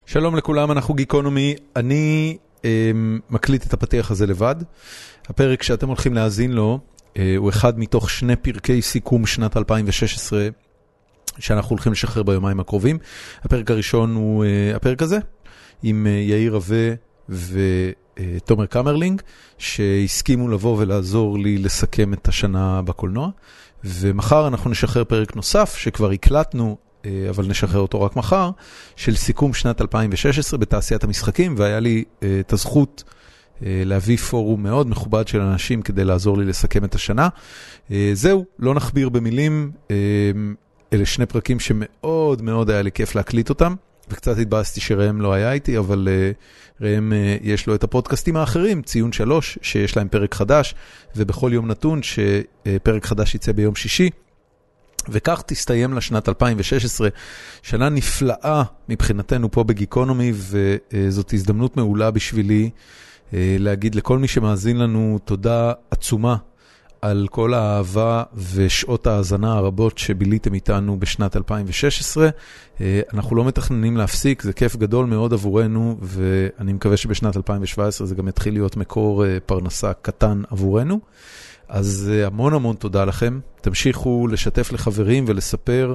שלום לכולם, אנחנו גיקונומי. אני מקליט את הפתיח הזה לבד. הפרק שאתם הולכים להאזין לו הוא אחד מתוך שני פרקי סיכום שנת 2016 שאנחנו הולכים לשחרר ביומיים הקרובים. הפרק הראשון הוא הפרק הזה, עם יאיר רווה ותומר קמרלינג, שהסכימו לבוא ולעזור לי לסכם את השנה בקולנוע. ומחר אנחנו נשחרר פרק נוסף שכבר הקלטנו, אבל נשחרר אותו רק מחר, של סיכום שנת 2016 בתעשיית המשחקים, והיה לי את הזכות להביא פורום מאוד מכובד של אנשים כדי לעזור לי לסכם את השנה. זהו, לא נכביר במילים, אלה שני פרקים שמאוד מאוד היה לי כיף להקליט אותם, וקצת התבאסתי שראם לא היה איתי, אבל ראם יש לו את הפודקאסטים האחרים, ציון 3, שיש להם פרק חדש, ובכל יום נתון שפרק חדש יצא ביום שישי, וכך תסתיים לשנת 2016, שנה נפלאה מבחינתנו פה בגיקונומי, וזאת הזדמנות מעולה בשבילי להגיד לכל מי שמאזין לנו תודה עצומה על כל האהבה ושעות ההאזנה הרבות שביליתם איתנו בשנת 2016. אנחנו לא מתכננים להפסיק, זה כיף גדול מאוד עבורנו, ואני מקווה שבשנת 2017 זה גם יתחיל להיות מקור פרנסה קטן עבורנו. אז המון המון תודה לכם, תמשיכו לשתף לחברים ולספר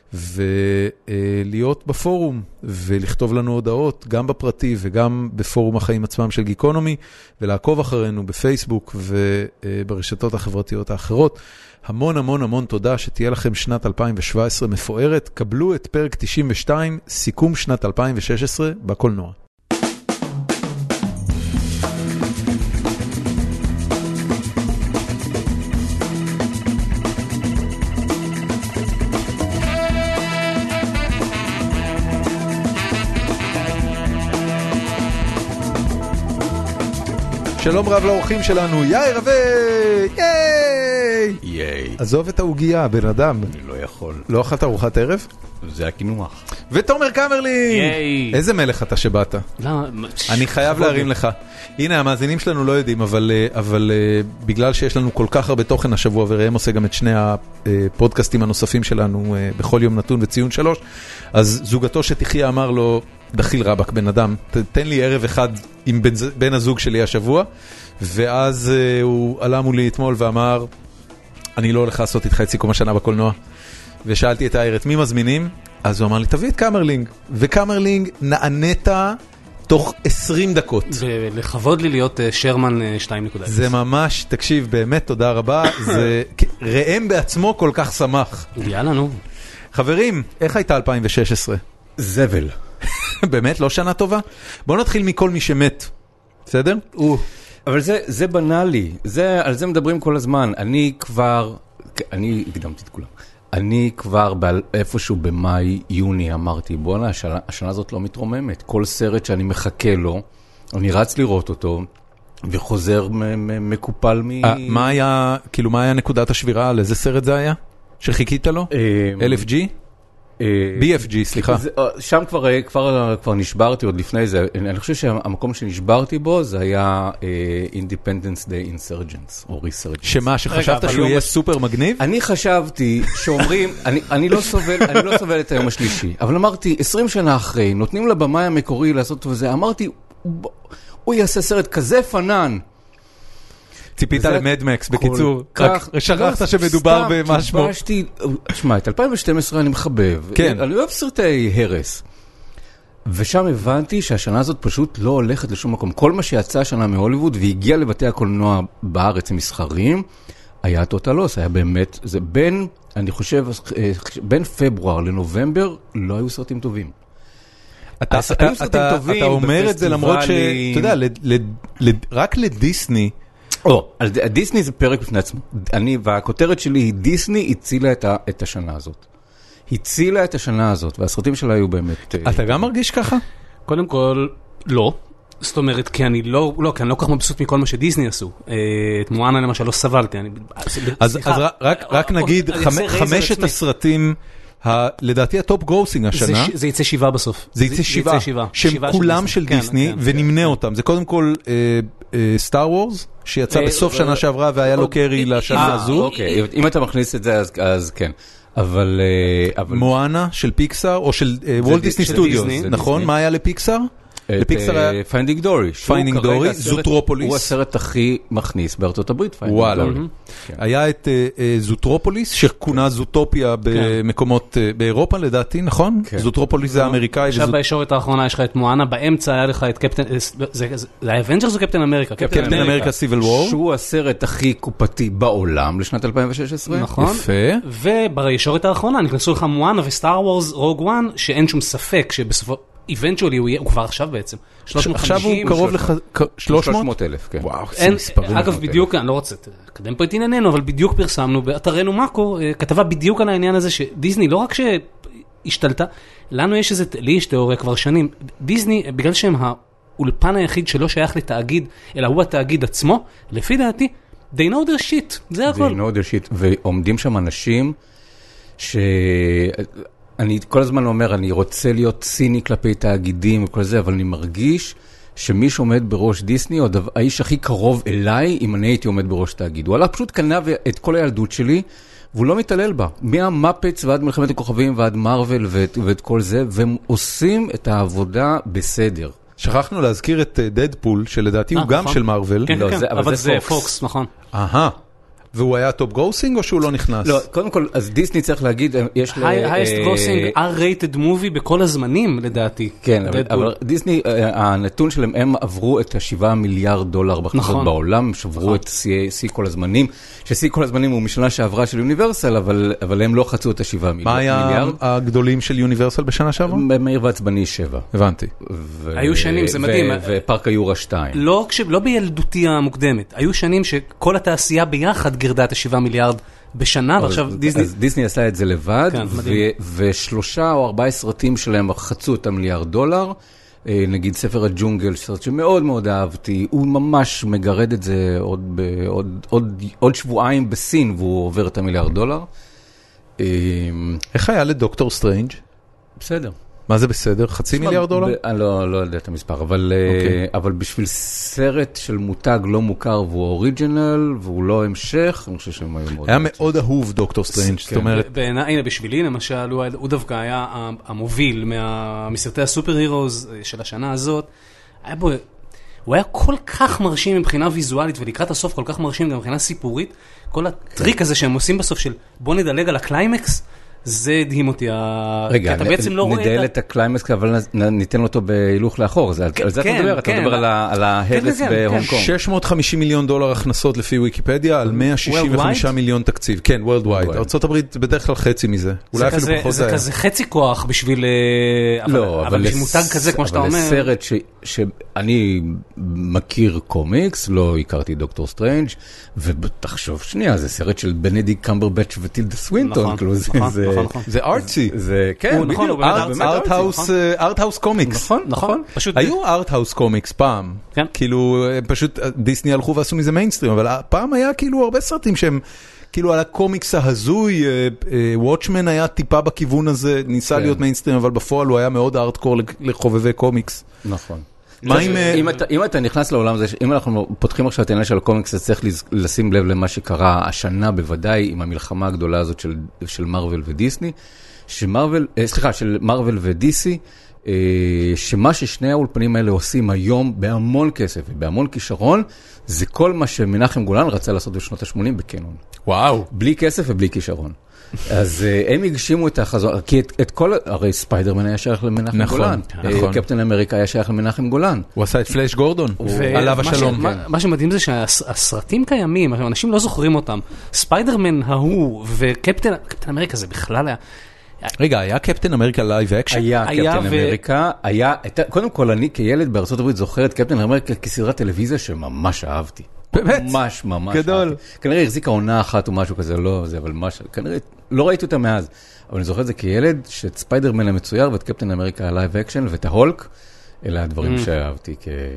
ולהיות בפורום ולכתוב לנו הודעות גם בפרטי וגם בפורום החיים עצמם של גיקונומי, ולעקוב אחרינו בפייסבוק וברשתות החברתיות האחרות. המון המון המון תודה, שתהיה לכם שנת 2017 מפוארת. קבלו את פרק 92, סיכום שנת 2016 בקולנוע. שלום רב לאורחים שלנו, יאיר רווה, ייי! ייי. עזוב את העוגיה, בן אדם. אני לא יכול. לא אכלת ארוחת ערב? זה הקינוח. ותומר קמרלינג! ייי! איזה מלך אתה שבאת. אני חייב להרים לך. הנה, המאזינים שלנו לא יודעים, אבל בגלל שיש לנו כל כך הרבה תוכן השבוע, וראם עושה גם את שני הפודקאסטים הנוספים שלנו בכל יום נתון וציון 3, אז זוגתו שתחיה אמר לו, דחיל רבק בן אדם, תן לי ערב אחד עם בן הזוג שלי השבוע, ואז הוא עלה מולי אתמול ואמר, אני לא הולך לעשות איתך את סיכום השנה בקולנוע, ושאלתי את יאיר את מי מזמינים, אז הוא אמר לי, תביא את קמרלינג, וקמרלינג נענית תוך 20 דקות. ולכבוד לי להיות שרמן 2.0. זה ממש, תקשיב, באמת תודה רבה, זה ראם בעצמו כל כך שמח. יאללה נו. חברים, איך הייתה 2016? זבל. באמת, לא שנה טובה? בואו נתחיל מכל מי שמת, בסדר? אבל זה בנאלי, על זה מדברים כל הזמן. אני הקדמתי את כולם. אני כבר איפשהו במאי, יוני אמרתי, בוא'נה, השנה הזאת לא מתרוממת. כל סרט שאני מחכה לו, אני רץ לראות אותו, וחוזר מקופל מה היה נקודת השבירה? על איזה סרט זה היה? שחיכית לו? LFG? BFG, סליחה. שם כבר נשברתי עוד לפני זה. אני חושב שהמקום שנשברתי בו זה היה Independence Day Insurgents, או Resurgents. שמה, שחשבת שהוא יהיה סופר מגניב? אני חשבתי שאומרים, אני לא סובל את היום השלישי, אבל אמרתי, 20 שנה אחרי, נותנים לבמאי המקורי לעשות וזה, אמרתי, הוא יעשה סרט כזה פנן. ציפית למדמקס, בקיצור, רק שכחת שמדובר במשהו. תשמע, את 2012 אני מחבב, אני אוהב סרטי הרס, ושם הבנתי שהשנה הזאת פשוט לא הולכת לשום מקום. כל מה שיצא השנה מהוליווד והגיע לבתי הקולנוע בארץ המסחרים, היה טוטלוס, היה באמת, זה אני חושב, בין פברואר לנובמבר לא היו סרטים טובים. אתה אומר את זה למרות שאתה יודע, רק לדיסני, דיסני זה פרק בפני עצמו. והכותרת שלי היא, דיסני הצילה את השנה הזאת. הצילה את השנה הזאת, והסרטים שלה היו באמת... אתה גם מרגיש ככה? קודם כל, לא. זאת אומרת, כי אני לא כך מבסוט מכל מה שדיסני עשו. את מואנה למשל לא סבלתי. אז רק נגיד, 5 הסרטים, לדעתי הטופ גרוסינג השנה. זה יצא 7 בסוף. זה יצא 7. שהם כולם של דיסני, ונמנה אותם. זה קודם כל סטאר וורס, שיצא בסוף שנה שעברה, והיה לו קרי לשנה הזו. אוקיי, אם אתה מכניס את זה, אז כן. אבל... מואנה של פיקסאר, או של וולט דיסני סטודיוס, נכון? מה היה לפיקסאר? פיינדינג דורי. פיינדינג דורי, זוטרופוליס. הוא הסרט הכי מכניס בארצות הברית, פיינדינג דורי. היה את זוטרופוליס, שכונה זוטופיה במקומות באירופה לדעתי, נכון? זוטרופוליס זה האמריקאי. עכשיו בישורת האחרונה יש לך את מואנה, באמצע היה לך את קפטן, זה האבנג'רס או קפטן אמריקה? קפטן אמריקה סיביל וור. שהוא הסרט הכי קופתי בעולם לשנת 2016. נכון. יפה. ובישורת האחרונה נכנסו לך מואנה וסטאר וורס רוג וואן, שאין שום ספק שבסופו... איבנטואלי הוא כבר עכשיו בעצם. 350. עכשיו הוא קרוב ל-300,000, כן. וואו, זה מספרים. אגב, בדיוק, אני לא רוצה לקדם פה את ענייננו, אבל בדיוק פרסמנו באתרנו מאקו, כתבה בדיוק על העניין הזה שדיסני, לא רק שהשתלטה, לנו יש איזה, לי יש תיאוריה כבר שנים, דיסני, בגלל שהם האולפן היחיד שלא שייך לתאגיד, אלא הוא התאגיד עצמו, לפי דעתי, they know their shit, זה הכל. they know their shit, ועומדים שם אנשים אני כל הזמן אומר, אני רוצה להיות ציני כלפי תאגידים וכל זה, אבל אני מרגיש שמי שעומד בראש דיסני, הוא האיש הכי קרוב אליי, אם אני הייתי עומד בראש תאגיד. הוא עלה פשוט קנה את כל הילדות שלי, והוא לא מתעלל בה. מהמפץ ועד מלחמת הכוכבים ועד מרוול ואת כל זה, והם עושים את העבודה בסדר. שכחנו להזכיר את דדפול, שלדעתי הוא גם של מרוול. כן, כן, אבל זה פוקס, נכון. והוא היה טופ גרוסינג או שהוא לא נכנס? לא, קודם כל, אז דיסני צריך להגיד, יש הייסט גרוסינג, R-rated movie בכל הזמנים, לדעתי. כן, אבל דיסני, הנתון שלהם, הם עברו את $7 מיליארד בהכנסות בעולם, שברו את שיא כל הזמנים, ששיא כל הזמנים הוא משנה שעברה של יוניברסל, אבל הם לא חצו את $7 מיליארד. מה היה הגדולים של יוניברסל בשנה שעברה? מהיר ועצבני 7. הבנתי. היו שנים, זה מדהים. ופארק היורה 2. לא בילדותי המוקדמת, היו שנים שכל התעשייה ביחד גרדה את $7 מיליארד בשנה, ועכשיו דיסני... אז דיסני עשה את זה לבד, ו3 או 4 סרטים שלהם חצו את $1 מיליארד. נגיד ספר הג'ונגל, סרט שמאוד מאוד אהבתי, הוא ממש מגרד את זה עוד שבועיים בסין, והוא עובר את $1 מיליארד. איך היה לדוקטור סטרנג'? בסדר. מה זה בסדר? $500 מיליארד? אני לא יודע את המספר, אבל בשביל סרט של מותג לא מוכר והוא אוריג'ינל, והוא לא המשך, אני חושב שהם היו מאוד... היה מאוד אהוב דוקטור סטרנג', זאת אומרת... הנה, בשבילי למשל, הוא דווקא היה המוביל מסרטי הסופר הירוז של השנה הזאת, הוא היה כל כך מרשים מבחינה ויזואלית, ולקראת הסוף כל כך מרשים גם מבחינה סיפורית, כל הטריק הזה שהם עושים בסוף של בוא נדלג על הקליימקס, זה הדהים אותי. רגע, נדל את הקליימקס, אבל ניתן אותו בהילוך לאחור. על זה אתה מדבר? אתה מדבר על ההרס בהונג קונג. $650 מיליון הכנסות לפי ויקיפדיה, על 165 מיליון תקציב. כן, worldwide. ארצות הברית בדרך כלל חצי מזה. אולי אפילו פחות זה. זה כזה חצי כוח בשביל... אבל בשביל מותג כזה, כמו שאתה אומר... אבל לסרט שאני מכיר קומיקס, לא הכרתי דוקטור סטרנג', ותחשוב שנייה, זה סרט של בנדיק קמברבץ' וטילדה סווינטון. זה ארטסי. זה, כן, בדיוק. ארטהאוס קומיקס. נכון. היו ארטהאוס קומיקס פעם. כאילו, פשוט דיסני הלכו ועשו מזה מיינסטרים, אבל פעם היה כאילו הרבה סרטים שהם, כאילו על הקומיקס ההזוי, וואטשמן היה טיפה בכיוון הזה, ניסה להיות מיינסטרים, אבל בפועל הוא היה מאוד ארטקור לחובבי קומיקס. נכון. אם אתה נכנס לעולם הזה, אם אנחנו פותחים עכשיו את העניין של הקומיקס, אז צריך לשים לב למה שקרה השנה בוודאי עם המלחמה הגדולה הזאת של מרוול ודיסני, של מרוול ודיסי, שמה ששני האולפנים האלה עושים היום בהמון כסף ובהמון כישרון, זה כל מה שמנחם גולן רצה לעשות בשנות ה-80 בקנון. וואו. בלי כסף ובלי כישרון. אז הם הגשימו את החזון, כי את כל, הרי ספיידרמן היה שייך למנחם גולן. נכון. קפטן אמריקה היה שייך למנחם גולן. הוא עשה את פלאש גורדון, עליו השלום. מה שמדהים זה שהסרטים קיימים, אנשים לא זוכרים אותם. ספיידרמן ההוא וקפטן אמריקה זה בכלל היה... רגע, היה קפטן אמריקה לייב אקשן? היה קפטן אמריקה, קודם כל אני כילד בארצות הברית זוכר את קפטן אמריקה כסדרת טלוויזיה שממש אהבתי. באמת? ממש גדול. אהבתי. כנראה החזיקה עונה אחת או משהו כזה, לא זה, אבל ממש, כנראה לא ראיתי אותה מאז, אבל אני זוכר את זה כילד, שאת ספיידרמן המצויר ואת קפטן אמריקה הלייב אקשן ואת ההולק, אלה הדברים שאהבתי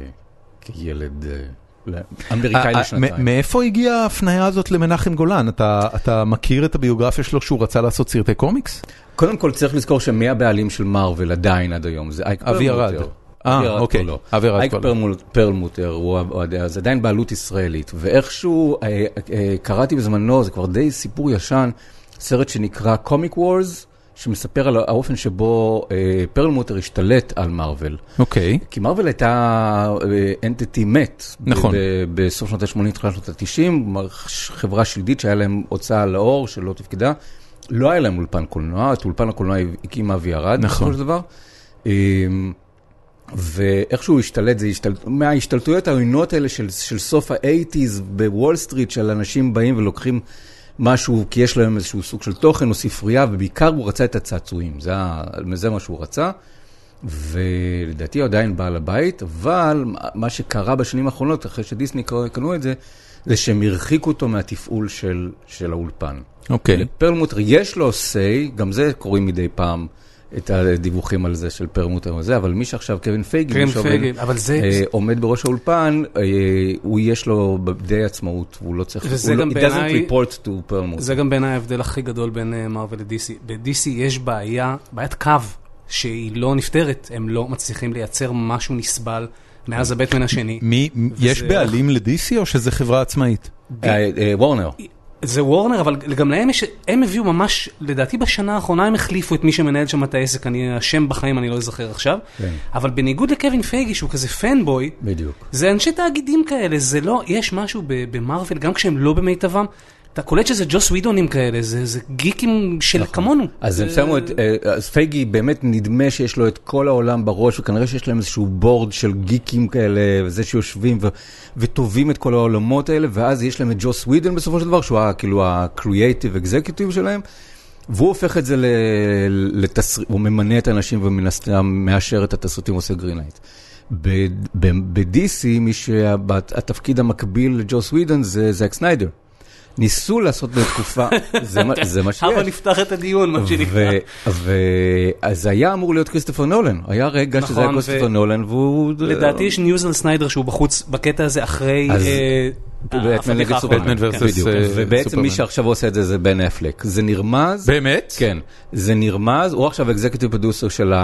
כילד אמריקאי לשנתיים. מאיפה הגיעה ההפניה הזאת למנחם גולן? אתה מכיר את הביוגרפיה שלו שהוא רצה לעשות סרטי קומיקס? קודם כל צריך לזכור שמי הבעלים של מרוול עדיין עד היום, זה אייק פרלמוטר. אוקיי. אייק פרלמוטר, זה עדיין בעלות ישראלית, ואיכשהו קראתי בזמנו, זה כבר די סיפור ישן, סרט שנקרא Comic Wars, שמספר על האופן שבו פרלמוטר השתלט על מארוול. אוקיי. כי מארוול הייתה אנטיטי מת. נכון. בסוף שנות ה-80, תחילת שנות ה-90, חברה שלדית שהיה להם הוצאה לאור שלא תפקדה. לא היה להם אולפן קולנוע, את אולפן הקולנוע הקימה וירד. נכון. ואיכשהו השתלט, מההשתלטויות העוינות האלה של סוף ה-80s בוול סטריט, של אנשים באים ולוקחים משהו, כי יש להם איזשהו סוג של תוכן או ספרייה, ובעיקר הוא רצה את הצעצועים. זה מה שהוא רצה, ולדעתי הוא עדיין בעל הבית, אבל מה שקרה בשנים האחרונות, אחרי שדיסני קנו את זה, זה שהם הרחיקו אותו מהתפעול של האולפן. אוקיי. לפרלמוטר יש לו say, גם זה קוראים מדי פעם, את הדיווחים על זה של פרלמוטר וזה, אבל מי שעכשיו קווין פייגין, עומד בראש האולפן, הוא יש לו די עצמאות, והוא לא צריך, he doesn't report to פרלמוטר. זה גם בעיניי ההבדל הכי גדול בין מארוול ל-DC. ב-DC יש בעיית קו שהיא לא נפתרת, הם לא מצליחים לייצר משהו נסבל מאז הבטמן השני. יש בעלים ל-DC או שזה חברה עצמאית? וורנר. זה וורנר, אבל גם להם הם הביאו ממש, לדעתי בשנה האחרונה הם החליפו את מי שמנהל שם את העסק, השם בחיים אני לא אזכר עכשיו, אבל בניגוד לקווין פייגי שהוא כזה פנבוי, זה אנשי תאגידים כאלה, זה לא, יש משהו במארוול, גם כשהם לא במיטבם, אתה קולט שזה ג'וס ווידונים כאלה, זה גיקים של כמונו. אז הם שמו אז פייגי באמת נדמה שיש לו את כל העולם בראש, וכנראה שיש להם איזשהו בורד של גיקים כאלה, וזה שיושבים וטובים את כל העולמות האלה, ואז יש להם את ג'וס ווידון בסופו של דבר, שהוא כאילו הקריאייטיב אקזקיוטיב שלהם, והוא הופך את זה הוא ממנה את האנשים ומאשר את התסריטים, עושה גרינלייט. ב-DC, מי שהתפקיד המקביל לג'וס ווידון זה זאק סניידר. ניסו לעשות בתקופה, זה מה שיש. אבל נפתח את הדיון, מה שנקרא. אז היה אמור להיות כריסטופר נולן. היה רגע שזה היה כריסטופר נולן, והוא... לדעתי יש ניוז על סניידר שהוא בחוץ בקטע הזה אחרי... בטמן ורסוס ובעצם מי שעכשיו עושה את זה זה בן אפלק. זה נרמז. באמת? כן. זה נרמז. הוא עכשיו אקזקיוטיב פרודוסר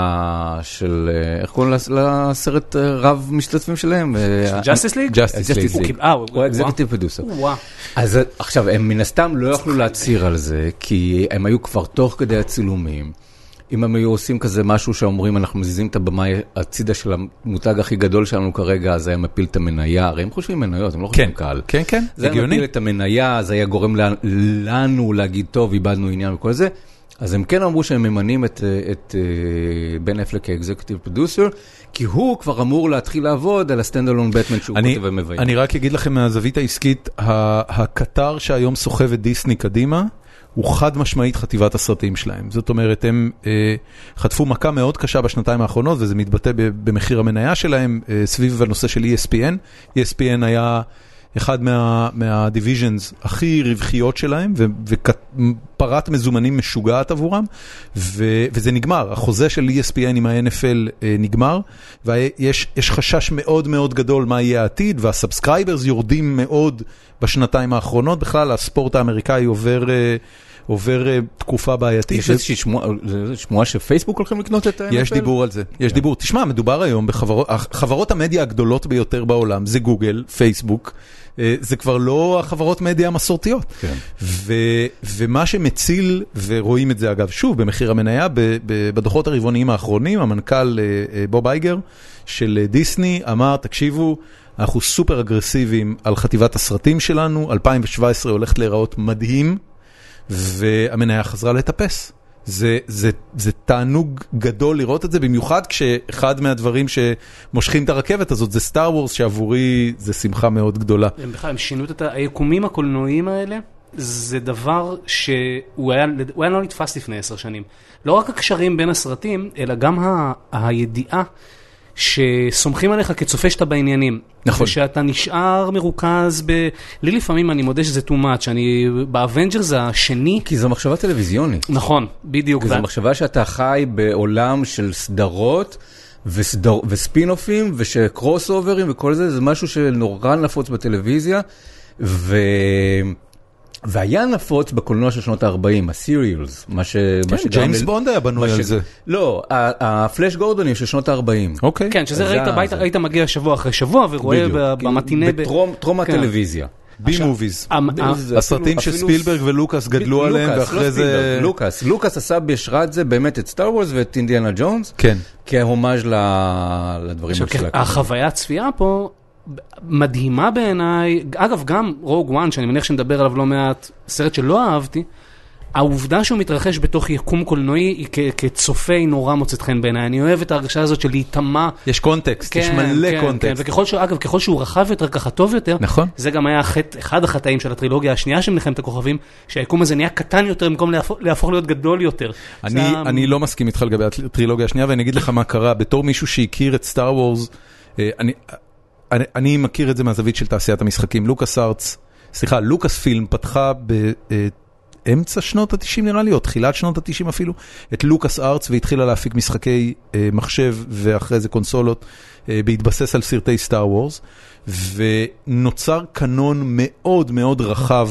של איך קוראים לסרט רב משתתפים שלהם? ג'אסטיס ליג? ג'אסטיס ליג. הוא אקזקיוטיב פרודוסר. אז עכשיו הם מן הסתם לא יכלו להצהיר על זה, כי הם היו כבר תוך כדי הצילומים. אם הם היו עושים כזה משהו שאומרים, אנחנו מזיזים את הבמה הצידה של המותג הכי גדול שלנו כרגע, אז היה מפיל את המניה, הרי הם חושבים מניות, הם לא חושבים קהל. כן, כן, זה היה מפיל את המניה, אז היה גורם לנו להגיד, טוב, איבדנו עניין וכל זה. אז הם כן אמרו שהם ממנים את בן אפלק כאקזקיוטיב פרודוסר, כי הוא כבר אמור להתחיל לעבוד על הסטנדלון בטמן שהוא כותב ומביים. אני רק אגיד לכם מהזווית העסקית, הקטר שהיום סוחב את דיסני קדימה, הוא חד משמעית חטיבת הסרטים שלהם. זאת אומרת, הם חטפו מכה מאוד קשה בשנתיים האחרונות, וזה מתבטא במחיר המניה שלהם, סביב הנושא של ESPN. ESPN היה אחד מהדיוויז'נס הכי רווחיות שלהם, ופרת מזומנים משוגעת עבורם, וזה נגמר. החוזה של ESPN עם ה-NFL נגמר, ויש חשש מאוד מאוד גדול מה יהיה העתיד, והסאבסקרייברס יורדים מאוד בשנתיים האחרונות. בכלל, הספורט האמריקאי עובר תקופה בעייתית. יש איזושהי שמועה שפייסבוק הולכים לקנות את ה-NFL? יש דיבור על זה, יש דיבור. תשמע, מדובר היום בחברות המדיה הגדולות ביותר בעולם, זה גוגל, פייסבוק, זה כבר לא החברות מדיה המסורתיות. ומה שמציל, ורואים את זה אגב שוב, במחיר המניה, בדוחות הרבעוניים האחרונים, המנכ"ל בוב אייגר של דיסני אמר, תקשיבו, אנחנו סופר אגרסיביים על חטיבת הסרטים שלנו, 2017 הולכת להיראות מדהים, והמניה חזרה לטפס. זה תענוג גדול לראות את זה, במיוחד כשאחד מהדברים שמושכים את הרכבת הזאת זה סטאר וורס, שעבורי זה שמחה מאוד גדולה. הם שינו את היקומים הקולנועיים האלה, זה דבר שהוא היה לא נתפס לפני 10 שנים. לא רק הקשרים בין הסרטים, אלא גם הידיעה שסומכים עליך כצופה שאתה בעניינים. נכון. ושאתה נשאר מרוכז לי לפעמים אני מודה שזה too much, אני באבנג'רס השני. כי זו מחשבה טלוויזיונית. נכון, בדיוק. כי זו מחשבה שאתה חי בעולם של סדרות, וספין-אופים, ושקרוס אוברים וכל זה, זה משהו שנורא נפוץ בטלוויזיה, והיה נפוץ בקולנוע של שנות ה-40, הסיריולס, כן, ג'יימס בונד היה בנוי על זה. לא, הפלאש גורדונים של שנות ה-40. אוקיי. כן, שזה היית מגיע שבוע אחרי שבוע, ורואה במתינה... בטרום הטלוויזיה. בי מוביז. הסרטים שספילברג ולוקאס גדלו עליהם, ואחרי זה... לוקאס עשה בהשראת זה באמת את סטאר וורס ואת אינדיאנה ג'ונס, כהומאז' לדברים שלה. החוויית צפייה פה מדהימה בעיניי, אגב גם רוג וואן, שאני מניח שנדבר עליו לא מעט, סרט שלא אהבתי, העובדה שהוא מתרחש בתוך יקום קולנועי כצופה היא נורא מוצאת חן בעיניי. אני אוהב את ההרגשה הזאת של להתאמה. יש קונטקסט, יש מלא קונטקסט. וככל שהוא רחב יותר, ככה טוב יותר, זה גם היה אחד החטאים של הטרילוגיה השנייה של מלחמת הכוכבים, שהיקום הזה נהיה קטן יותר במקום להפוך להיות גדול יותר. אני לא מסכים איתך לגבי הטרילוגיה השנייה, ואני אגיד לך מה קרה. בתור מישהו שהכיר את סטאר וורס, אני מכיר את זה מהזווית של תעשיית המשחקים. לוקאס פילם פתחה אמצע שנות ה-90 נראה לי, או תחילת שנות ה-90 אפילו, את לוקאס ארטס, והתחילה להפיק משחקי מחשב, ואחרי זה קונסולות, בהתבסס על סרטי סטאר וורס, ונוצר קנון מאוד מאוד רחב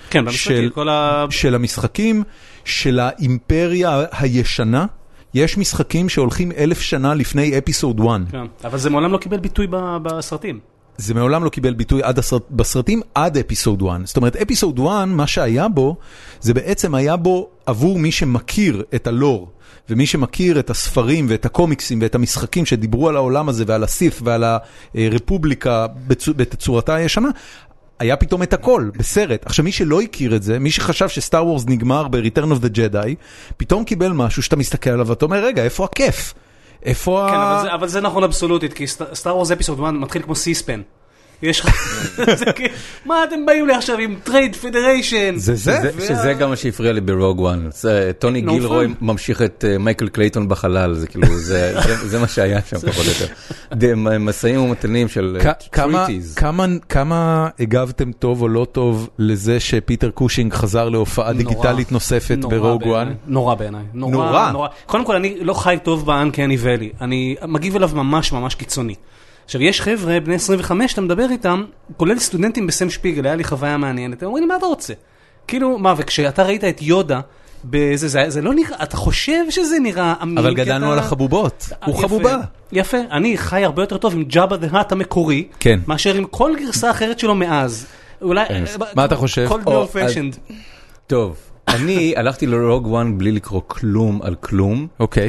של המשחקים, של האימפריה הישנה. יש משחקים שהולכים 1000 שנה לפני אפיסוד 1. אבל זה מעולם לא קיבל ביטוי בסרטים. זה מעולם לא קיבל ביטוי בסרטים עד אפיסוד 1. זאת אומרת, אפיסוד 1, מה שהיה בו, זה בעצם היה בו עבור מי שמכיר את הלור, ומי שמכיר את הספרים ואת הקומיקסים ואת המשחקים שדיברו על העולם הזה ועל הסיף ועל הרפובליקה בתצורתה הישנה, היה פתאום את הכל בסרט. עכשיו, מי שלא הכיר את זה, מי שחשב שסטאר וורס נגמר ב-Return of the Jedi, פתאום קיבל משהו שאתה מסתכל עליו ואתה אומר, רגע, איפה הכיף? איפה כן, אבל זה נכון אבסולוטית, כי סטאר וורס אפיסוד 1 מתחיל כמו סיספן. יש לך... מה אתם באים לי עכשיו עם טרייד פדריישן? שזה גם מה שהפריע לי ברוג וואן. טוני גילרוי ממשיך את מייקל קלייטון בחלל, זה כאילו, זה מה שהיה שם פחות או יותר. מסעים ומתנים של טריטיז. כמה הגבתם טוב או לא טוב לזה שפיטר קושינג חזר להופעה דיגיטלית נוספת ברוג וואן? נורא בעיניי. נורא. קודם כל, אני לא חי טוב באנקני ואלי. אני מגיב אליו ממש ממש קיצוני. עכשיו, יש חבר'ה, בני 25, אתה מדבר איתם, כולל סטודנטים בסם שפיגל, היה לי חוויה מעניינת, הם אומרים לי, מה אתה רוצה? כאילו, מה, וכשאתה ראית את יודה, זה לא נראה, אתה חושב שזה נראה אמין. אבל גדלנו על החבובות, הוא חבובה. יפה, אני חי הרבה יותר טוב עם ג'אבה דה האט המקורי, מאשר עם כל גרסה אחרת שלו מאז. מה אתה חושב? כל דור פשנד. טוב, אני הלכתי לרוג וואן בלי לקרוא כלום על כלום,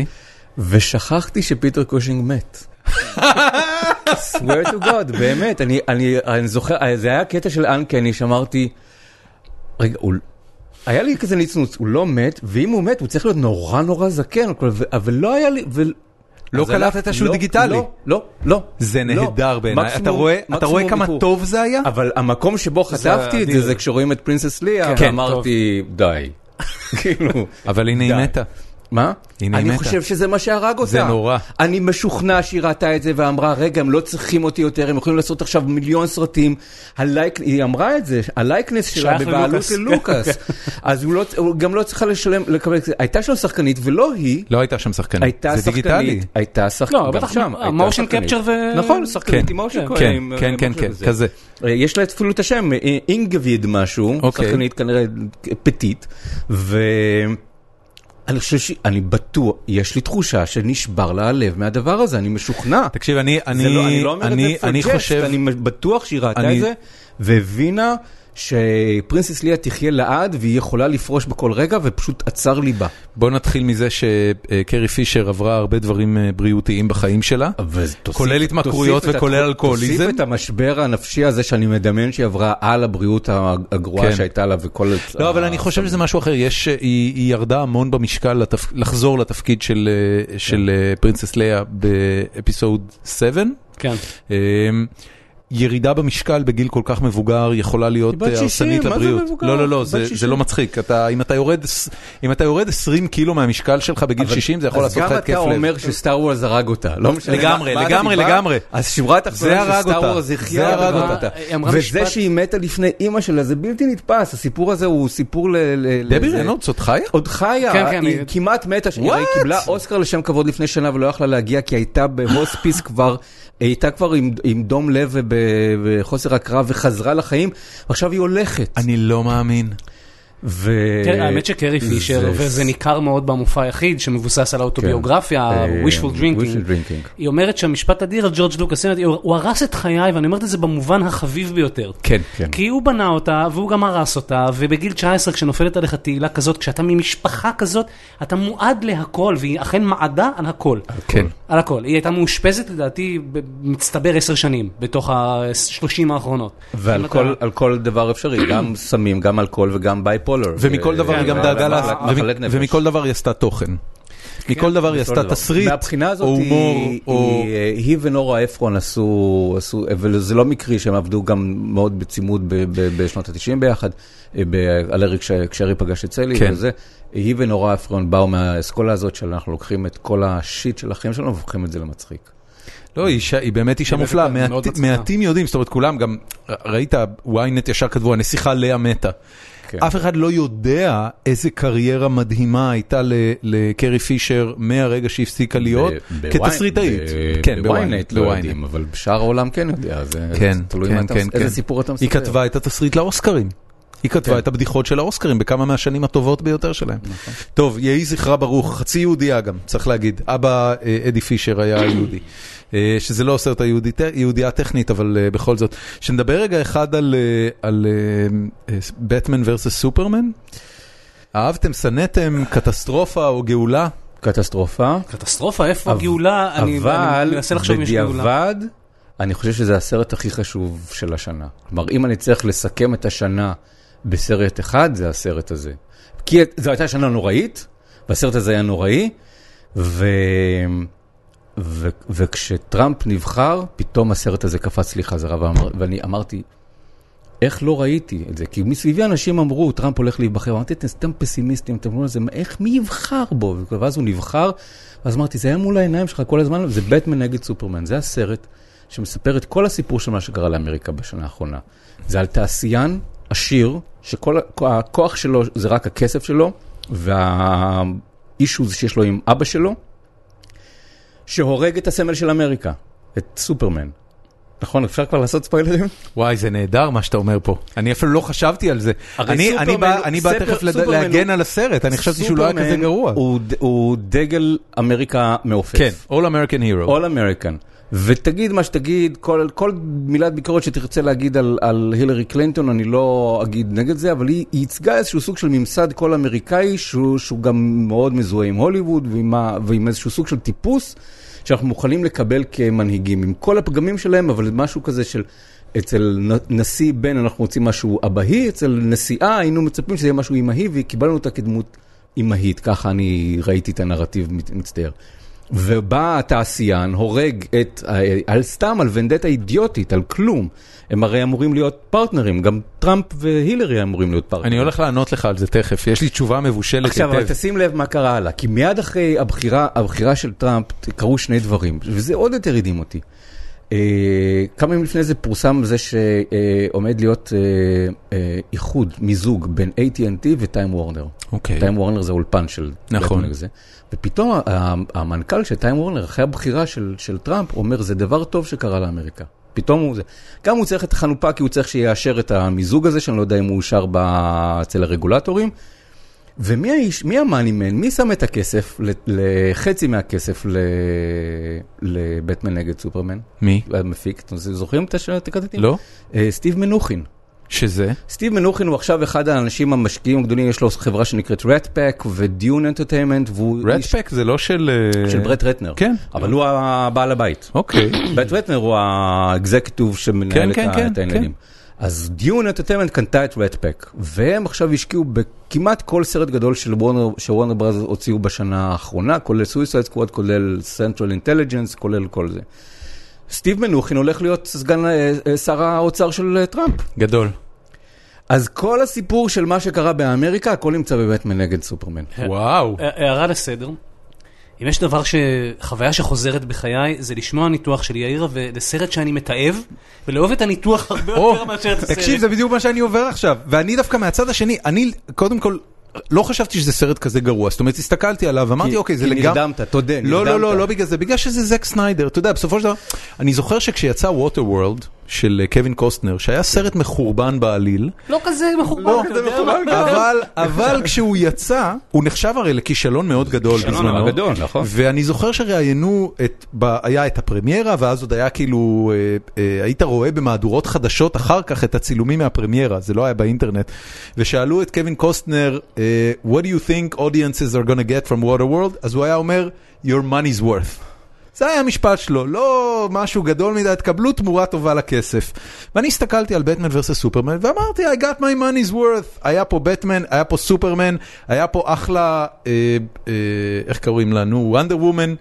ושכחתי שפיטר קושינג מת. swear to God, באמת, אני זוכר, זה היה קטע של אנקני שאמרתי, רגע, היה לי כזה ניצנוץ, הוא לא מת, ואם הוא מת, הוא צריך להיות נורא נורא זקן, אבל לא היה לי, לא קלטת שהוא דיגיטלי. לא. זה נהדר בעיניי. אתה רואה כמה טוב זה היה? אבל המקום שבו חטפתי את זה, זה כשרואים את פרינסס ליה, ואמרתי, די. אבל הנה היא מתה. מה? אני חושב שזה מה שהרג אותה. זה נורא. אני משוכנע שהיא ראתה את זה ואמרה, רגע, הם לא צריכים אותי יותר, הם יכולים לעשות עכשיו 1,000,000 סרטים. היא אמרה את זה, הלייקנס שלה בבעלות של לוקאס. אז הוא גם לא צריכה לקבל את זה. הייתה שם שחקנית ולא היא. לא הייתה שם שחקנית. זה דיגיטלי. הייתה שחקנית. לא, בטח שם. מושן קפצ'ר ו... נכון, שחקנית עם מושן. כן, כזה. יש לה אפילו את השם, אינגוויד משהו, שחקנית כנראה פטית, אני חושב שאני בטוח, יש לי תחושה שנשבר לה הלב מהדבר הזה, אני משוכנע. תקשיב, אני לא אומר את זה פרג'סט, אני בטוח שהיא ראתה את זה, והבינה שפרינסס ליה תחיה לעד, והיא יכולה לפרוש בכל רגע, ופשוט עצר ליבה. בוא נתחיל מזה שקרי פישר עברה הרבה דברים בריאותיים בחיים שלה, כולל התמכרויות וכולל אלכוהוליזם. תוסיף את המשבר הנפשי הזה שאני מדמיין שהיא עברה על הבריאות הגרועה שהייתה לה וכל... לא, אבל אני חושב שזה משהו אחר. היא ירדה המון במשקל לחזור לתפקיד של פרינסס ליה באפיסוד 7. כן. ירידה במשקל בגיל כל כך מבוגר יכולה להיות הרסנית לבריאות. לא, זה לא מצחיק. אם אתה יורד 20 קילו מהמשקל שלך בגיל 60, זה יכול לעשות לך התקף לב. אז גם אתה אומר שסטאר וורס הרג אותה. לגמרי. אז שורה התחתונה שסטאר וורס הרג אותה. וזה שהיא מתה לפני אמא שלה, זה בלתי נתפס. הסיפור הזה הוא סיפור דבי רנולדס עוד חיה? עוד חיה. היא כמעט מתה. היא קיבלה אוסקר לשם כבוד לפני שנה ולא יכלה להגיע, כי הייתה בהוספיס כבר, היא הייתה כבר עם דום לב וחוסר הקרב וחזרה לחיים, ועכשיו היא הולכת. אני לא מאמין. האמת שקרי פישר, וזה ניכר מאוד במופע היחיד, שמבוסס על האוטוביוגרפיה, wishful drinking, היא אומרת שהמשפט אדיר על ג'ורג' לוקאס, הוא הרס את חיי, ואני אומרת את זה במובן החביב ביותר. כן, כן. כי הוא בנה אותה, והוא גם הרס אותה, ובגיל 19, כשנופלת עליך תהילה כזאת, כשאתה ממשפחה כזאת, אתה מועד להכל, והיא אכן מעדה על הכל. כן. על הכל. היא הייתה מאושפזת, לדעתי, מצטבר 10 שנים, בתוך ה-30 האחרונות. ועל כל דבר אפשרי, גם סמים, גם אלכוהול וגם בייפולר. ומכל דבר היא גם דאגה, ומכל דבר היא עשתה תוכן. מכל דבר היא עשתה תסריט, מהבחינה הזאת, היא ונורה אפרון עשו, וזה לא מקרי שהם עבדו גם מאוד בצימוד בשנות ה-90 ביחד, על אריק כשארי פגש את צלי, היא ונורה אפרון באו מהאסכולה הזאת שאנחנו לוקחים את כל השיט של החיים שלנו והופכים את זה למצחיק. לא, היא באמת אישה מופלאה, מעטים יודעים, זאת אומרת כולם, גם ראית, וויינט ישר כתבו, הנסיכה לאה מתה. אף אחד לא יודע איזה קריירה מדהימה הייתה לקרי פישר מהרגע שהפסיקה להיות כתסריטאית. כן, בוויינט לא יודעים, אבל בשאר העולם כן יודע, זה תלוי איזה סיפור אתה מספר. היא כתבה את התסריט לאוסקרים. היא כתבה את הבדיחות של האוסקרים בכמה מהשנים הטובות ביותר שלהם. טוב, יהי זכרה ברוך, חצי יהודיה גם, צריך להגיד. אבא אדי פישר היה יהודי. שזה לא עושה אותה יהודייה טכנית, אבל בכל זאת. שנדבר רגע אחד על בטמן ורסס סופרמן. אהבתם, שנאתם, קטסטרופה או גאולה? קטסטרופה. קטסטרופה, איפה הגאולה? אבל בדיעבד, אני חושב שזה הסרט הכי חשוב של השנה. כלומר, אם אני צריך לסכם את השנה בסרט אחד, זה הסרט הזה. כי זו הייתה שנה נוראית, והסרט הזה היה נוראי, וכשטראמפ נבחר, פתאום הסרט הזה קפץ לי חזרה, ואני אמרתי, איך לא ראיתי את זה? כי מסביבי אנשים אמרו, טראמפ הולך להיבחר, אמרתי, אתם פסימיסטים, אתם אומרים, איך, מי יבחר בו? ואז הוא נבחר, ואז אמרתי, זה היה מול העיניים שלך כל הזמן, זה בטמן נגד סופרמן, זה הסרט שמספר את כל הסיפור של מה שקרה לאמריקה בשנה האחרונה. זה על תעשיין עשיר, שכל הכוח שלו זה רק הכסף שלו, והאישו שיש לו עם אבא שלו, שהורג את הסמל של אמריקה, את סופרמן. נכון, אפשר כבר לעשות ספוילרים? וואי, זה נהדר מה שאתה אומר פה. אני אפילו לא חשבתי על זה. אני בא תכף להגן על הסרט, אני חשבתי שהוא לא היה כזה גרוע. הוא דגל אמריקה מעופף. כן, All American Hero. All American. ותגיד מה שתגיד, כל מילת ביקורת שתרצה להגיד על הילרי קלינטון, אני לא אגיד נגד זה, אבל היא ייצגה איזשהו סוג של ממסד כל אמריקאי, שהוא גם מאוד מזוהה עם הוליווד, ועם איזשהו סוג של טיפוס, שאנחנו מוכנים לקבל כמנהיגים, עם כל הפגמים שלהם, אבל משהו כזה של, אצל נשיא בן אנחנו רוצים משהו אבהי, אצל נשיאה היינו מצפים שזה יהיה משהו אימהי, וקיבלנו אותה כדמות אימהית, ככה אני ראיתי את הנרטיב מצטער. ובא התעשיין, הורג על סתם, על ונדטה אידיוטית, על כלום. הם הרי אמורים להיות פרטנרים, גם טראמפ והילרי אמורים להיות פרטנרים. אני הולך לענות לך על זה תכף, יש לי תשובה מבושלת היטב. עכשיו, אבל תשים לב מה קרה הלאה, כי מיד אחרי הבחירה של טראמפ, קרו שני דברים, וזה עוד יותר הדהים אותי. כמה ימים לפני זה פורסם זה שעומד להיות איחוד, מיזוג, בין AT&T וטיים וורנר. טיים וורנר זה אולפן של בטמן הזה. ופתאום המנכ"ל של טיים וורנר, אחרי הבחירה של טראמפ, אומר, זה דבר טוב שקרה לאמריקה. פתאום הוא זה. גם הוא צריך את החנופה, כי הוא צריך שיאשר את המיזוג הזה, שאני לא יודע אם הוא אושר אצל הרגולטורים. ומי המאנימן? מי שם את הכסף, לחצי מהכסף לבטמן נגד סופרמן? מי? המפיק. זוכרים את הקטטים? לא. סטיב מנוחין. שזה? סטיב מנוחין הוא עכשיו אחד האנשים המשקיעים הגדולים, יש לו חברה שנקראת רדפק ודיון אנטרטיימנט. רדפק זה לא של ברט רטנר. כן. אבל הוא הבעל הבית. אוקיי. ברט רטנר הוא האקזקטיב שמנהל את העניינים. אז דיון אנטרטיימנט קנתה את רדפק, והם עכשיו השקיעו בכמעט כל סרט גדול שוורנר ברז הוציאו בשנה האחרונה, כולל סויסייד סקוואד, כולל סנטרל אינטליג'נס, כולל כל זה. סטיב מנוחין הולך להיות סגן שר האוצר של טראמפ. גדול. אז כל הסיפור של מה שקרה באמריקה, הכל נמצא בבטמן נגד סופרמן. וואו. הערה לסדר. אם יש דבר חוויה שחוזרת בחיי, זה לשמוע ניתוח של יאירה, ולסרט שאני מתאהב, ולאהוב את הניתוח הרבה יותר מאשר את הסרט. תקשיב, זה בדיוק מה שאני עובר עכשיו. ואני דווקא מהצד השני, אני קודם כל לא חשבתי שזה סרט כזה גרוע. זאת אומרת, הסתכלתי עליו ואמרתי, אוקיי, זה לגמרי... כי נרדמת, תודה, נרדמת. לא בגלל זה, בגלל שזה זק סניידר. אתה יודע, בסופו של דבר, אני זוכר שכשיצא ווטרוורלד, של קווין קוסטנר, שהיה סרט מחורבן בעליל. לא כזה מחורבן. אבל כשהוא יצא, הוא נחשב הרי לכישלון מאוד גדול בזמנו. ואני זוכר שראיינו, היה את הפרמיירה, ואז עוד היה כאילו, היית רואה במהדורות חדשות אחר כך את הצילומים מהפרמיירה, זה לא היה באינטרנט, ושאלו את קווין קוסטנר, what do you think audiences are going to get from Waterworld? אז הוא היה אומר, your money's worth. זה היה המשפט שלו, לא משהו גדול מדי, תקבלו תמורה טובה לכסף. ואני הסתכלתי על בטמן versus סופרמן, ואמרתי, I got my money's worth. היה פה בטמן, היה פה סופרמן, היה פה אחלה, איך קוראים לנו? וונדר וומן.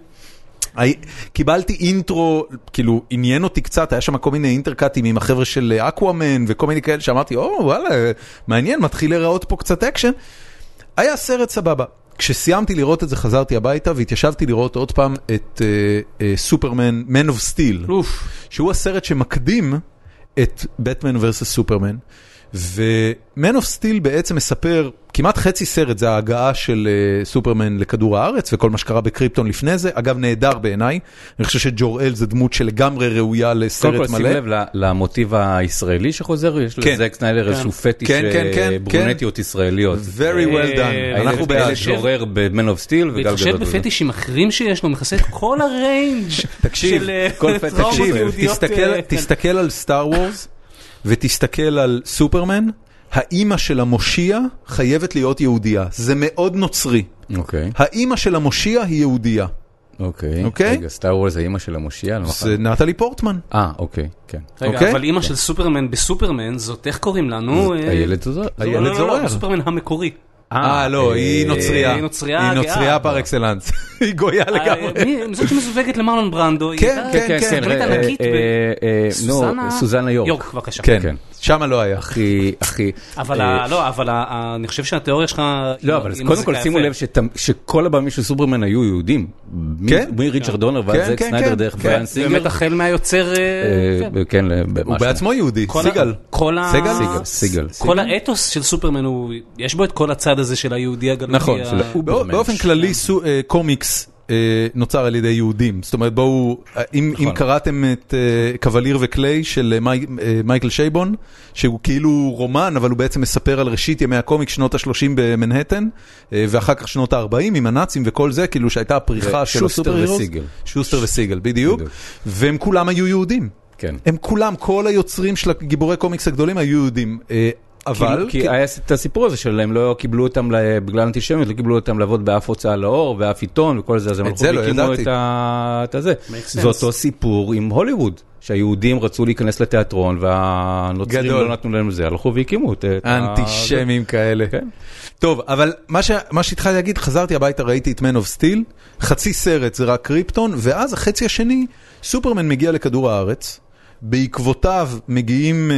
קיבלתי אינטרו, כאילו עניין אותי קצת, היה שם כל מיני אינטרקטים עם החבר'ה של אקוואמן, וכל מיני כאלה שאמרתי, וואלה, מעניין, מתחיל להיראות פה קצת אקשן. היה סרט סבבה. כשסיימתי לראות את זה, חזרתי הביתה, והתיישבתי לראות עוד פעם את סופרמן, Man of Steel, שהוא הסרט שמקדים את בטמן versus סופרמן, ו-Man of Steel בעצם מספר, כמעט חצי סרט, זה ההגעה של סופרמן לכדור הארץ, וכל מה שקרה בקריפטון לפני זה, אגב נהדר בעיניי, אני חושב שג'ור-אל זה דמות שלגמרי ראויה לסרט מלא. קודם כל שים לב למוטיב הישראלי שחוזר, יש לזק סניידר איזשהו פטיש ברונטיות ישראליות. Very well done, אנחנו בעד. שעורר ב-Man of Steel וגל גדול. והתחשב בפטישים אחרים שיש לו, מכסה את כל הריינג' של טראומות יהודיות. תסתכל על סטאר וורס, ותסתכל על סופרמן, האמא של המושיע חייבת להיות יהודייה. זה מאוד נוצרי. אוקיי. האמא של המושיע היא יהודייה. אוקיי. אוקיי? רגע, סטאר וורס האמא של המושיע? זה נטלי פורטמן. אוקיי, כן. רגע, אבל אמא של סופרמן בסופרמן, זאת איך קוראים לנו? הילד זורר. הילד זורר. סופרמן המקורי. לא, היא נוצריה. היא נוצריה היא נוצריה פר אקסלנס. היא גויה לגמרי. זאת שמסווגת למרלון ברנדו. כן, כן, כן. דמית ענקית סוזנה יורק. בבקשה. כן, שמה לא היה. הכי. אבל אני חושב שהתיאוריה שלך... לא, אבל קודם כל שימו לב שכל הבאמים של סופרמן היו יהודים. מריצ'רד דונר ועד זק סניידר דרך בריאן סינגר. באמת החל מהיוצר... כן, הוא בעצמו יהודי. סיגל. סיגל. כל האתוס של סופרמן, יש בו את כל הצד הזה של היהודי הגלותי. נכון, באופן כללי קומיקס נוצר על ידי יהודים. זאת אומרת, בואו, אם קראתם את קבליר וקליי של מייקל שייבון, שהוא כאילו רומן, אבל הוא בעצם מספר על ראשית ימי הקומיק שנות ה-30 במנהטן, ואחר כך שנות ה-40 עם הנאצים וכל זה, כאילו שהייתה הפריחה של הסופר הירוס. שוסטר וסיגל, בדיוק. והם כולם היו יהודים. הם כולם, כל היוצרים של גיבורי קומיקס הגדולים היו יהודים. אבל... כי היה את הסיפור הזה שלהם, לא קיבלו אותם בגלל אנטישמיות, לא קיבלו אותם לעבוד באף הוצאה לאור, באף עיתון וכל זה, אז הם הלכו והקימו את זה. זה אותו סיפור עם הוליווד, שהיהודים רצו להיכנס לתיאטרון, והנוצרים לא נתנו להם זה, הלכו והקימו את אנטישמים כאלה. טוב, אבל מה שהתחלתי להגיד, חזרתי הביתה, ראיתי את Man of Steel, חצי סרט זה רק קריפטון, ואז החצי השני, סופרמן מגיע לכדור הארץ, בעקבותיו מגיעים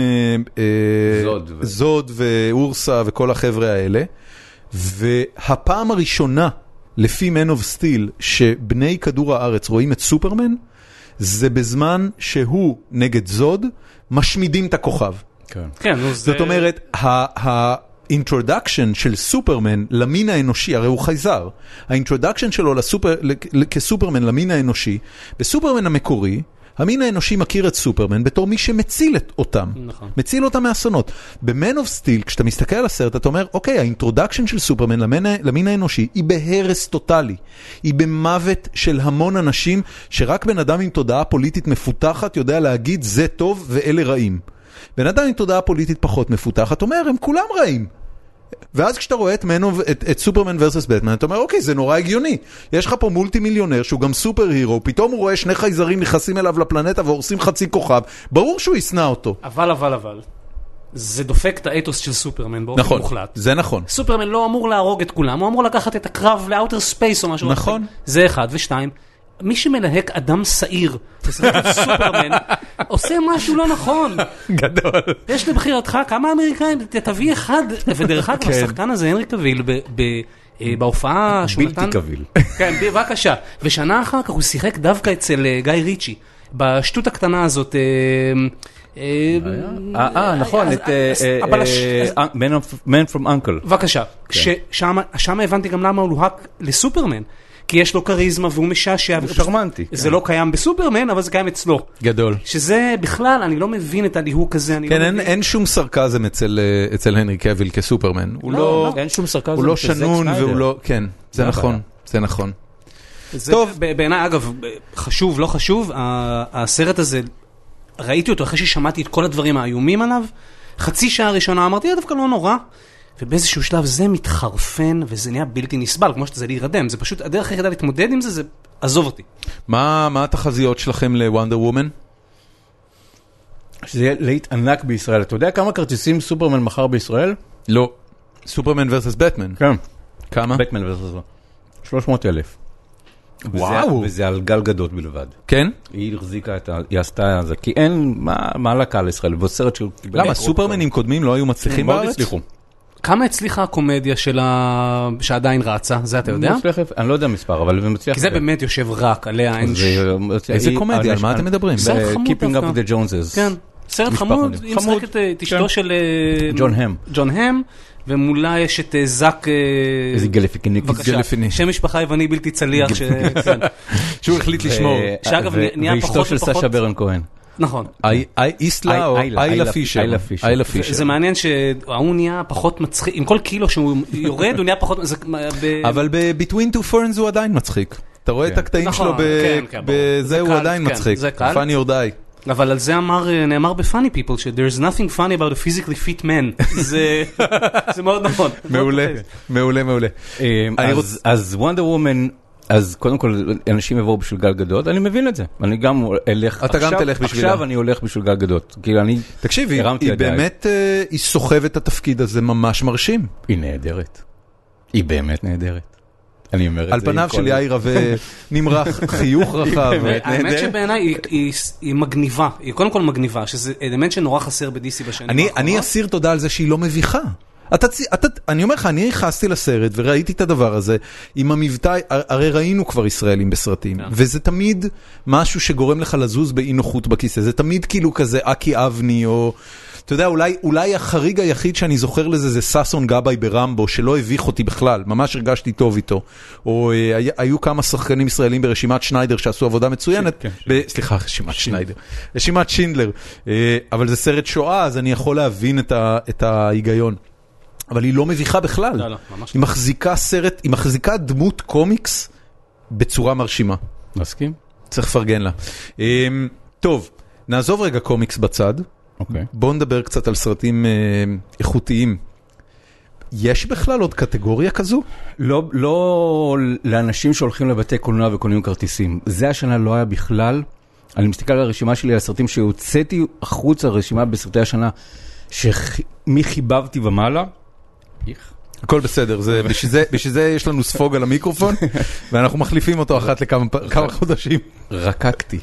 זוד ואורסה וכל החבר'ה האלה, והפעם הראשונה לפי Man of Steel שבני כדור הארץ רואים את סופרמן, זה בזמן שהוא נגד זוד משמידים את הכוכב. כן, זאת אומרת, האינטרודקשן של סופרמן למין האנושי, הרי הוא חייזר, האינטרודקשן שלו כסופרמן למין האנושי, בסופרמן המקורי, המין האנושי מכיר את סופרמן בתור מי שמציל אותם, מציל אותם מאסונות. ב-Man of Steel, כשאתה מסתכל על הסרט, אתה אומר, אוקיי, האינטרודקשן של סופרמן למין האנושי היא בהרס טוטלי, היא במוות של המון אנשים, שרק בן אדם עם תודעה פוליטית מפותחת יודע להגיד זה טוב ואלה רעים. בן אדם עם תודעה פוליטית פחות מפותחת אומר, הם כולם רעים. ואז כשאתה רואה את סופרמן versus בטמן, אתה אומר, אוקיי, זה נורא הגיוני. יש לך פה מולטי מיליונר שהוא גם סופר הירו, פתאום הוא רואה שני חייזרים נכנסים אליו לפלנטה והורסים חצי כוכב, ברור שהוא ישנא אותו. אבל, זה דופק את האתוס של סופרמן באופן מוחלט. זה נכון. סופרמן לא אמור להרוג את כולם, הוא אמור לקחת את הקרב לאוטר ספייס או משהו. נכון. זה אחד, ושתיים. מי שמלהק אדם סעיר, סופרמן, עושה משהו לא נכון. גדול. יש לבחירתך כמה אמריקאים, תביא אחד, ודרך אגב, השחקן הזה, הנרי קוויל, בהופעה שהוא נתן... בלתי קוויל. כן, בבקשה. ושנה אחר כך הוא שיחק דווקא אצל גיא ריצ'י, בשטות הקטנה הזאת... נכון, את Man from Uncle. בבקשה. שם הבנתי גם למה הוא לוהק לסופרמן. כי יש לו קריזמה והוא משעשע. הוא שרמנטי. זה לא קיים בסופרמן, אבל זה קיים אצלו. גדול. שזה בכלל, אני לא מבין את הליהוק הזה. כן, אין שום סרקזם אצל הנרי קוויל כסופרמן. אין שום סרקזם. הוא לא שנון והוא לא, כן, זה נכון, זה נכון. טוב. בעיניי, אגב, חשוב, לא חשוב, הסרט הזה, ראיתי אותו אחרי ששמעתי את כל הדברים האיומים עליו, חצי שעה ראשונה אמרתי, דווקא לא נורא, ובאיזשהו שלב זה מתחרפן, וזה נהיה בלתי נסבל, כמו שזה להירדם, זה פשוט, הדרך היחידה להתמודד עם זה, זה עזוב אותי. מה התחזיות שלכם לוונדר וומן? שזה יהיה להיט ענק בישראל. אתה יודע כמה כרטיסים סופרמן מחר בישראל? לא. סופרמן versus בטמן. כן. כמה? בטמן versus 300,000. וואו. וזה על גל גדות בלבד. כן? היא החזיקה היא עשתה את זה, כי אין, מה לקהל ישראל? בסרט של... למה, סופרמנים קודמים לא היו מצליחים בארץ? מאוד הצליחו. כמה הצליחה הקומדיה שעדיין רצה? זה אתה יודע? אני לא יודע מספר, אבל זה מצליח. כי זה באמת יושב רק עליה. איזה קומדיה? על מה אתם מדברים? Keeping Up with the Joneses. כן. סרט חמוד, היא משחקת את אשתו של... ג'ון הם. ומולה יש את זק... איזה גלפיניק. שם משפחה יווני בלתי צליח. שהוא החליט לשמור. שאגב, נהיה פחות ואשתו של סשה ברן כהן. נכון. איסלה או איילה פישר. זה מעניין שהוא נהיה פחות מצחיק, עם כל קילו שהוא יורד הוא נהיה פחות... אבל ב-Between Two Ferns הוא עדיין מצחיק. אתה רואה את הקטעים שלו בזה, הוא עדיין מצחיק. Funny or Die. אבל על זה נאמר ב-Funny People, ש-There's nothing funny about a physically fit man. זה מאוד נכון. מעולה, מעולה, מעולה. אז Wonder Woman, אז קודם כל, אנשים יבואו בשביל גל גדות, אני מבין את זה. אני גם הולך... אתה גם תלך בשבילה. עכשיו אני הולך בשביל גל גדות. תקשיב, היא באמת, היא סוחבת את התפקיד הזה ממש מרשים. היא נהדרת. היא באמת נהדרת. אני אומר את זה. על פניו של יאיר ונמרח חיוך רחב. האמת שבעיניי היא מגניבה, היא קודם כל מגניבה, שזה אלמנט שנורא חסר ב-DC בשנים האחרונות. אני אסיר תודה על זה שהיא לא מביכה. אני אומר לך, אני נכנסתי לסרט וראיתי את הדבר הזה עם המבטא, הרי ראינו כבר ישראלים בסרטים, וזה תמיד משהו שגורם לך לזוז באי נוחות בכיסא, זה תמיד כאילו כזה אקי אבני, או אתה יודע, אולי החריג היחיד שאני זוכר לזה זה סאסון גבאי ברמבו, שלא הביך אותי בכלל, ממש הרגשתי טוב איתו, או היו כמה שחקנים ישראלים ברשימת שניידר שעשו עבודה מצוינת, סליחה, רשימת שניידר, רשימת שינדלר, אבל זה סרט שואה, אז אני יכול להבין את ההיגיון. אבל היא לא מביכה בכלל. לא, היא מחזיקה סרט, היא מחזיקה דמות קומיקס בצורה מרשימה. מסכים? צריך לפרגן לה. טוב, נעזוב רגע קומיקס בצד. אוקיי. בואו נדבר קצת על סרטים איכותיים. יש בכלל עוד קטגוריה כזו? לא לאנשים שהולכים לבתי קולנוע וקונים כרטיסים. זה השנה לא היה בכלל. אני מסתכל על הרשימה שלי, על הסרטים שהוצאתי החוץ הרשימה בסרטי השנה, שמי חיבבתי ומעלה. הכל בסדר, בשביל זה יש לנו ספוג על המיקרופון, ואנחנו מחליפים אותו אחת לכמה חודשים. רקקתי.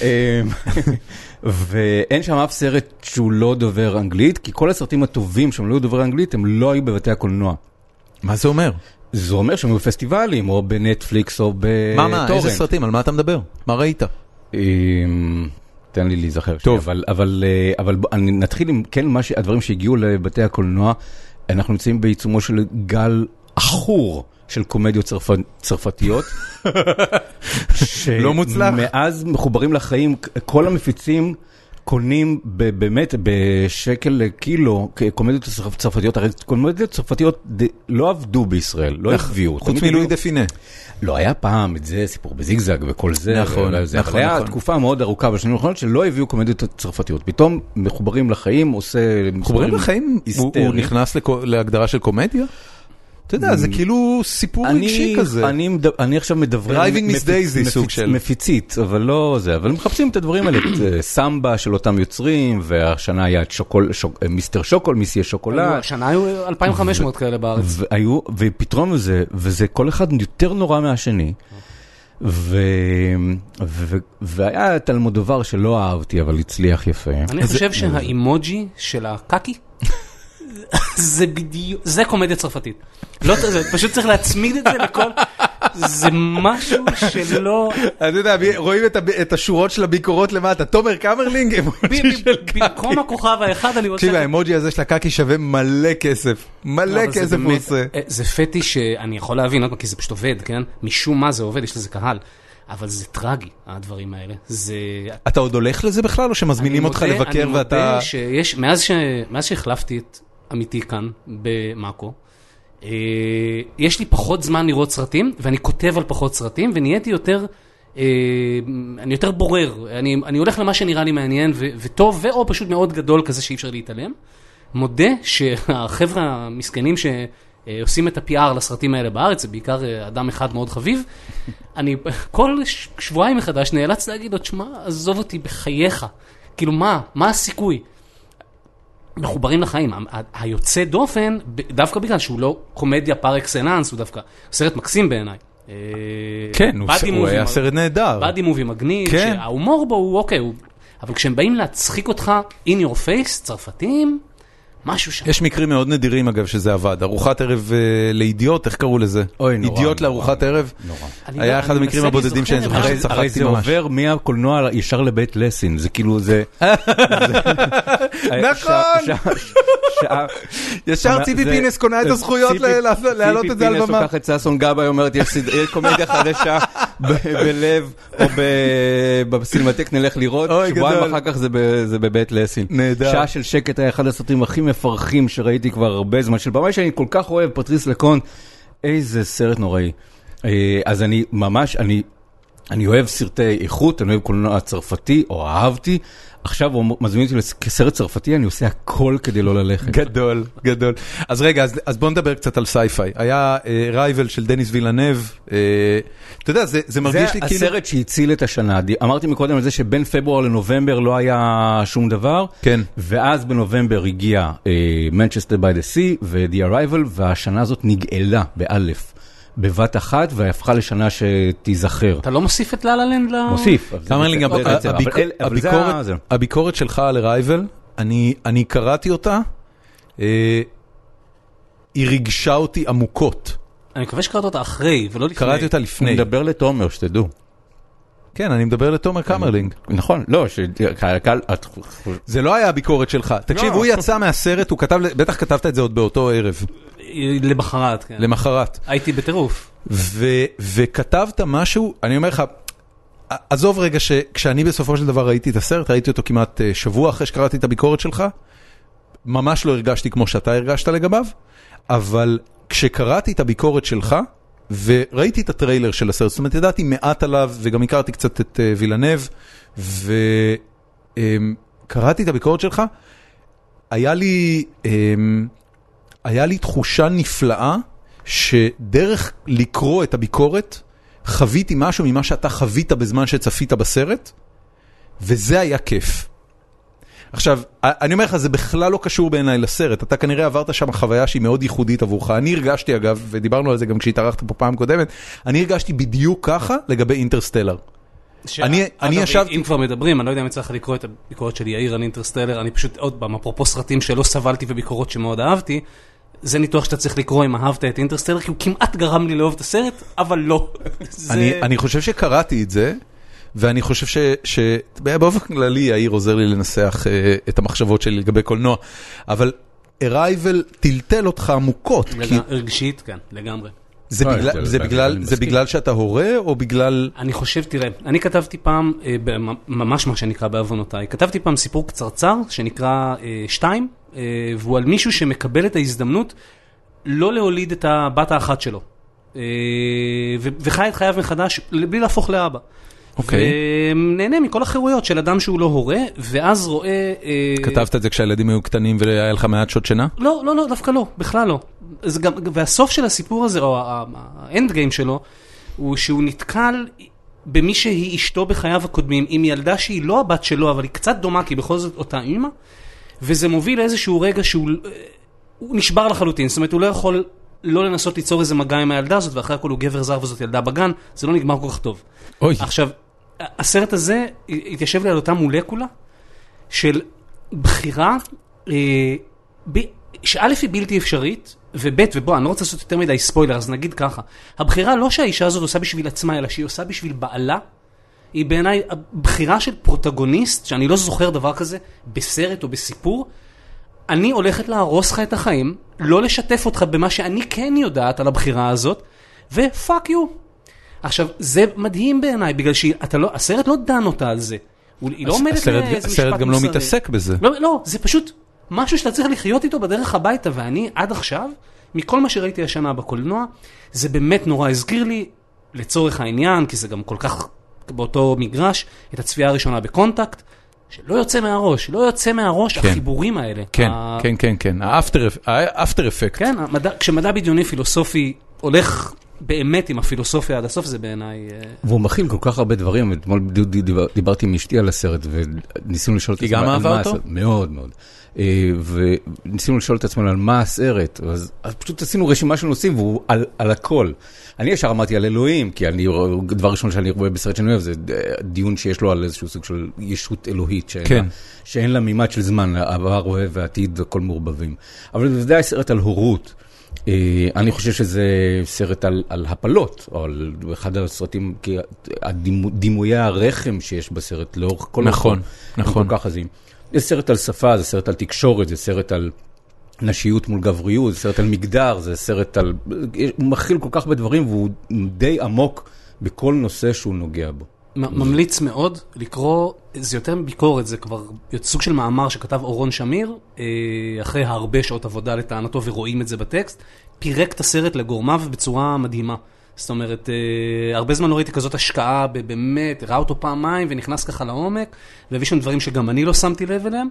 ואין שם אף סרט שהוא לא דובר אנגלית, כי כל הסרטים הטובים שהם לא דובר אנגלית, הם לא היו בבתי הקולנוע. מה זה אומר? זה אומר שהם היו בפסטיבלים, או בנטפליקס, או בטורנט. מה, איזה סרטים? על מה אתה מדבר? מה ראית? תן לי להיזכר. טוב. אבל נתחיל עם כן הדברים שהגיעו לבתי הקולנוע, אנחנו נמצאים בעיצומו של גל אחור של קומדיות צרפתיות. לא מוצלח. שמאז מחוברים לחיים, כל המפיצים קונים באמת בשקל לקילו קומדיות צרפתיות. הרי קומדיות צרפתיות לא עבדו בישראל, לא הביאו. חוץ מלואי דה פינס. לא היה פעם את זה, סיפור בזיגזג וכל זה. נכון. אבל היה תקופה מאוד ארוכה בשנים האחרונות שלא הביאו קומדיות צרפתיות. פתאום מחוברים לחיים, עושה... מחוברים לחיים? הוא נכנס להגדרה של קומדיה? אתה יודע, זה כאילו סיפור רגשי כזה. אני עכשיו מדברר... Driving Miss Daisy סוג של... מפיצית, אבל לא זה. אבל מחפשים את הדברים האלה, את סמבה של אותם יוצרים, והשנה היה את מיסטר שוקול, מיסיה שוקולד. השנה היו 2,500 כאלה בארץ. ופתרון זה, וזה כל אחד יותר נורא מהשני. והיה את אלמודובר שלא אהבתי, אבל הצליח יפה. אני חושב שהאימוג'י של הקקי, זה בדיוק, זה קומדיה צרפתית. לא, פשוט צריך להצמיד את זה לכל, זה משהו שלא... אני יודע, רואים את השורות של הביקורות למטה, תומר קמרלינג, אמוג'י של קאקי. במקום הכוכב האחד אני רוצה... תקשיב, האמוג'י הזה של הקאקי שווה מלא כסף, מלא כסף הוא עושה. זה פטי שאני יכול להבין, כי זה פשוט עובד, כן? משום מה זה עובד, יש לזה קהל. אבל זה טרגי, הדברים האלה. אתה עוד הולך לזה בכלל, או שמזמינים אותך לבקר ואתה... אני מודה שיש, מאז שהחלפתי את אמיתי כאן במאקו, יש לי פחות זמן לראות סרטים, ואני כותב על פחות סרטים, ונהייתי יותר, אני יותר בורר. אני הולך למה שנראה לי מעניין וטוב, ואו פשוט מאוד גדול כזה שאי אפשר להתעלם. מודה שהחבר'ה המסכנים שעושים את ה-PR לסרטים האלה בארץ, זה בעיקר אדם אחד מאוד חביב, אני כל שבועיים מחדש נאלץ להגיד עוד, שמע, עזוב אותי בחייך. כאילו מה הסיכוי? מחוברים לחיים. היוצא דופן, דווקא בגלל שהוא לא קומדיה פר אקסלנס, הוא דווקא סרט מקסים בעיניי. כן, הוא היה סרט נהדר. באדי מובי מגניב, שההומור בו הוא אוקיי, אבל כשהם באים להצחיק אותך in your face, צרפתים, משהו שם. יש מקרים מאוד נדירים אגב שזה עבד. ארוחת ערב לאידיוט, איך קראו לזה? אידיוט לארוחת ערב? היה אחד המקרים הבודדים שאני זוכר שצחקתי ממש. הרי זה עובר מהקולנוע ישר לבית לסין, זה כאילו זה... נכון! ישר ציפי פינס קונה את הזכויות להעלות את זה על במה. ציפי פינס לוקח את ססון גבאי, אומרת, יש קומדיה חדשה בלב, או בסינמטק נלך לראות, שבועיים אחר כך זה בבית לסין. שעה של שקט היה אחד הסרטים הכי מפרכים שראיתי כבר הרבה זמן, של במאי שאני כל כך אוהב, פטריס לקונט, איזה סרט נוראי. אז אני ממש, אני אוהב סרטי איכות, אני אוהב קולנוע צרפתי, או אהבתי, עכשיו הוא מזמין אותי כסרט צרפתי, אני עושה הכל כדי לא ללכת. גדול, גדול. אז רגע, אז בוא נדבר קצת על סייפיי. היה רייבל של דניס וילנב, אתה יודע, זה מרגיש לי כאילו... זה הסרט שהציל את השנה. אמרתי מקודם על זה שבין פברואר לנובמבר לא היה שום דבר, כן. ואז בנובמבר הגיע Manchester by the Sea ו-The Arrival, והשנה הזאת נגאלה באלף. בבת אחת, והפכה לשנה שתיזכר. אתה לא מוסיף את לה לה לנד? מוסיף. הביקורת שלך על הרייבל, אני קראתי אותה, היא ריגשה אותי עמוקות. אני מקווה שקראת אותה אחרי, ולא לפני. קראתי אותה לפני. אני מדבר לתומר, שתדעו. כן, אני מדבר לתומר קמרלינג. נכון, לא, זה לא היה הביקורת שלך. תקשיב, הוא יצא מהסרט, בטח כתבת את זה עוד באותו ערב. למחרת, כן. למחרת. הייתי בטירוף. וכתבת משהו, אני אומר לך, עזוב רגע שכשאני בסופו של דבר ראיתי את הסרט, ראיתי אותו כמעט שבוע אחרי שקראתי את הביקורת שלך, ממש לא הרגשתי כמו שאתה הרגשת לגביו, אבל כשקראתי את הביקורת שלך, וראיתי את הטריילר של הסרט, זאת אומרת, ידעתי מעט עליו, וגם הכרתי קצת את וילנב, וקראתי את הביקורת שלך, היה לי תחושה נפלאה, שדרך לקרוא את הביקורת, חוויתי משהו ממה שאתה חווית בזמן שצפית בסרט, וזה היה כיף. עכשיו, אני אומר לך, זה בכלל לא קשור בעיניי לסרט, אתה כנראה עברת שם חוויה שהיא מאוד ייחודית עבורך, אני הרגשתי אגב, ודיברנו על זה גם כשהתארחת פה פעם קודמת, אני הרגשתי בדיוק ככה לגבי אינטרסטלר. אם כבר מדברים, אני לא יודע אם צריך לקרוא את הביקורת של יאיר על אינטרסטלר, אני פשוט עוד פעם, אפרופו סרטים שלא סבלתי וביקורות שמאוד אהבתי, זה ניתוח שאתה צריך לקרוא אם אהבת את אינטרסטלר, כי הוא כמעט גרם לי לאהוב את הסרט, אבל לא. אני חושב שקראתי את זה, ואני חושב שבאופן כללי יאיר עוזר לי לנסח את המחשבות שלי לגבי קולנוע, אבל Arrival טלטל אותך עמוקות. רגשית, כן, לגמרי. זה בגלל שאתה הורה, או בגלל... אני חושב, תראה, אני כתבתי פעם, ממש מה שנקרא בעוונותיי, כתבתי פעם סיפור קצרצר, שנקרא 2, והוא על מישהו שמקבל את ההזדמנות לא להוליד את הבת האחת שלו. וחי את חייו מחדש, בלי להפוך לאבא. ונהנה מכל החירויות של אדם שהוא לא הורה, ואז רואה... כתבת את זה כשהילדים היו קטנים והיה לך מעט שעות שינה? לא, לא, לא, דווקא לא, בכלל לא. והסוף של הסיפור הזה, או האנד גיים שלו, הוא שהוא נתקל במי שהיא אשתו בחייו הקודמים, עם ילדה שהיא לא הבת שלו, אבל היא קצת דומה, כי בכל זאת אותה אימא, וזה מוביל לאיזשהו רגע שהוא נשבר לחלוטין, זאת אומרת, הוא לא יכול לא לנסות ליצור איזה מגע עם הילדה הזאת, ואחרי הכל הוא גבר זר וזאת ילדה בגן, זה לא נגמר כל כך טוב. אוי. עכשיו, הסרט הזה התיישב לי על אותה מולקולה של בחירה, שא' היא בלתי אפשרית, ובית, ובוא, אני לא רוצה לעשות יותר מדי ספוילר, אז נגיד ככה, הבחירה לא שהאישה הזאת עושה בשביל עצמה, אלא שהיא עושה בשביל בעלה, היא בעיניי הבחירה של פרוטגוניסט, שאני לא זוכר דבר כזה, בסרט או בסיפור, אני הולכת להרוס לך את החיים, לא לשתף אותך במה שאני כן יודעת על הבחירה הזאת, ופאק יו. עכשיו, זה מדהים בעיניי, בגלל שהסרט לא דן אותה על זה. היא לא עומדת לאיזה משפט מוסרי. הסרט גם לא מתעסק בזה. לא, זה פשוט משהו שאתה צריך לחיות איתו בדרך הביתה, ואני עד עכשיו, מכל מה שראיתי השנה בקולנוע, זה באמת נורא הזכיר לי, לצורך העניין, כי זה גם כל כך באותו מגרש, את הצפייה הראשונה בקונטקט, שלא יוצא מהראש, לא יוצא מהראש החיבורים האלה. כן, כן. האפטר אפקט. כן, כשמדע בדיוני פילוסופי הולך באמת עם הפילוסופיה עד הסוף, זה בעיניי... והוא מכיל כל כך הרבה דברים. אתמול דיברתי עם אשתי על הסרט, וניסינו לשאול את עצמנו... היא גם אהבה אותו? מאוד, מאוד. וניסינו לשאול את עצמנו על מה הסרט, אז פשוט עשינו רשימה של נושאים, והוא על הכל. אני ישר אמרתי על אלוהים, כי דבר ראשון שאני רואה בסרט שאני אוהב, זה דיון שיש לו על איזשהו סוג של ישות אלוהית, שאין לה מימד של זמן, העבר, אוהב והעתיד, הכל מעורבבים. אבל זה ודאי סרט על הורות. אני חושב שזה סרט על הפלות, או על אחד הסרטים, כי דימויי הרחם שיש בסרט, לאורך כל נכון. כל כך עזים. זה סרט על שפה, זה סרט על תקשורת, זה סרט על נשיות מול גבריות, זה סרט על מגדר, זה סרט על... הוא מכיל כל כך בדברים, והוא די עמוק בכל נושא שהוא נוגע בו. ממליץ מאוד לקרוא, זה יותר מביקורת, זה כבר סוג של מאמר שכתב אורון שמיר, אחרי הרבה שעות עבודה לטענתו, ורואים את זה בטקסט, פירק את הסרט לגורמיו בצורה מדהימה. זאת אומרת, הרבה זמן לא ראיתי כזאת השקעה, באמת, ראה אותו פעמיים ונכנס ככה לעומק, והביא שם דברים שגם אני לא שמתי לב אליהם.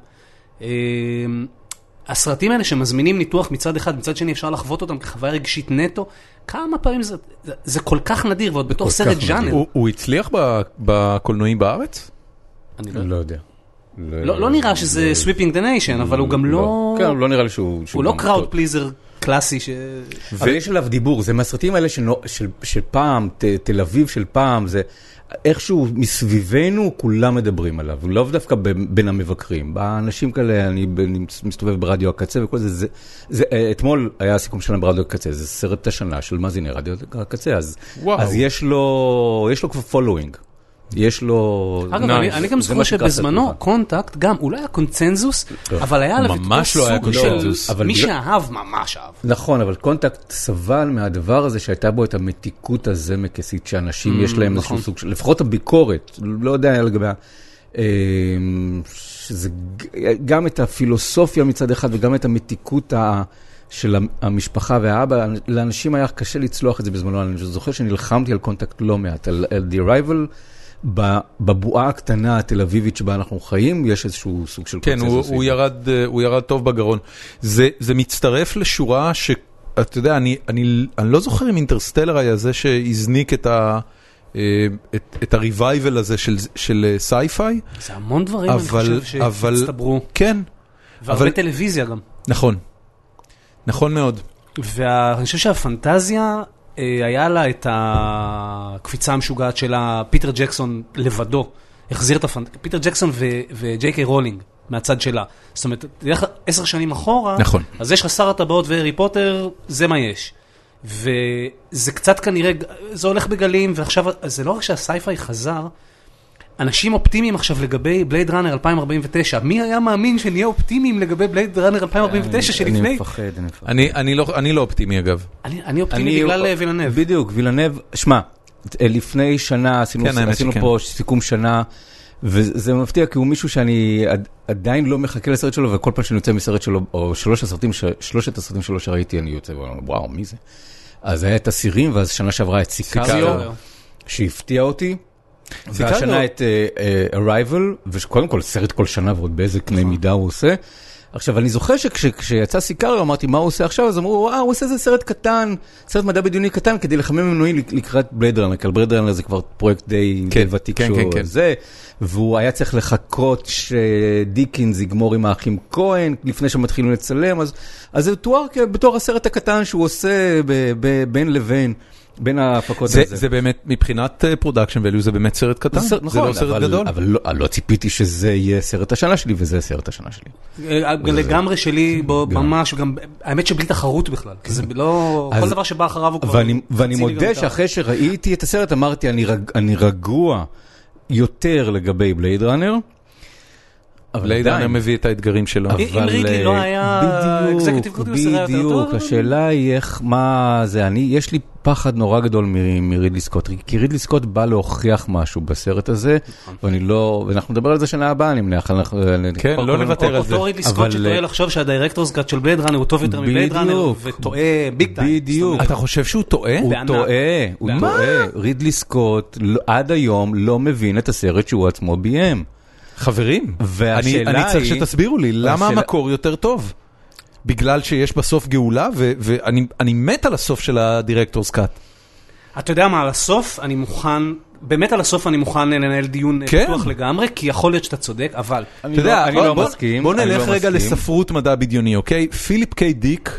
הסרטים האלה שמזמינים ניתוח מצד אחד, מצד שני אפשר לחוות אותם כחוויה רגשית נטו, כמה פעמים זה כל כך נדיר, ועוד בתור סרט ז'אנר. הוא הצליח בקולנועים בארץ? אני לא יודע. לא נראה שזה sweeping the nation, אבל הוא גם לא... כן, לא נראה לי שהוא... הוא לא crowd pleaser קלאסי ש... אבל יש עליו דיבור, זה מהסרטים האלה של פעם, תל אביב של פעם, זה איכשהו מסביבנו כולם מדברים עליו, לא דווקא בין המבקרים. באנשים כאלה, אני מסתובב ברדיו הקצה וכל זה, אתמול היה הסיכום שלנו ברדיו הקצה, זה סרט השנה של מאזיני רדיו הקצה, אז יש לו כבר following. יש לו... אגב, אני גם זוכר שבזמנו, קונטקט, גם, אולי היה קונצנזוס, אבל היה עליו ממש לא היה קונצנזוס. מי שאהב, ממש אהב. נכון, אבל קונטקט סבל מהדבר הזה שהייתה בו את המתיקות הזמקסית, שאנשים יש להם איזשהו סוג של... לפחות הביקורת, לא יודע לגבי... שזה גם את הפילוסופיה מצד אחד, וגם את המתיקות של המשפחה והאבא, לאנשים היה קשה לצלוח את זה בזמנו. אני זוכר שנלחמתי על קונטקט לא מעט, על The Arrival, בבועה הקטנה התל אביבית שבה אנחנו חיים, יש איזשהו סוג של קונצנזוס. כן, הוא ירד טוב בגרון. זה מצטרף לשורה שאתה יודע, אני לא זוכר אם אינטרסטלר היה זה שהזניק את הריווייבל הזה של סייפיי. זה המון דברים, אני חושב שהצטברו. כן. והרבה טלוויזיה גם. נכון. נכון מאוד. ואני חושב שהפנטזיה... היה לה את הקפיצה המשוגעת שלה, פיטר ג'קסון לבדו, החזיר את פיטר ג'קסון וג'יי קיי רולינג מהצד שלה. זאת אומרת, תלך 10 שנים אחורה, נכון. אז יש לך שר הטבעות והארי פוטר, זה מה יש. וזה קצת כנראה, זה הולך בגלים, ועכשיו, זה לא רק שהסייפיי חזר, אנשים אופטימיים עכשיו לגבי בלייד ראנר 2049. מי היה מאמין שנהיה אופטימיים לגבי בלייד ראנר 2049 שלפני? אני מפחד. אני לא אופטימי אגב. אני אופטימי בגלל וילנב. בדיוק, וילנב. שמע, לפני שנה עשינו פה סיכום שנה, וזה מפתיע כי הוא מישהו שאני עדיין לא מחכה לסרט שלו, וכל פעם שאני יוצא מסרט שלו, או שלושת הסרטים שלו שראיתי, אני יוצא ואומר, וואו, מי זה? אז היה את הסירים, ואז שנה שעברה את סיקריו, שהפתיע אותי. והשנה את Arrival, וקודם כל סרט כל שנה ועוד באיזה קנה מידה הוא עושה. עכשיו אני זוכר שכשיצא סיקריו אמרתי מה הוא עושה עכשיו, אז אמרו הוא עושה איזה סרט קטן, סרט מדע בדיוני קטן כדי לחמם מנועים לקראת בלייד ראנר, כי בלייד ראנר זה כבר פרויקט די ותיק זה, והוא היה צריך לחכות שדיקינס יגמור עם האחים כהן לפני שמתחילו לצלם, אז זה תואר בתור הסרט הקטן שהוא עושה בין לבין. בין ההפקות הזה. זה באמת, מבחינת פרודקשן ואליו, זה באמת סרט קטן? זה לא סרט גדול? אבל לא ציפיתי שזה יהיה סרט השנה שלי, וזה סרט השנה שלי. לגמרי שלי, ממש, האמת שבלי תחרות בכלל. זה לא, כל דבר שבא אחריו הוא כבר... ואני מודה שאחרי שראיתי את הסרט, אמרתי, אני רגוע יותר לגבי בלייד ראנר, בלייד ראנר מביא את האתגרים שלו. אם רידלי לא היה אקזקטיב פרודוסר, היה יותר טוב. בדיוק, השאלה היא איך, מה זה, יש לי פחד נורא גדול מרידלי סקוט, כי רידלי סקוט בא להוכיח משהו בסרט הזה, ואנחנו נדבר על זה שנה הבאה, אני מניח. כן, לא נוותר על זה. אותו רידלי סקוט שטועה לחשוב שהדירקטורס קאט של בלייד ראנר הוא טוב יותר מבלייד ראנר, וטועה ביג טיים. בדיוק. אתה חושב שהוא טועה? הוא טועה. רידלי סקוט עד היום לא מבין את הסרט שהוא עצמו ביים. חברים, אני צריך שתסבירו לי, למה המקור יותר טוב? בגלל שיש בסוף גאולה, ואני מת על הסוף של הדירקטורס קאט. אתה יודע מה, על הסוף אני מוכן, באמת על הסוף אני מוכן לנהל דיון פתוח לגמרי, כי יכול להיות שאתה צודק, אבל... אני לא מסכים. בוא נלך רגע לספרות מדע בדיוני, אוקיי? פיליפ קיי דיק,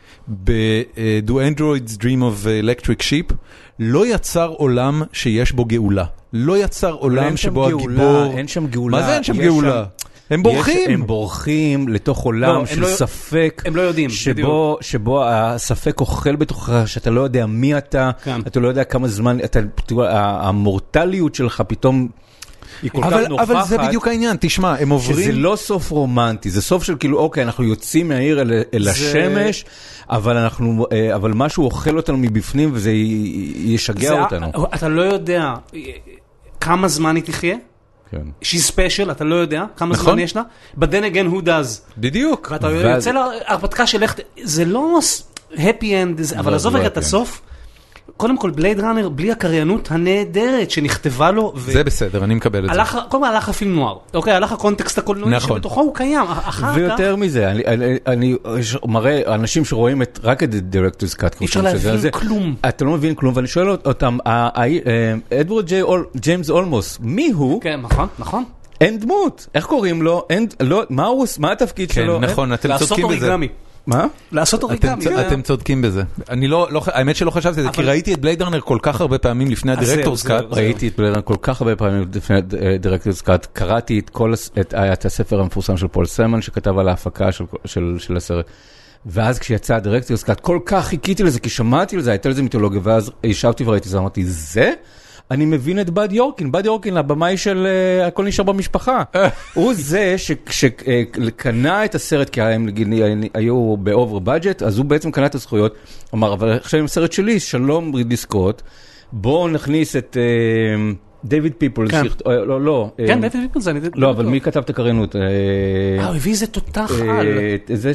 ב-Do Androids Dream of Electric Sheep, לא יצר עולם שיש בו גאולה. לא יצר עולם שבו הגיבור... אין שם גאולה. מה זה אין שם גאולה? הם בורחים. הם בורחים לתוך עולם של ספק. הם לא יודעים. שבו הספק אוכל בתוכך, שאתה לא יודע מי אתה, אתה לא יודע כמה זמן, המורטליות שלך פתאום... אבל זה בדיוק העניין, תשמע, הם עוברים... שזה לא סוף רומנטי, זה סוף של כאילו, אוקיי, אנחנו יוצאים מהעיר אל השמש, אבל משהו אוכל אותנו מבפנים, וזה ישגע אותנו. אתה לא יודע כמה זמן היא תחיה? כן. She's special, אתה לא יודע כמה זמן יש לה, but then again, who does? בדיוק. ואתה יוצא להרפתקה של איך... זה לא happy end, אבל עזוב רגע את הסוף. קודם כל, בלייד ראנר, בלי הקריינות הנהדרת שנכתבה לו. זה בסדר, אני מקבל את זה. קודם כל הלך הפילם נוער. אוקיי, הלך הקונטקסט הקולנועי שבתוכו הוא קיים. ויותר מזה, אני מראה אנשים שרואים רק את דירקטורס קאט. אי אפשר להבין כלום. אתה לא מבין כלום, ואני שואל אותם, אדוארד ג'יימס אולמוס, מי הוא? כן, נכון. אין דמות. איך קוראים לו? מה התפקיד שלו? כן, נכון, אתם צודקים בזה. מה? לעשות אוריגמי. אתם צודקים בזה. האמת שלא חשבתי את זה, כי ראיתי את בלייד ראנר כל כך הרבה פעמים לפני הדירקטורס קאט. ראיתי את בלייד ראנר כל כך הרבה פעמים לפני הדירקטורס קאט. קראתי את הספר המפורסם של פול סמן, שכתב על ההפקה של הסרט. ואז כשיצא הדירקטורס קאט, כל כך חיכיתי לזה, כי שמעתי לזה, הייתה לזה מיתולוגיה, ואז ישבתי וראיתי זה, אמרתי, זה? אני מבין את בד יורקין, בד יורקין, הבמאי של הכל נשאר במשפחה. הוא זה שקנה את הסרט, כי הם היו באובר בדג'ט, אז הוא בעצם קנה את הזכויות. אמר, אבל עכשיו עם הסרט שלי, שלום רידלי סקוט, בואו נכניס את דיוויד פיפלס. לא. כן, דיוויד פיפלס. לא, אבל מי כתב את הקריינות? הוא הביא איזה תותח על. זה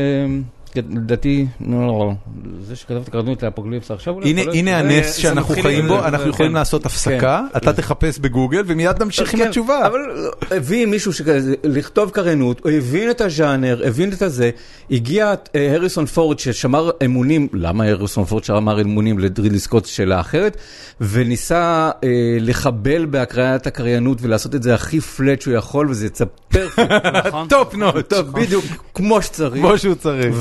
לדעתי, זה שכתב את הקריינות לאפוקליפסה עכשיו. הנה הנס שאנחנו חיים בו, אנחנו יכולים לעשות הפסקה, אתה תחפש בגוגל ומיד נמשיך עם התשובה. אבל הביא מישהו לכתוב קריינות, הוא הבין את הז'אנר, הבין את הזה, הגיע הריסון פורד ששמר אמונים, למה הריסון פורד שמר אמונים לרידלי סקוט שאלה אחרת, וניסה לחבל בהקריית הקריינות ולעשות את זה הכי פלט שהוא יכול, וזה יצא פרפקט. טופ נוט. בדיוק, כמו שצריך. כמו שהוא צריך.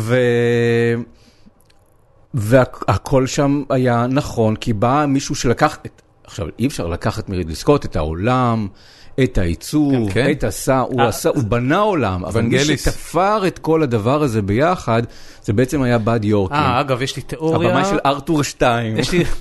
והכל שם היה נכון, כי בא מישהו שלקח, עכשיו אי אפשר לקחת מרידלי סקוט את העולם, את הייצור, את הוא בנה עולם, אבל מי שתפר את כל הדבר הזה ביחד, זה בעצם היה בד יורקין. אגב, יש לי תיאוריה. הבמה של ארתור 2. יש לי...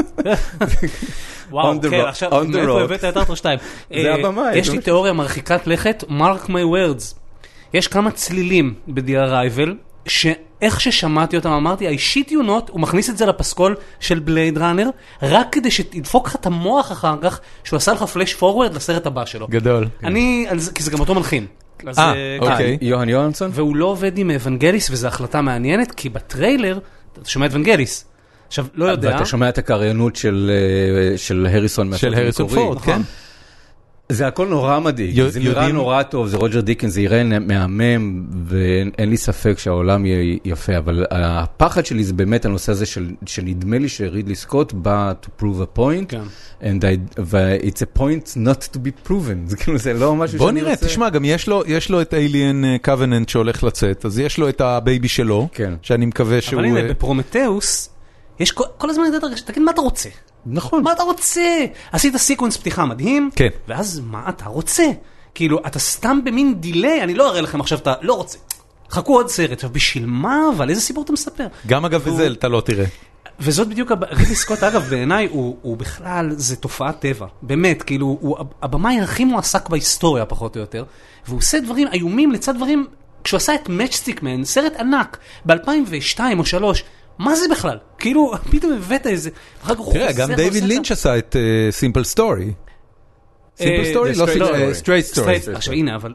וואו, כן, עכשיו, מאיפה הבאת את ארתור 2? זה הבמה. יש לי תיאוריה מרחיקת לכת, mark my words. יש כמה צלילים ב-The Arrival, שאיך ששמעתי אותם, אמרתי, I shit you not, הוא מכניס את זה לפסקול של בלייד ראנר, רק כדי שתדפוק לך את המוח אחר כך, שהוא עשה לך פלאש פורוורד לסרט הבא שלו. גדול. כי זה גם אותו מלחין. אוקיי. יוהן יוהנסון? והוא לא עובד עם אבנגליס, וזו החלטה מעניינת, כי בטריילר, אתה שומע את אבנגליס. עכשיו, לא יודע. ואתה שומע את הקריינות של הריסון. של הריסון פורד, כן. זה הכל נורא מדהיג, זה נראה נורא טוב, זה רוג'ר דיקנס, זה יראה מהמם, ואין לי ספק שהעולם יהיה יפה, אבל הפחד שלי זה באמת הנושא הזה שנדמה לי שרידלי סקוט בא to prove a point, and it's a point not to be proven, זה כאילו זה לא משהו שאני רוצה. בוא נראה, תשמע, גם יש לו את Alien Covenant שהולך לצאת, אז יש לו את הבייבי שלו, שאני מקווה שהוא... אבל הנה, בפרומטאוס, יש כל הזמן תגיד מה אתה רוצה. נכון. מה אתה רוצה? עשית סיקוונס פתיחה מדהים, כן. ואז מה אתה רוצה? כאילו, אתה סתם במין דילי, אני לא אראה לכם עכשיו, אתה לא רוצה. חכו עוד סרט, בשביל מה? אבל איזה סיפור אתה מספר? גם אגב וזה, אתה לא תראה. וזאת בדיוק, רידלי סקוט, אגב, בעיניי, הוא בכלל, זה תופעת טבע. באמת, כאילו, הוא הבמאי הכי מועסק בהיסטוריה, פחות או יותר, והוא עושה דברים איומים לצד דברים, כשהוא עשה את Matchstick Man, סרט ענק, ב-2002 או 2003, מה זה בכלל? כאילו, פתאום הבאת איזה... תראה, גם דיוויד לינץ' עשה את Simple Story. Simple Story? לא Straight Story. עכשיו, הנה, אבל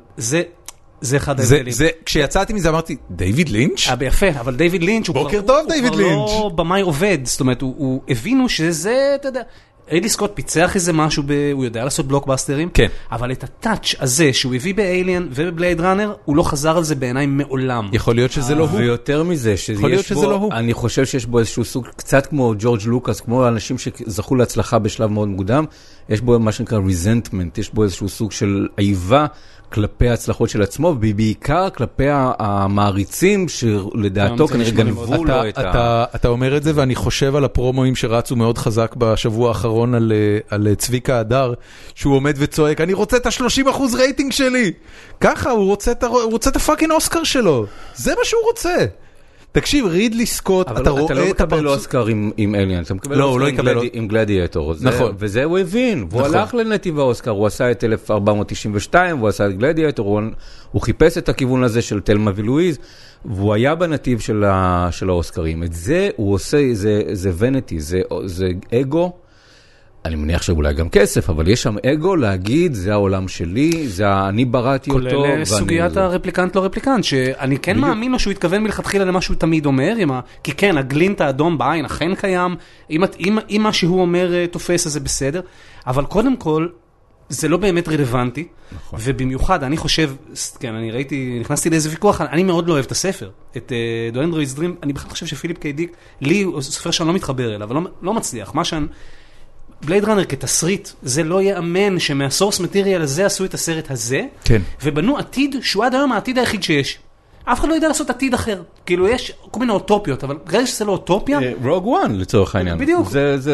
זה אחד ההבדלים. כשיצאתי מזה אמרתי, דיוויד לינץ'? יפה, אבל דיוויד לינץ' הוא בוקר טוב, דיוויד לינץ'. כבר לא במאי עובד, זאת אומרת, הוא הבינו שזה, אתה יודע, רידלי סקוט פיצח איזה משהו, הוא יודע לעשות בלוקבאסטרים, כן. אבל את הטאץ' הזה שהוא הביא באליאן ובבלייד ראנר, הוא לא חזר על זה בעיניי מעולם. יכול להיות שזה לא הוא. ויותר מזה, יכול להיות שזה לא הוא. אני חושב שיש בו איזשהו סוג, קצת כמו ג'ורג' לוקאס, כמו אנשים שזכו להצלחה בשלב מאוד מוקדם, יש בו מה שנקרא resentment, יש בו איזשהו סוג של איבה, כלפי ההצלחות של עצמו, ובעיקר כלפי המעריצים שלדעתו כנראה גנבו לו את ה... אתה אומר את זה, ואני חושב על הפרומואים שרצו מאוד חזק בשבוע האחרון על צביקה הדר, שהוא עומד וצועק, אני רוצה את ה-30% רייטינג שלי. ככה, הוא רוצה את הפאקינג אוסקר שלו. זה מה שהוא רוצה. תקשיב, רידלי סקוט, אתה רואה את אתה לא מקבל אוסקר עם אליאן, אתה מקבל אוסקר עם גלדיאטור. נכון. וזה הוא הבין, והוא הלך לנתיב האוסקר, הוא עשה את 1492, והוא עשה את גלדיאטור, הוא חיפש את הכיוון הזה של תלמה ולואיז, והוא היה בנתיב של האוסקרים. את זה הוא עושה, זה ונטי, זה אגו, אני מניח שאולי גם כסף, אבל יש שם אגו להגיד, זה העולם שלי, אני בראתי אותו. כולל סוגיית הרפליקנט לא רפליקנט, שאני כן מאמין לו שהוא התכוון מלכתחילה למה שהוא תמיד אומר, כי כן, הגלינט האדום בעין אכן קיים, אם מה שהוא אומר תופס, אז זה בסדר, אבל קודם כל, זה לא באמת רלוונטי, ובמיוחד, אני חושב, כן, אני ראיתי, נכנסתי לאיזה ויכוח, אני מאוד לא אוהב את הספר, את The Android's Dream, אני בכלל חושב שפיליפ קיי דיק, לי הוא סופר שאני לא מתחבר אליו, אבל לא מצליח, מה שאני... בלייד ראנר כתסריט, זה לא יאמן שמהסורס מטריאל הזה עשו את הסרט הזה, כן. ובנו עתיד שהוא עד היום העתיד היחיד שיש. אף אחד לא יודע לעשות עתיד אחר. כאילו יש כל מיני אוטופיות, אבל כרגע שזה לא אוטופיה. רוג וואן לצורך העניין. בדיוק.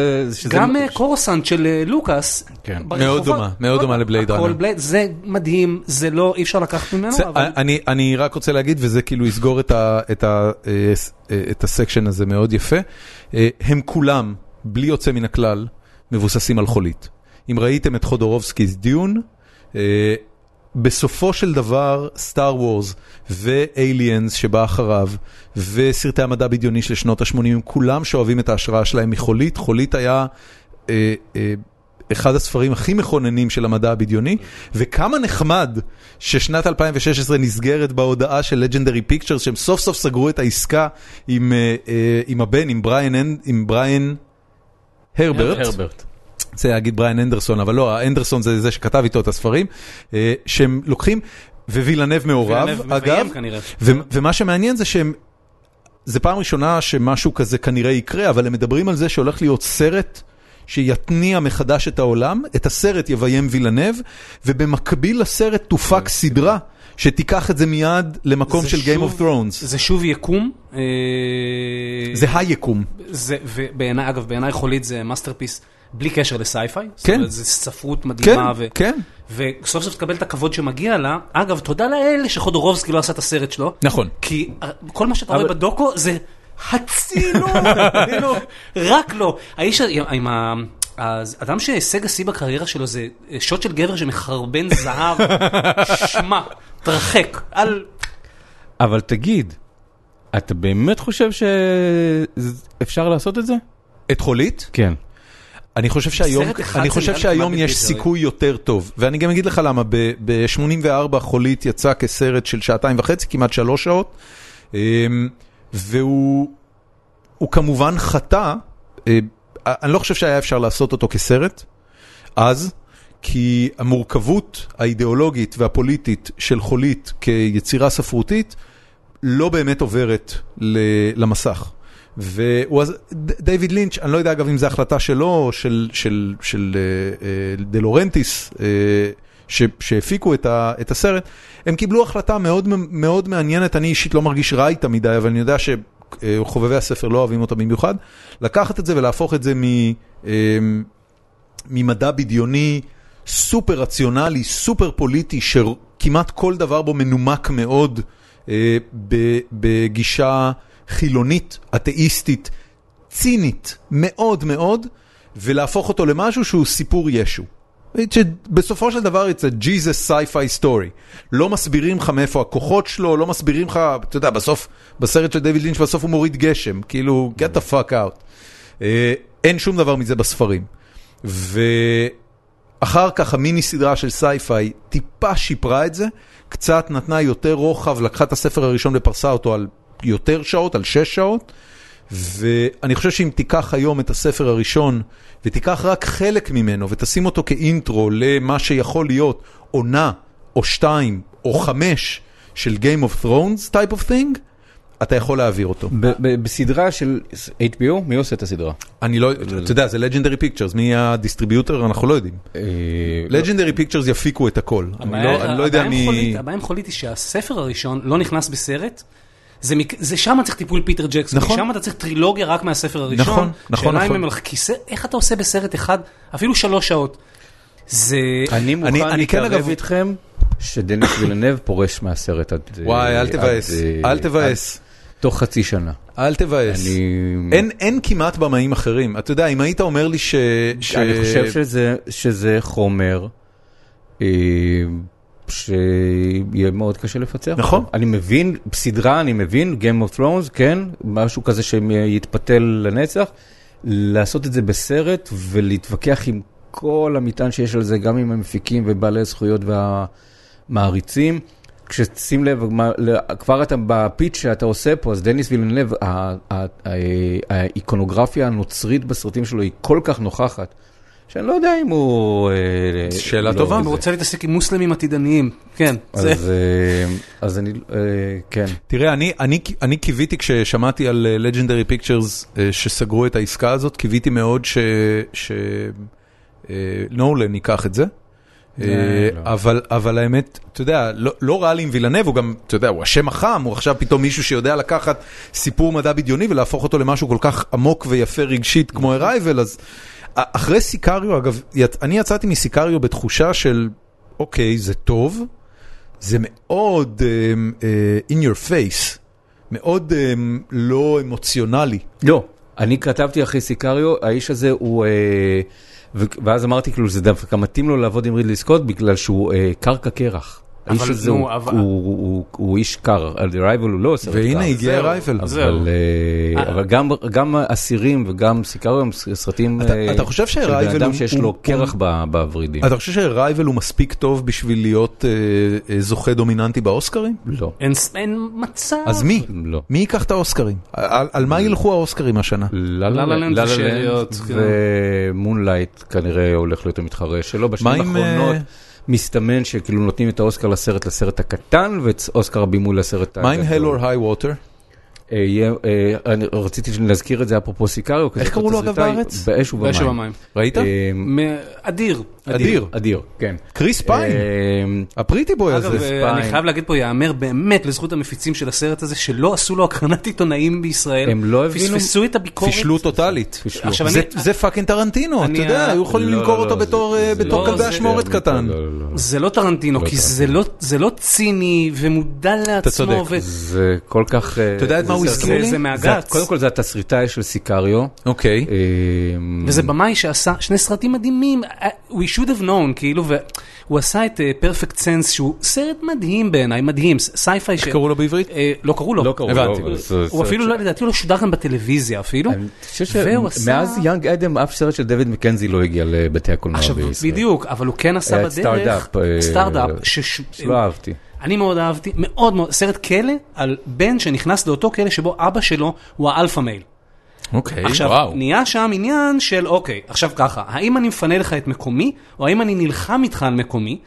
גם קורוסנט של לוקאס. כן. מאוד דומה לבלייד ראנר. זה מדהים, זה לא, אי אפשר לקחת ממנו. אני רק רוצה להגיד, וזה כאילו יסגור את הסקשן הזה מאוד יפה. הם כולם, בלי יוצא מן הכלל, מבוססים על חולית. אם ראיתם את חודורובסקי's דיון, בסופו של דבר, סטאר וורס ואליאנס שבא אחריו, וסרטי המדע בדיוני של שנות ה-80, הם כולם שואבים את ההשראה שלהם מחולית. חולית היה אחד הספרים הכי מכוננים של המדע הבדיוני, וכמה נחמד ששנת 2016 נסגרת בהודעה של Legendary Pictures, שהם סוף סוף סגרו את העסקה עם הבן, עם בריין הרברט. זה להגיד בריין אנדרסון, אבל לא, האנדרסון זה זה שכתב איתו את הספרים, שהם לוקחים, ווילנב מעורב, אגב, ומה שמעניין זה שהם, זה פעם ראשונה שמשהו כזה כנראה יקרה, אבל הם מדברים על זה שהולך להיות סרט שיתניע מחדש את העולם, את הסרט יביים וילנב, ובמקביל לסרט תופק סדרה, שתיקח את זה מיד למקום של Game of Thrones. זה שוב יקום. זה היקום. אגב, בעיניי חולית זה מאסטרפיס בלי קשר לסייפיי. כן. זה ספרות מדהימה. כן. וסוף סוף תקבל את הכבוד שמגיע לה. אגב, תודה לאל שחודורובסקי לא עשה את הסרט שלו. נכון. כי כל מה שאתה רואה בדוקו זה הצילו. רק לא. האיש עם האדם שהשיג השיא בקריירה שלו זה שוט של גבר שמחרבן זהב. שמה, תרחק. אבל תגיד, אתה באמת חושב שאפשר לעשות את זה? את חולית? כן. אני חושב שהיום יש סיכוי יותר טוב, ואני גם אגיד לך למה, ב-84 חולית יצא כסרט של 2.5, כמעט 3 שעות, והוא כמובן חטא, אני לא חושב שהיה אפשר לעשות אותו כסרט, אז, כי המורכבות האידיאולוגית והפוליטית של חולית כיצירה ספרותית, לא באמת עוברת למסך. דיוויד לינץ', אני לא יודע אגב אם זה החלטה שלו, של דלורנטיס, שהפיקו את הסרט, הם קיבלו החלטה מאוד מאוד מעניינת, אני אישית לא מרגיש רע איתה מדי, אבל אני יודע חובבי הספר לא אוהבים אותה במיוחד, לקחת את זה ולהפוך את זה ממדע בדיוני סופר רציונלי, סופר פוליטי, שכמעט כל דבר בו מנומק מאוד בגישה חילונית, אתאיסטית, צינית, מאוד מאוד, ולהפוך אותו למשהו שהוא סיפור ישו. בסופו של דבר, it's a Jesus sci-fi story. לא מסבירים לך מאיפה הכוחות שלו, לא מסבירים לך, אתה יודע, בסוף, בסרט של דיוויד לינץ' בסוף הוא מוריד גשם, כאילו, get the fuck out. אין שום דבר מזה בספרים. ואחר כך המיני סדרה של סייפיי טיפה שיפרה את זה, קצת נתנה יותר רוחב, לקחה את הספר הראשון ופרסה אותו על יותר שעות, על 6 שעות, ואני חושב שאם תיקח היום את הספר הראשון, ותיקח רק חלק ממנו, ותשים אותו כאינטרו למה שיכול להיות עונה, או 2, או 5 של Game of Thrones type of thing, אתה יכול להעביר אותו. בסדרה של HBO, מי עושה את הסדרה? אני לא, אתה יודע, זה Legendary Pictures, מי הדיסטריביוטר, אנחנו לא יודעים. Legendary Pictures יפיקו את הכל. אני לא יודע מי... הבעיה עם חולית היא שהספר הראשון לא נכנס בסרט, זה שם צריך טיפול פיטר ג'קסון, שם אתה צריך טרילוגיה רק מהספר הראשון. שאלה אם הם הולכים, איך אתה עושה בסרט אחד, אפילו 3 שעות. אני מוכן להתערב איתכם, שדניס וילנב פורש מהסרט עד... וואי, אל תבאס, אל תבאס. תוך חצי שנה. אל תבאס. אין כמעט במאים אחרים. אתה יודע, אם היית אומר לי אני חושב שזה חומר שיהיה מאוד קשה לפצח. נכון. אני מבין, בסדרה אני מבין, Game of Thrones, כן, משהו כזה שיתפתל לנצח, לעשות את זה בסרט ולהתווכח עם כל המטען שיש על זה, גם עם המפיקים ובעלי הזכויות והמעריצים. כששים לב, כבר אתה בפיץ' שאתה עושה פה, אז דניס וילנב, האיקונוגרפיה הנוצרית בסרטים שלו היא כל כך נוכחת, שאני לא יודע אם הוא... שאלה טובה. הוא רוצה להתעסק עם מוסלמים עתידניים, כן. אז אני, כן. תראה, אני קיוויתי כששמעתי על Legendary Pictures שסגרו את העסקה הזאת, קיוויתי מאוד שנולן ייקח את זה. אבל האמת, אתה יודע, לא רע לי עם וילנב, הוא גם, אתה יודע, הוא השם החם, הוא עכשיו פתאום מישהו שיודע לקחת סיפור מדע בדיוני ולהפוך אותו למשהו כל כך עמוק ויפה רגשית כמו Arrival, אז אחרי סיקריו, אגב, אני יצאתי מסיקריו בתחושה של, אוקיי, זה טוב, זה מאוד in your face, מאוד לא אמוציונלי. לא, אני כתבתי אחרי סיקריו, האיש הזה הוא... ואז אמרתי, כאילו, זה דווקא מתאים לו לעבוד עם רידלי סקוט, בגלל שהוא קרקע קרח. האיש הזה הוא איש קר, על Arrival הוא לא סרט קר. והנה הגיע Arrival. אבל גם אסירים וגם סיקריו הם סרטים של בן אדם שיש לו קרח בוורידים. אתה חושב ש-Arrival הוא מספיק טוב בשביל להיות זוכה דומיננטי באוסקרים? לא. אין מצב. אז מי? לא. מי ייקח את האוסקרים? על מה ילכו האוסקרים השנה? ללנד ומונלייט כנראה הולך להיות המתחרה שלו בשנים האחרונות. מסתמן שכאילו נותנים את האוסקר לסרט הקטן, ואת אוסקר הבימוי לסרט הגדול. מה עם Hell or High Water? אני רציתי להזכיר את זה אפרופו סיקריו. איך קראו לו אגב בארץ? באש ובמים. ראית? אדיר, כן. קריס פיין, הפריטי בוי הזה. אגב, אני חייב להגיד פה, יאמר באמת לזכות המפיצים של הסרט הזה, שלא עשו לו הקרנת עיתונאים בישראל. הם לא הבינו. פספסו את הביקורת. פישלו טוטלית. זה פאקינג טרנטינו, אתה יודע, היו יכולים למכור אותו בתור כלבי אשמורת קטן. זה לא טרנטינו, כי זה לא ציני ומודע לעצמו. זה כל כך... אתה יודע את מה הוא הזכיר לי? זה מהגץ. קודם כל זה התסריטאי של סיקריו. אוקיי. וזה במאי שעשה 2 סרטים מדהימים. We should have known, כאילו, והוא עשה את Perfect Sense, שהוא סרט מדהים בעיניי, מדהים, סייפיי. איך קראו לו בעברית? לא קראו לו. הבנתי. הוא אפילו, לדעתי, הוא לא שודר גם בטלוויזיה אפילו. אני חושב שמאז יאנג אדם, אף סרט של דויד מקנזי לא הגיע לבתי הקולנוע בישראל. בדיוק, אבל הוא כן עשה בדרך. סטארט-אפ. לא אהבתי. אני מאוד אהבתי, מאוד מאוד, סרט כלא על בן שנכנס לאותו כלא שבו אבא שלו הוא האלפא מייל. אוקיי, עכשיו, נהיה שם עניין של, אוקיי, עכשיו ככה, האם אני מפנה לך את מקומי, או האם אני נלחם איתך על מקומי,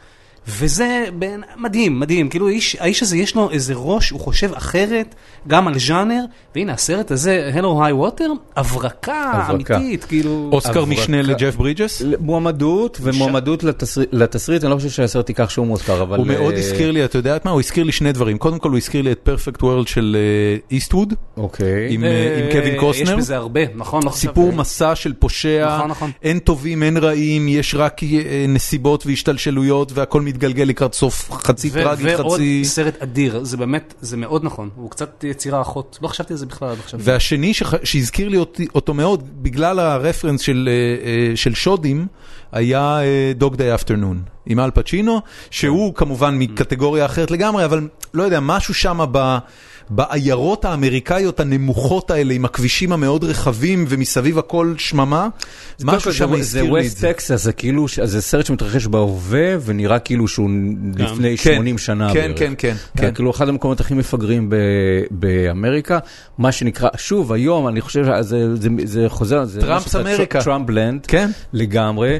וזה מדהים, מדהים, כאילו האיש הזה יש לו איזה ראש, הוא חושב אחרת, גם על ז'אנר, והנה הסרט הזה, Hello High Water, הברקה אמיתית, כאילו... אוסקר משנה לג'ף ברידג'ס? מועמדות, ומועמדות לתסריט, אני לא חושב שהסרט ייקח שום אוסקר, אבל... הוא מאוד הזכיר לי, אתה יודע מה? הוא הזכיר לי שני דברים, קודם כל הוא הזכיר לי את Perfect World של איסטווד, עם קווין קוסטנר. יש בזה הרבה, נכון? סיפור מסע של פושע, אין טובים, אין רעים, יש רק נסיבות והשתלשלויות, והכל מתגלגל לקראת סוף חצי טרגי, חצי... ועוד סרט אדיר, זה באמת, זה מאוד נכון, הוא קצת יצירה אחות, לא חשבתי על זה בכלל עד עכשיו. והשני שהזכיר לי אותו מאוד, בגלל הרפרנס של שודים, היה Dog Day Afternoon, עם אל פצ'ינו, שהוא כמובן מקטגוריה אחרת לגמרי, אבל לא יודע, משהו שם בעיירות האמריקאיות הנמוכות האלה, עם הכבישים המאוד רחבים, ומסביב הכל שממה, משהו שם הזכיר לי את זה. זה ווסט טקסס, זה כאילו, זה סרט שמתרחש בהווה, ונראה כאילו שהוא לפני 80 שנה בערך. כן, כן, כן. כאילו אחד המקומות הכי מפגרים באמריקה, מה שנקרא, שוב, היום, אני חושב שזה חוזר, טראמפס אמריקה. טראמפלנד, לגמרי,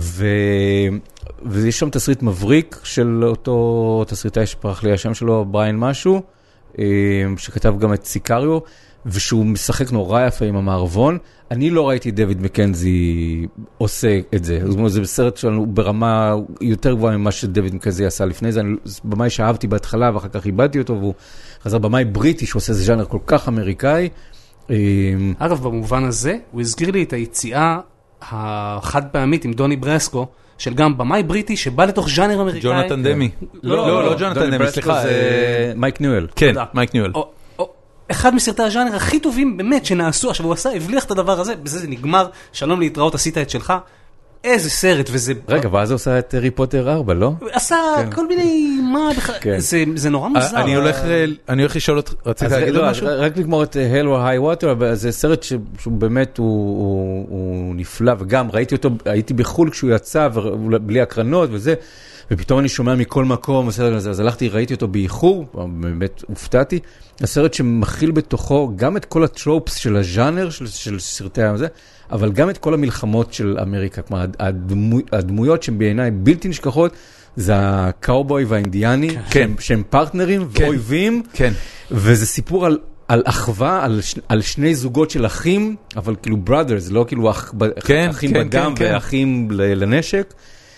ויש שם תסריט מבריק של אותו תסריטאי שפרח לי השם שלו, בריין משהו, שכתב גם את סיקריו, ושהוא משחק נורא יפה עם המערבון. אני לא ראיתי דויד מקנזי עושה את זה. זאת אומרת, זה בסרט שלנו ברמה יותר גבוהה ממה שדויד מקנזי עשה לפני זה. במאי שאהבתי בהתחלה, ואחר כך איבדתי אותו, והוא חזר במאי בריטי, שעושה איזה ז'אנר כל כך אמריקאי. אגב, במובן הזה, הוא הזכיר לי את היציאה החד פעמית עם דוני ברסקו, של גם במאי בריטי שבא לתוך ז'אנר אמריקאי. ג'ונתן דמי. לא ג'ונתן דמי, סליחה. מייק ניואל. כן, מייק ניואל. אחד מסרטי הז'אנר הכי טובים באמת שנעשו, עכשיו הוא הבליח את הדבר הזה, בזה זה נגמר, שלום להתראות, עשית את שלך. איזה סרט, וזה... רגע, ואז הוא עושה את הארי פוטר 4, לא? עשה כל מיני... מה בכלל... זה נורא מוזר. אני הולך לשאול אותך, רצית להגיד עוד משהו? רק לגמור את Hello High Water, זה סרט שהוא באמת, הוא נפלא, וגם ראיתי אותו, הייתי בחול כשהוא יצא, בלי הקרנות וזה, ופתאום אני שומע מכל מקום, אז הלכתי, ראיתי אותו באיחור, באמת הופתעתי, הסרט שמכיל בתוכו גם את כל הטרופס של הז'אנר, של סרטי הזה, אבל גם את כל המלחמות של אמריקה, כמו הדמויות שהן בעיניי בלתי נשכחות, זה הקאובוי והאינדיאני, שהם פרטנרים ואויבים, וזה סיפור על אחווה, על שני זוגות של אחים, אבל כאילו brothers, לא כאילו אחים בדם ואחים לנשק,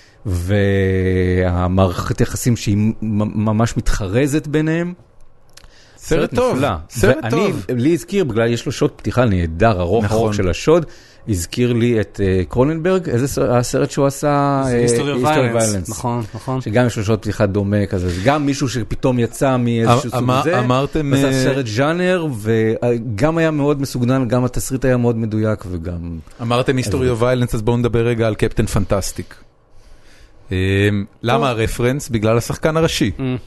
והמערכת יחסים שהיא ממש מתחרזת ביניהם. סרט טוב, סרט טוב. לי הזכיר, בגלל יש לו שוד פתיחה נהדר, ארוך של השוד, הזכיר לי את קרוננברג, איזה הסרט שהוא עשה? History of Violence. נכון, נכון. שגם יש לו שוד פתיחה דומה כזה, גם מישהו שפתאום יצא מאיזשהו סוג הזה, עשה סרט ז'אנר, וגם היה מאוד מסוגנן, גם התסריט היה מאוד מדויק, וגם... אמרתם History of Violence, אז בואו נדבר רגע על קפטן פנטסטיק. למה הרפרנס? בגלל השחקן הראשי.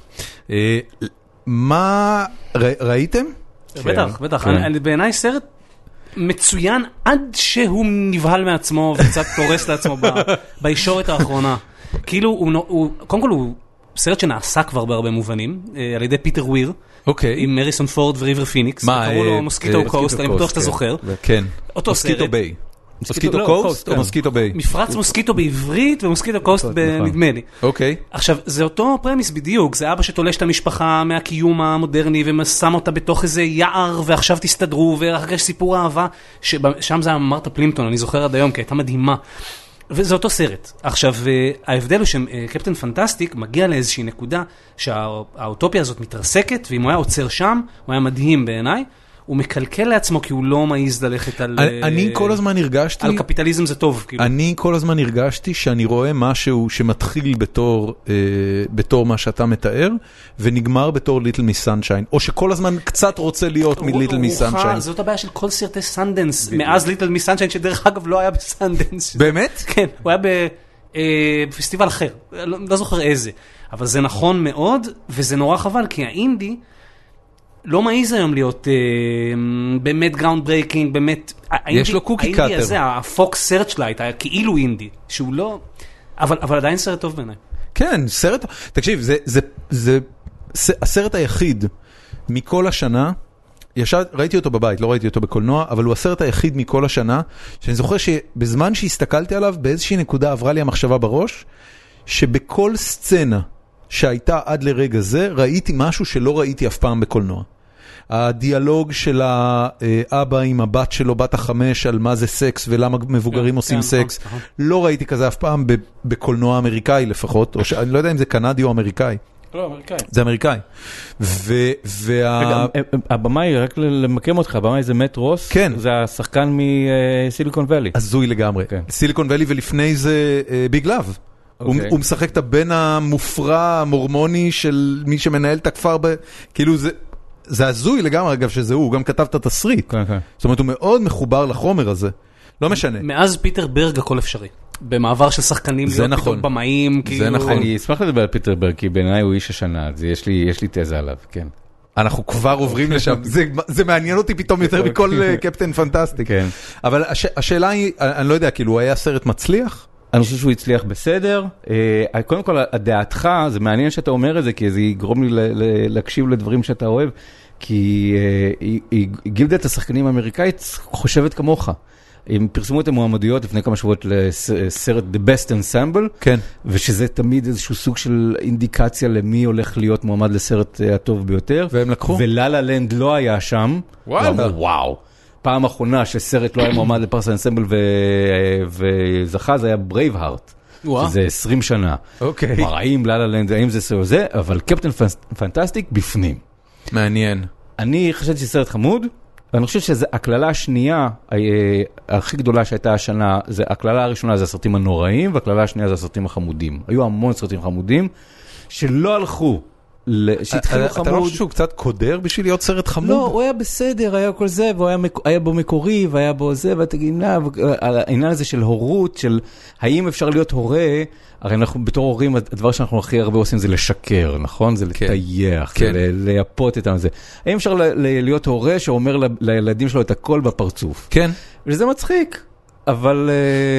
מה ראיתם? בטח, בטח. בעיניי סרט מצוין עד שהוא נבהל מעצמו וקצת פורס לעצמו בישורת האחרונה. כאילו, קודם כל הוא סרט שנעשה כבר בהרבה מובנים, על ידי פיטר וויר, עם מריסון פורד וריבר פיניקס. קראו לו מוסקיטו קוסט, אני בטוח שאתה זוכר. כן, אותו סרט. מוסקיטו ביי. מוסקיטו קוסט או מוסקיטו ביי? מפרץ מוסקיטו בעברית ומוסקיטו קוסט בנדמה לי. אוקיי. עכשיו, זה אותו פרמיס בדיוק, זה אבא שתולש את המשפחה מהקיום המודרני ושם אותה בתוך איזה יער ועכשיו תסתדרו ואחר כך סיפור אהבה, שם זה מרתה פלימפטון, אני זוכר עד היום כי הייתה מדהימה. וזה אותו סרט. עכשיו, ההבדל הוא שקפטן פנטסטיק מגיע לאיזושהי נקודה שהאוטופיה הזאת מתרסקת, ואם הוא היה עוצר שם, הוא היה מדהים בעיניי, הוא מקלקל לעצמו כי הוא לא מעיז ללכת על... אני כל הזמן הרגשתי... על קפיטליזם זה טוב. אני כל הזמן הרגשתי שאני רואה משהו שמתחיל בתור מה שאתה מתאר, ונגמר בתור ליטל מיס סנשיין, או שכל הזמן קצת רוצה להיות מליטל מיס סנשיין. זאת הבעיה של כל סרטי סנדנס, מאז ליטל מיס סנשיין, שדרך אגב לא היה בסנדנס. באמת? כן, הוא היה בפסטיבל אחר, לא זוכר איזה. אבל זה נכון מאוד, וזה נורא חבל, כי האינדי לא מעיז היום להיות באמת גראונד ברייקינג, באמת... יש לו קוקי קאטר. האינדי הזה, הפוקס סרצ'לייט, היה כאילו אינדי, שהוא לא... אבל עדיין סרט טוב בעיניי. כן, סרט... תקשיב, זה הסרט היחיד מכל השנה, ראיתי אותו בבית, לא ראיתי אותו בקולנוע, אבל הוא הסרט היחיד מכל השנה, שאני זוכר שבזמן שהסתכלתי עליו, באיזושהי נקודה עברה לי המחשבה בראש, שבכל סצנה שהייתה עד לרגע זה, ראיתי משהו שלא ראיתי אף פעם בקולנוע. הדיאלוג של האבא עם הבת שלו, בת ה5, על מה זה סקס ולמה מבוגרים עושים סקס, לא ראיתי כזה אף פעם בקולנוע אמריקאי לפחות, או אני לא יודע אם זה קנדי או אמריקאי. לא, אמריקאי. זה אמריקאי. הבמאי, רק למקם אותך, הבמאי זה מאט רוס, זה השחקן מסיליקון ואלי. הזוי לגמרי. סיליקון ואלי ולפני זה ביג לאב. הוא משחק את הבן המופרע המורמוני של מי שמנהל את הכפר, כאילו זה הזוי לגמרי אגב שזה הוא גם כתב את התסריט. זאת אומרת הוא מאוד מחובר לחומר הזה. לא משנה. מאז פיטר ברג הכל אפשרי. במעבר של שחקנים להיות פתאום במאים. זה נכון. אני אשמח לדבר על פיטר ברג, כי בעיניי הוא איש השנה, אז יש לי תזה עליו, כן. אנחנו כבר עוברים לשם, זה מעניין אותי פתאום יותר מכל קפטן פנטסטיק. אבל השאלה היא, אני לא יודע, כאילו הוא היה סרט מצליח? אני חושב שהוא הצליח בסדר. קודם כל, הדעתך, זה מעניין שאתה אומר את זה, כי זה יגרום לי להקשיב לדברים שאתה אוהב, כי גילדת השחקנים האמריקאית חושבת כמוך. הם פרסמו את המועמדויות לפני כמה שבועות לסרט The Best Ensemble, כן. ושזה תמיד איזשהו סוג של אינדיקציה למי הולך להיות מועמד לסרט הטוב ביותר. והם לקחו. ולה לה לנד לא היה שם. וואו. פעם האחרונה שסרט לא היה מועמד לפרס האנסמבל וזכה, זה היה ברייבהארט. שזה 20 שנה. אוקיי. מראים לה לה לנד, האם זה זה, אבל קפטן פנטסטיק בפנים. מעניין. אני חשבתי שסרט חמוד, ואני חושב שזו הכללה השנייה, הכי גדולה שהייתה השנה, הכללה הראשונה זה הסרטים הנוראים, והכללה השנייה זה הסרטים החמודים. היו המון סרטים חמודים, שלא הלכו, שהתחילו חמוד. אתה לא חושב שהוא קצת קודר בשביל להיות סרט חמוד? לא, הוא היה בסדר, היה כל זה, והיה בו מקורי, והיה בו זה, ותגיד, העניין הזה של הורות, של האם אפשר להיות הורה, הרי אנחנו בתור הורים, הדבר שאנחנו הכי הרבה עושים זה לשקר, נכון? זה לטייח, זה לייפות את זה. האם אפשר להיות הורה שאומר לילדים שלו את הכל בפרצוף? כן. וזה מצחיק, אבל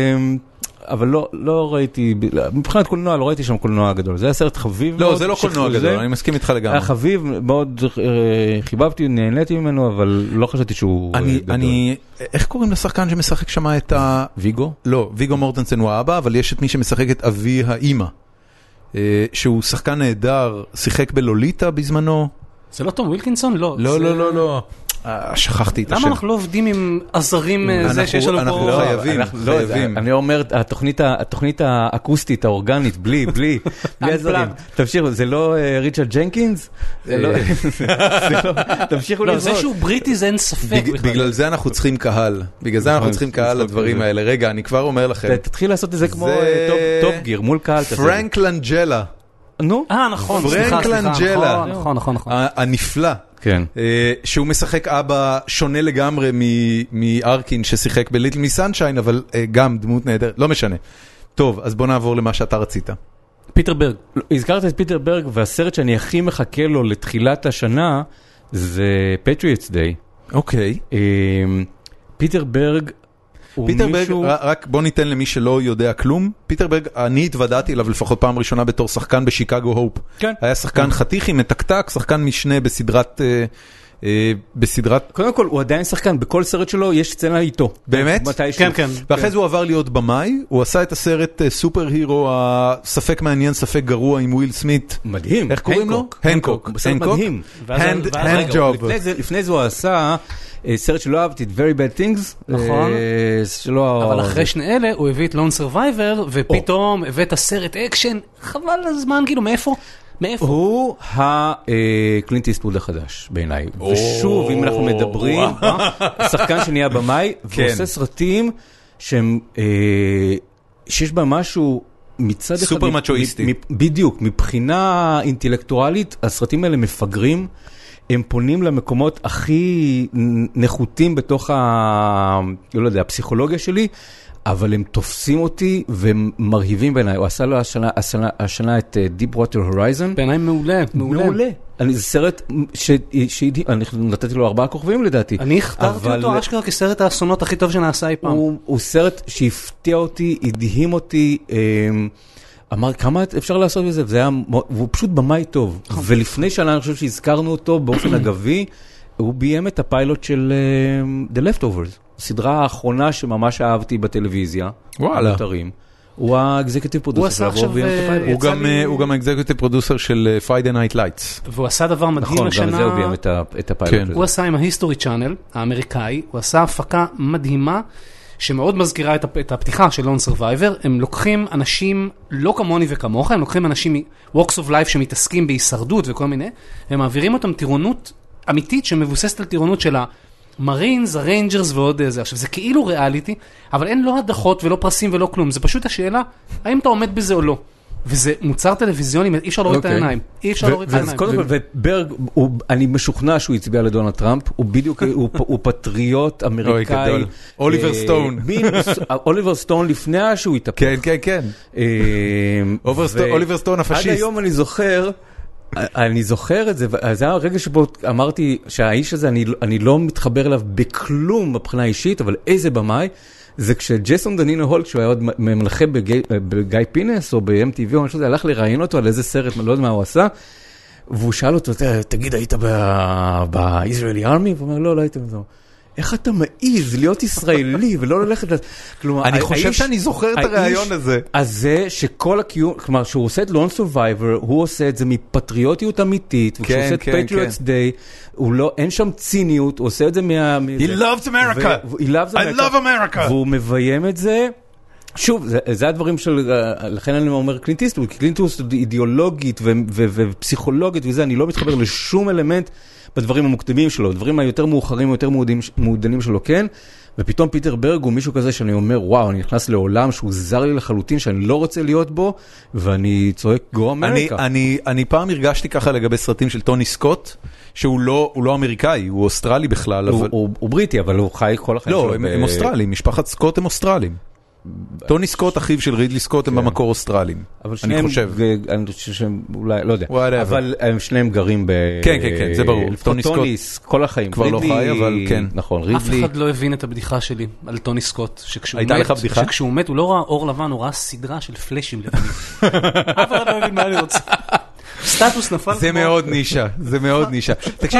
לא ראיתי, מבחינת קולנוע, לא ראיתי שם קולנוע גדול. זה היה סרט חביב. לא, זה לא קולנוע גדול, אני מסכים איתך לגמרי. היה חביב, מאוד חיבבתי, נהניתי ממנו, אבל לא חשבתי שהוא גדול. איך קוראים לשחקן שמשחק שם את ה... ויגו? לא, ויגו מורטנסן הוא האבא, אבל יש את מי שמשחק את אבי האמא, שהוא שחקן נהדר, שיחק בלוליטה בזמנו. זה לא תום ווילקינסון? לא. לא. שכחתי את השם. למה אנחנו לא עובדים עם עזרים זה שיש לנו פה? אנחנו חייבים. אני אומר, התוכנית האקוסטית, האורגנית, בלי עזרים. תמשיכו, זה לא ריצ'רד ג'נקינס? תמשיכו לראות. זה שהוא בריטי זה אין ספק. בגלל זה אנחנו צריכים קהל. בגלל זה אנחנו צריכים קהל לדברים האלה. רגע, אני כבר אומר לכם. תתחיל לעשות את זה כמו טופ גיר, מול קהל כזה. פרנק לנג'לה. נו? נכון. פרנק לנג'לה. נכון. הנפלא. כן. שהוא משחק אבא שונה לגמרי מארקין ששיחק בליטל מיס סנשיין, אבל גם דמות נהדרת, לא משנה. טוב, אז בוא נעבור למה שאתה רצית. פיטר ברג. הזכרת את פיטר ברג, והסרט שאני הכי מחכה לו לתחילת השנה, זה Patriots Day. אוקיי. פיטר ברג, פיטר ברג, רק בוא ניתן למי שלא יודע כלום, פיטר ברג, אני התוודעתי אליו לפחות פעם ראשונה בתור שחקן בשיקגו הופ. כן. היה שחקן חתיכי, מתקתק, שחקן משנה בסדרת... קודם כל, הוא עדיין שחקן, בכל סרט שלו יש סצנה איתו. באמת? כן. ואחרי זה הוא עבר להיות במאי, הוא עשה את הסרט סופר הירו, הספק מעניין, ספק גרוע עם וויל סמית. מדהים. איך קוראים לו? הנקוק. סרט מדהים. Hand Job. לפני זה הוא עשה... סרט שלא אהבתי, Very Bad Things. נכון. אבל אחרי שני אלה, הוא הביא את Lone Survivor, ופתאום הביא את הסרט אקשן, חבל הזמן, כאילו, מאיפה? הוא הקלינט איסטווד החדש, בעיניי. ושוב, אם אנחנו מדברים, שחקן שנהיה במאי, ועושה סרטים שיש בה משהו מצד אחד... סופר מצ'ואיסטי. בדיוק, מבחינה אינטלקטואלית, הסרטים האלה מפגרים, הם פונים למקומות הכי נחותים בתוך הפסיכולוגיה שלי, אבל הם תופסים אותי ומרהיבים בעיניי. הוא עשה לו השנה את Deepwater Horizon. בעיניי מעולה. זה סרט אני נתתי לו 4 כוכבים לדעתי. אני הכתרתי אותו אשכרה כסרט האסונות הכי טוב שנעשה אי פעם. הוא סרט שהפתיע אותי, הדהים אותי, אמר, כמה אפשר לעשות בזה? והוא פשוט במאי טוב. ולפני שנה אני חושב שהזכרנו אותו באופן אגבי, הוא ביים את הפיילוט של The Leftovers. הסדרה האחרונה שממש אהבתי בטלוויזיה. וואלה. הוא האקזקיוטיב פרודוסר. הוא גם האקזקיוטיב פרודוסר של Friday Night Lights. והוא עשה דבר מדהים השנה. נכון, גם זה הוא ביים את הפיילוט. הוא עשה עם ההיסטורי צ'אנל האמריקאי, הוא עשה הפקה מדהימה, שמאוד מזכירה את הפתיחה של Lone Survivor. הם לוקחים אנשים לא כמוני וכמוך, הם לוקחים אנשים מ-Walks of Life שמתעסקים בהישרדות וכל מיני, הם מעבירים אותם טירונות אמיתית שמבוססת על טירונות של המרינס, הריינג'רס ועוד זה. עכשיו, זה כאילו ריאליטי, אבל אין לא הדחות ולא פרסים ולא כלום. זה פשוט השאלה, האם אתה עומד בזה או לא? וזה מוצר טלוויזיוני, אי אפשר להוריד את העיניים. אי אפשר להוריד את העיניים. אז קודם כל, וברג, אני משוכנע שהוא הצביע לדונלד טראמפ, הוא בדיוק, הוא פטריוט אמריקאי. אוליבר סטון. אוליבר סטון לפני שהוא התאפך. כן, כן, כן. אוליבר סטון הפשיסט. עד היום אני זוכר את זה, זה היה הרגע שבו אמרתי שהאיש הזה, אני לא מתחבר אליו בכלום מבחינה אישית, אבל איזה במאי, זה כשג'ייסון דנינו הול, כשהוא היה עוד ממלכה בגיא פינס או ב-MTV או משהו, זה הלך לראיין אותו על איזה סרט, לא יודע מה הוא עשה, והוא שאל אותו, תגיד, היית ב-Israeli Army? והוא אומר, לא הייתם בזה. איך אתה מעיז להיות ישראלי ולא ללכת... אני חושב שאני זוכר את הרעיון הזה. אז זה שכל הקיום, כלומר, שהוא עושה את Lone Survivor, הוא עושה את זה מפטריוטיות אמיתית, וכשהוא עושה את Patriots Day, אין שם ציניות, הוא עושה את זה He loves America! I love America! והוא מביים את זה... שוב, זה הדברים של... לכן אני אומר קלינטיסט, קלינטיסט אידיאולוגית ופסיכולוגית וזה, אני לא מתחבר לשום אלמנט בדברים המוקדמים שלו, דברים היותר מאוחרים, יותר מעודנים שלו, כן, ופתאום פיטר ברג הוא מישהו כזה שאני אומר, וואו, אני נכנס לעולם שהוא זר לי לחלוטין, שאני לא רוצה להיות בו, ואני צועק, גו אמריקה. אני פעם הרגשתי ככה לגבי סרטים של טוני סקוט, שהוא לא אמריקאי, הוא אוסטרלי בכלל. הוא בריטי, אבל הוא חי כל החיים שלו. לא, הם אוסטרלים, משפחת סקוט הם אוסטרלים. טוני סקוט, אחיו של רידלי סקוט, הם במקור אוסטרלים, אני חושב. אני חושב שהם אולי, לא יודע. אבל הם שניהם גרים ב... כן, כן, כן, זה ברור. טוני סקוט כל החיים. כבר לא חי, אבל כן. נכון, רידלי. אף אחד לא הבין את הבדיחה שלי על טוני סקוט. הייתה לך בדיחה? שכשהוא מת, הוא לא ראה אור לבן, הוא ראה סדרה של פלאשים לבנים. אף אחד לא הבין מה אני רוצה. סטטוס נפל. זה מאוד נישה, זה מאוד נישה. תקשיב,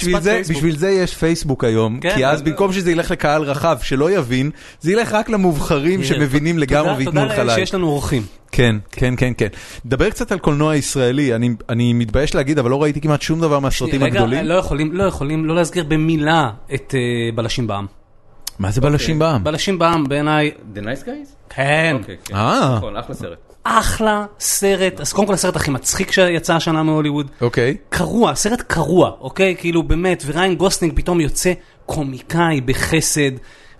בשביל זה יש פייסבוק היום, כי אז במקום שזה ילך לקהל רחב שלא יבין, זה ילך רק למובחרים שמבינים לגמרי ויתנו לך לייק. תודה שיש לנו אורחים. כן, כן, כן, כן. דבר קצת על קולנוע ישראלי, אני מתבייש להגיד, אבל לא ראיתי כמעט שום דבר מהסרטים הגדולים. רגע, לא יכולים לא להסגיר במילה את בלשים בעם. מה זה בלשים בעם? בלשים בעם בעיניי... The Nice Guys? כן. נכון, אחלה סרט. אחלה סרט, אז קודם כל הסרט הכי מצחיק שיצא השנה מהוליווד. אוקיי. קרוע, סרט קרוע, אוקיי? כאילו באמת, וריין גוסלינג פתאום יוצא קומיקאי בחסד,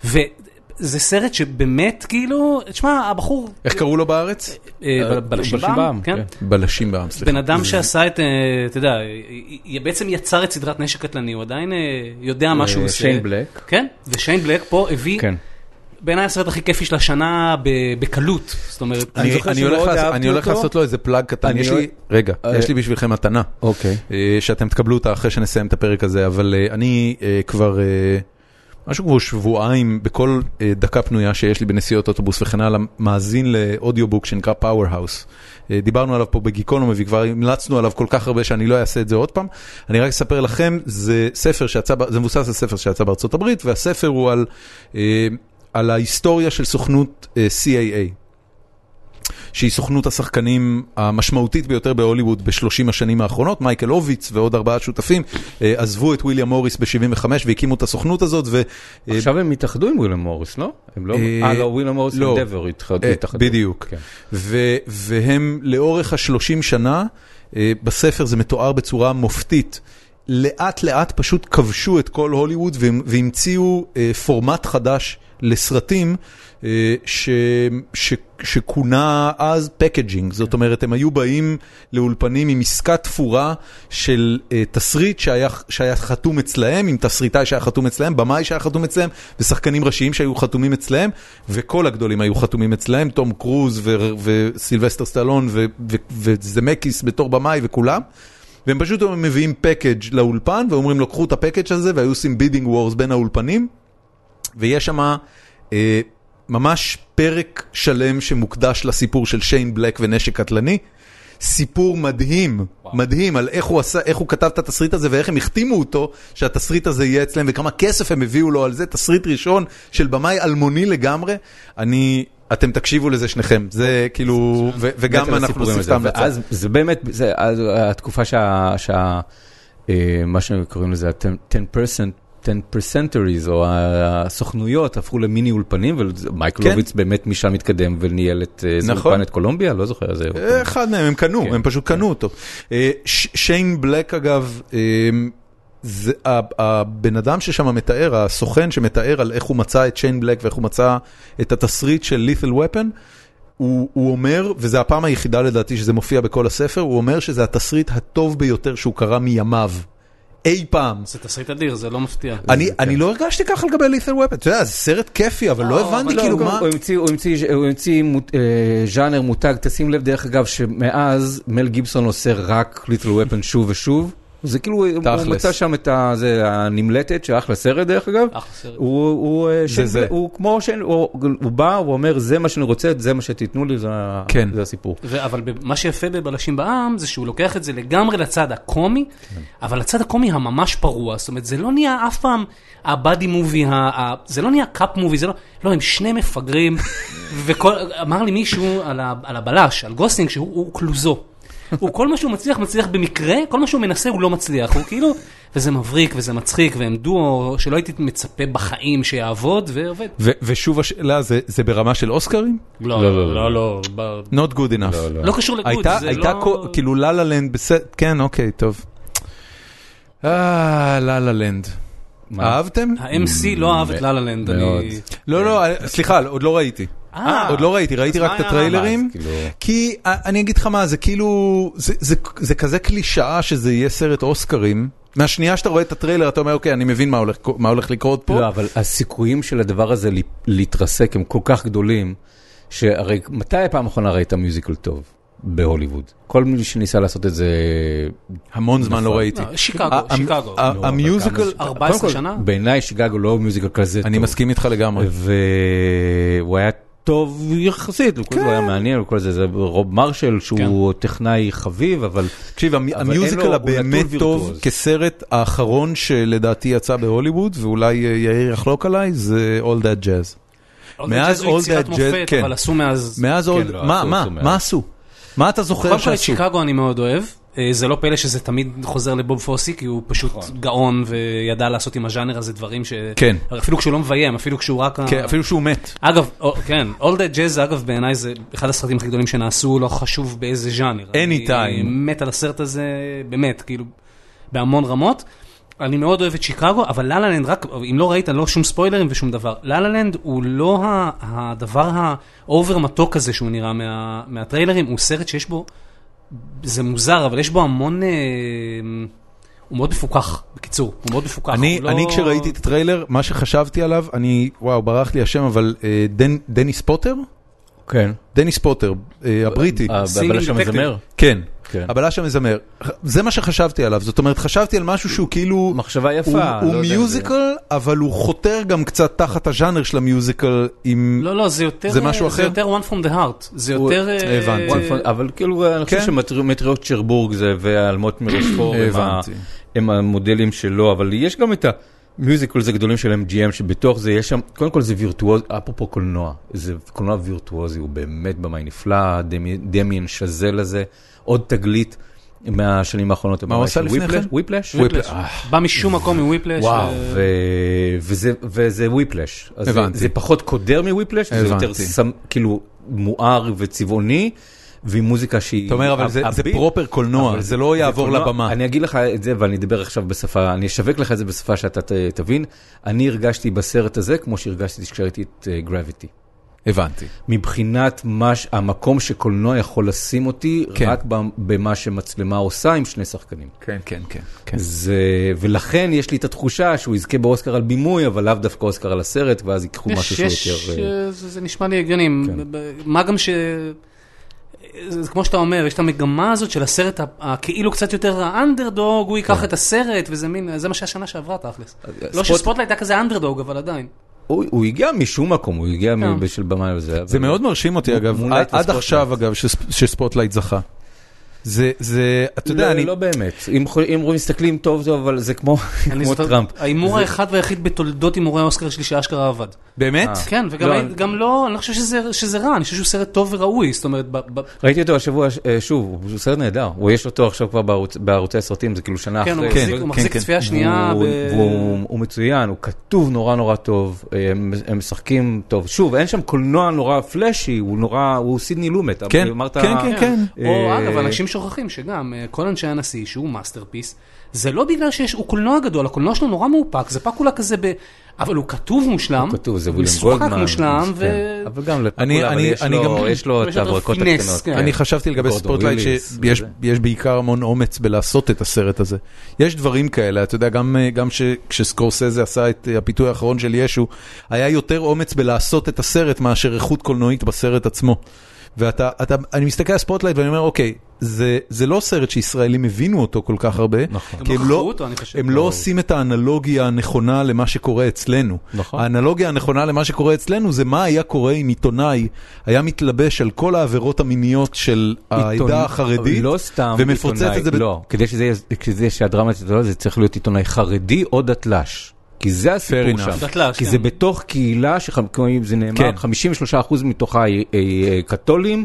וזה סרט שבאמת כאילו, תשמע, הבחור... איך קראו לו בארץ? בלשים בעם, כן? בלשים בעם, סליחה. בן אדם שעשה את, אתה יודע, בעצם יצר את סדרת נשק קטלני, הוא עדיין יודע מה שהוא עושה. שיין בלק. כן, ושיין בלק פה הביא... בעיניי הסרט הכי כיפי של השנה בקלות, זאת אומרת... אני הולך לעשות לו איזה פלאג קטן, רגע, יש לי בשבילכם מתנה, שאתם תקבלו אותה אחרי שנסיים את הפרק הזה, אבל אני כבר, משהו כמו שבועיים, בכל דקה פנויה שיש לי בנסיעות אוטובוס וכן הלאה, מאזין לאודיובוק שנקרא Powerhouse. דיברנו עליו פה בגיקונומי, וכבר המלצנו עליו כל כך הרבה שאני לא אעשה את זה עוד פעם. אני רק אספר לכם, זה ספר שיצא, זה מבוסס על ספר שיצא בארצות הברית, והספר הוא על ההיסטוריה של סוכנות CAA, שהיא סוכנות השחקנים המשמעותית ביותר בהוליווד ב-30 השנים האחרונות. מייקל הוביץ ועוד 4 שותפים עזבו את וויליאם מוריס ב-75 והקימו את הסוכנות הזאת. עכשיו הם התאחדו עם וויליאם מוריס, לא? לא, וויליאם מוריס ודבר התאחדו. בדיוק. והם לאורך ה-30 שנה, בספר זה מתואר בצורה מופתית, לאט לאט פשוט כבשו את כל הוליווד והמציאו פורמט חדש לסרטים שכונה אז פקג'ינג. זאת אומרת, הם היו באים לאולפנים עם עסקת תפורה של תסריט שהיה חתום אצלהם, עם תסריטאי שהיה חתום אצלהם, במאי שהיה חתום אצלהם, ושחקנים ראשיים שהיו חתומים אצלהם, וכל הגדולים היו חתומים אצלהם, תום קרוז וסילבסטר סטלון וזמקיס בתור במאי וכולם. והם פשוט מביאים פקאג' לאולפן, ואומרים לו, קחו את הפקאג' הזה, והיו עושים בידינג וורס בין האולפנים, ויש שם ממש פרק שלם שמוקדש לסיפור של שיין בלק ונשק קטלני, סיפור מדהים, מדהים, על איך הוא כתב את התסריט הזה, ואיך הם החתימו אותו, שהתסריט הזה יהיה אצלם, וכמה כסף הם הביאו לו על זה, תסריט ראשון של במאי אלמוני לגמרי. אתם תקשיבו לזה שניכם, זה כאילו, וגם אנחנו נוסיף את ההמלצה. אז זה באמת, התקופה מה שקוראים לזה, 10%, או הסוכנויות הפכו למיני אולפנים, ומייקל הורוביץ באמת משם מתקדם וניהל את אולפן את קולומביה, לא זוכר. אחד מהם, הם קנו, הם פשוט קנו אותו. שיין בלק אגב, הבן אדם ששם מתאר, הסוכן שמתאר על איך הוא מצא את שיין בלק ואיך הוא מצא את התסריט של Lethal Weapon, הוא אומר, וזו הפעם היחידה לדעתי שזה מופיע בכל הספר, הוא אומר שזה התסריט הטוב ביותר שהוא קרא מימיו. אי פעם. זה תסריט אדיר, זה לא מפתיע. אני לא הרגשתי ככה לגבי Lethal Weapon. אתה יודע, זה סרט כיפי, אבל לא הבנתי כאילו מה... הוא המציא ז'אנר מותג, תשים לב דרך אגב שמאז מל גיבסון עושה רק Lethal Weapon שוב ושוב. זה כאילו, הוא מצא שם את הנמלטת, שאחלה סרט דרך אגב. הוא כמו הוא בא, הוא אומר, זה מה שאני רוצה, זה מה שתיתנו לי, זה הסיפור. אבל מה שיפה בבלשים בעם, זה שהוא לוקח את זה לגמרי לצד הקומי, אבל לצד הקומי הממש פרוע, זאת אומרת, זה לא נהיה אף פעם הבאדי מובי, זה לא נהיה קאפ מובי, לא, הם שני מפגרים, אמר לי מישהו על הבלש, על גוסלינג, שהוא קלוזו. הוא כל מה שהוא מצליח במקרה, כל מה שהוא מנסה הוא לא מצליח, הוא כאילו, וזה מבריק וזה מצחיק, והם דואו שלא הייתי מצפה בחיים שיעבוד ועובד. ושוב השאלה, זה ברמה של אוסקרים? לא. Not good enough. לא קשור לגוד, זה לא... כאילו לה לה לנד, כן, אוקיי, טוב. לה לה לנד. אהבתם? ה-MC לא אהב את לה לה לנד. לא, סליחה, עוד לא ראיתי. עוד לא ראיתי רק את הטריילרים, כי אני אגיד לך מה, זה כאילו, זה כזה קלישאה שזה יהיה סרט אוסקרים, מהשנייה שאתה רואה את הטריילר אתה אומר, אוקיי, אני מבין מה הולך לקרות פה. לא, אבל הסיכויים של הדבר הזה להתרסק הם כל כך גדולים, שהרי מתי הפעם האחרונה ראית מיוזיקל טוב בהוליווד? כל מי שניסה לעשות את זה... המון זמן לא ראיתי. שיקגו. המיוזיקל... 14 שנה? בעיניי שיקגו לא מיוזיקל כזה טוב. אני מסכים איתך לגמרי. והוא היה טוב יחסית, הוא היה מעניין, זה רוב מרשל שהוא טכנאי חביב, אבל... תקשיב, המיוזיקל הבאמת טוב כסרט האחרון שלדעתי יצא בהוליווד, ואולי יאיר יחלוק עליי, זה All That Jazz. מאז All That Jazz, אבל עשו מאז... מה עשו? מה אתה זוכר שעשו? קודם כל את שיקגו אני מאוד אוהב. זה לא פלא שזה תמיד חוזר לבוב פוסי, כי הוא פשוט גאון וידע לעשות עם הז'אנר הזה דברים ש... כן. אפילו כשהוא לא מביים, אפילו כשהוא רק... כן, אפילו שהוא מת. אגב, כן, All That Jazz, אגב, בעיניי זה אחד הסרטים הכי גדולים שנעשו, לא חשוב באיזה ז'אנר. Anytime. אני מת על הסרט הזה, באמת, כאילו, בהמון רמות. אני מאוד אוהב את שיקגו, אבל לה לה לנד, רק, אם לא ראית, לא שום ספוילרים ושום דבר. לה לה לנד הוא לא הדבר האובר מתוק הזה שהוא נראה מהטריילרים, הוא סרט שיש בו, זה מוזר, אבל יש בו המון, הוא מאוד מפוקח, בקיצור, הוא מאוד מפוקח. אני כשראיתי את הטריילר, מה שחשבתי עליו, וואו, ברח לי השם, אבל דניס פוטר? כן. דניס פוטר, הבריטי. הבלש המזמר? כן. הבלש המזמר. זה מה שחשבתי עליו. זאת אומרת, חשבתי על משהו שהוא כאילו... מחשבה יפה. הוא מיוזיקל, אבל הוא חותר גם קצת תחת הז'אנר של המיוזיקל עם... לא, זה משהו אחר. זה יותר one from the heart. זה יותר... הבנתי. אבל כאילו, אני חושב שמטריות צ'רבורג זה, ואלמות מרושפור הם המודלים שלו, אבל יש גם את המיוזיקל זה גדולים של MGM, שבתוך זה יש שם, קודם כל זה וירטואוז, אפרופו קולנוע, זה קולנוע וירטואוזי, הוא באמת במאי נפלא, דמיין שזל הזה, עוד תגלית מהשנים האחרונות. מה הוא עושה לפני כן? וויפלש? בא משום מקום מוויפלש. וואו, וזה וויפלש. זה פחות קודר מוויפלש, זה יותר כאילו מואר וצבעוני, ועם מוזיקה שהיא... אתה אומר, אבל זה פרופר קולנוע, זה לא יעבור לבמה. אני אגיד לך את זה, ואני אדבר עכשיו בשפה, אני אשווק לך את זה בשפה שאתה תבין. אני הרגשתי בסרט הזה, כמו שהרגשתי כשראיתי את גרביטי. הבנתי. מבחינת המקום שקולנוע יכול לשים אותי, רק במה שמצלמה עושה עם שני שחקנים. כן. ולכן יש לי את התחושה שהוא יזכה באוסקר על בימוי, אבל לאו דווקא אוסקר על הסרט, ואז ייקחו משהו שיותר... זה נשמע לי הגיוני. מה גם ש... כמו שאתה אומר, יש את המגמה הזאת של הסרט כאילו קצת יותר האנדרדוג, הוא ייקח את הסרט, וזה מין, זה מה שהשנה שעברה תכלס. לא שספוטלייט הייתה כזה אנדרדוג, אבל עדיין. הוא הגיע משום מקום, הוא הגיע בשל במה וזה. זה מאוד מרשים אותי אגב, עד עכשיו אגב שספוטלייט זכה. זה, אתה יודע, לא באמת. אם מסתכלים טוב, אבל זה כמו טראמפ. ההימור האחד והיחיד בתולדות הימורי האוסקר שלי שאשכרה עבד. באמת? כן, וגם לא, אני לא חושב שזה רע, אני חושב שהוא סרט טוב וראוי, זאת אומרת... ראיתי אותו השבוע, שוב, הוא סרט נהדר, הוא יש אותו עכשיו כבר בערוצי הסרטים, זה כאילו שנה אחרי. כן, הוא מחזיק צפייה שנייה. הוא מצוין, הוא כתוב נורא נורא טוב, הם משחקים טוב. שוב, אין שם קולנוע נורא פלאשי, הוא סידני לומט. כן, כן. או אגב, אנשים שוכחים שגם כל אנשי הנשיא, שהוא מאסטרפיס, זה לא בגלל שהוא קולנוע גדול, הקולנוע שלו נורא מאופק, זה פקולה כזה אבל הוא כתוב מושלם, הוא משוחק מושלם, אבל גם יש לו את ההברקות הקטנות. אני חשבתי לגבי ספוטלייט שיש בעיקר המון אומץ בלעשות את הסרט הזה. יש דברים כאלה, אתה יודע, גם כשסקורסזה עשה את הפיתוי האחרון של ישו, היה יותר אומץ בלעשות את הסרט מאשר איכות קולנועית בסרט עצמו. ואני מסתכל על ספוטלייט ואני אומר, אוקיי, זה לא סרט שישראלים הבינו אותו כל כך הרבה, כי הם לא עושים את האנלוגיה הנכונה למה שקורה אצלנו. האנלוגיה הנכונה למה שקורה אצלנו זה מה היה קורה אם עיתונאי היה מתלבש על כל העבירות המיניות של העדה החרדית, ומפוצץ את זה. לא, כדי שהדרמה תתלבש, זה צריך להיות עיתונאי חרדי או דתל"ש. כי זה הסיפור שם, כי זה בתוך קהילה, זה נאמר, 53% מתוכה קתולים,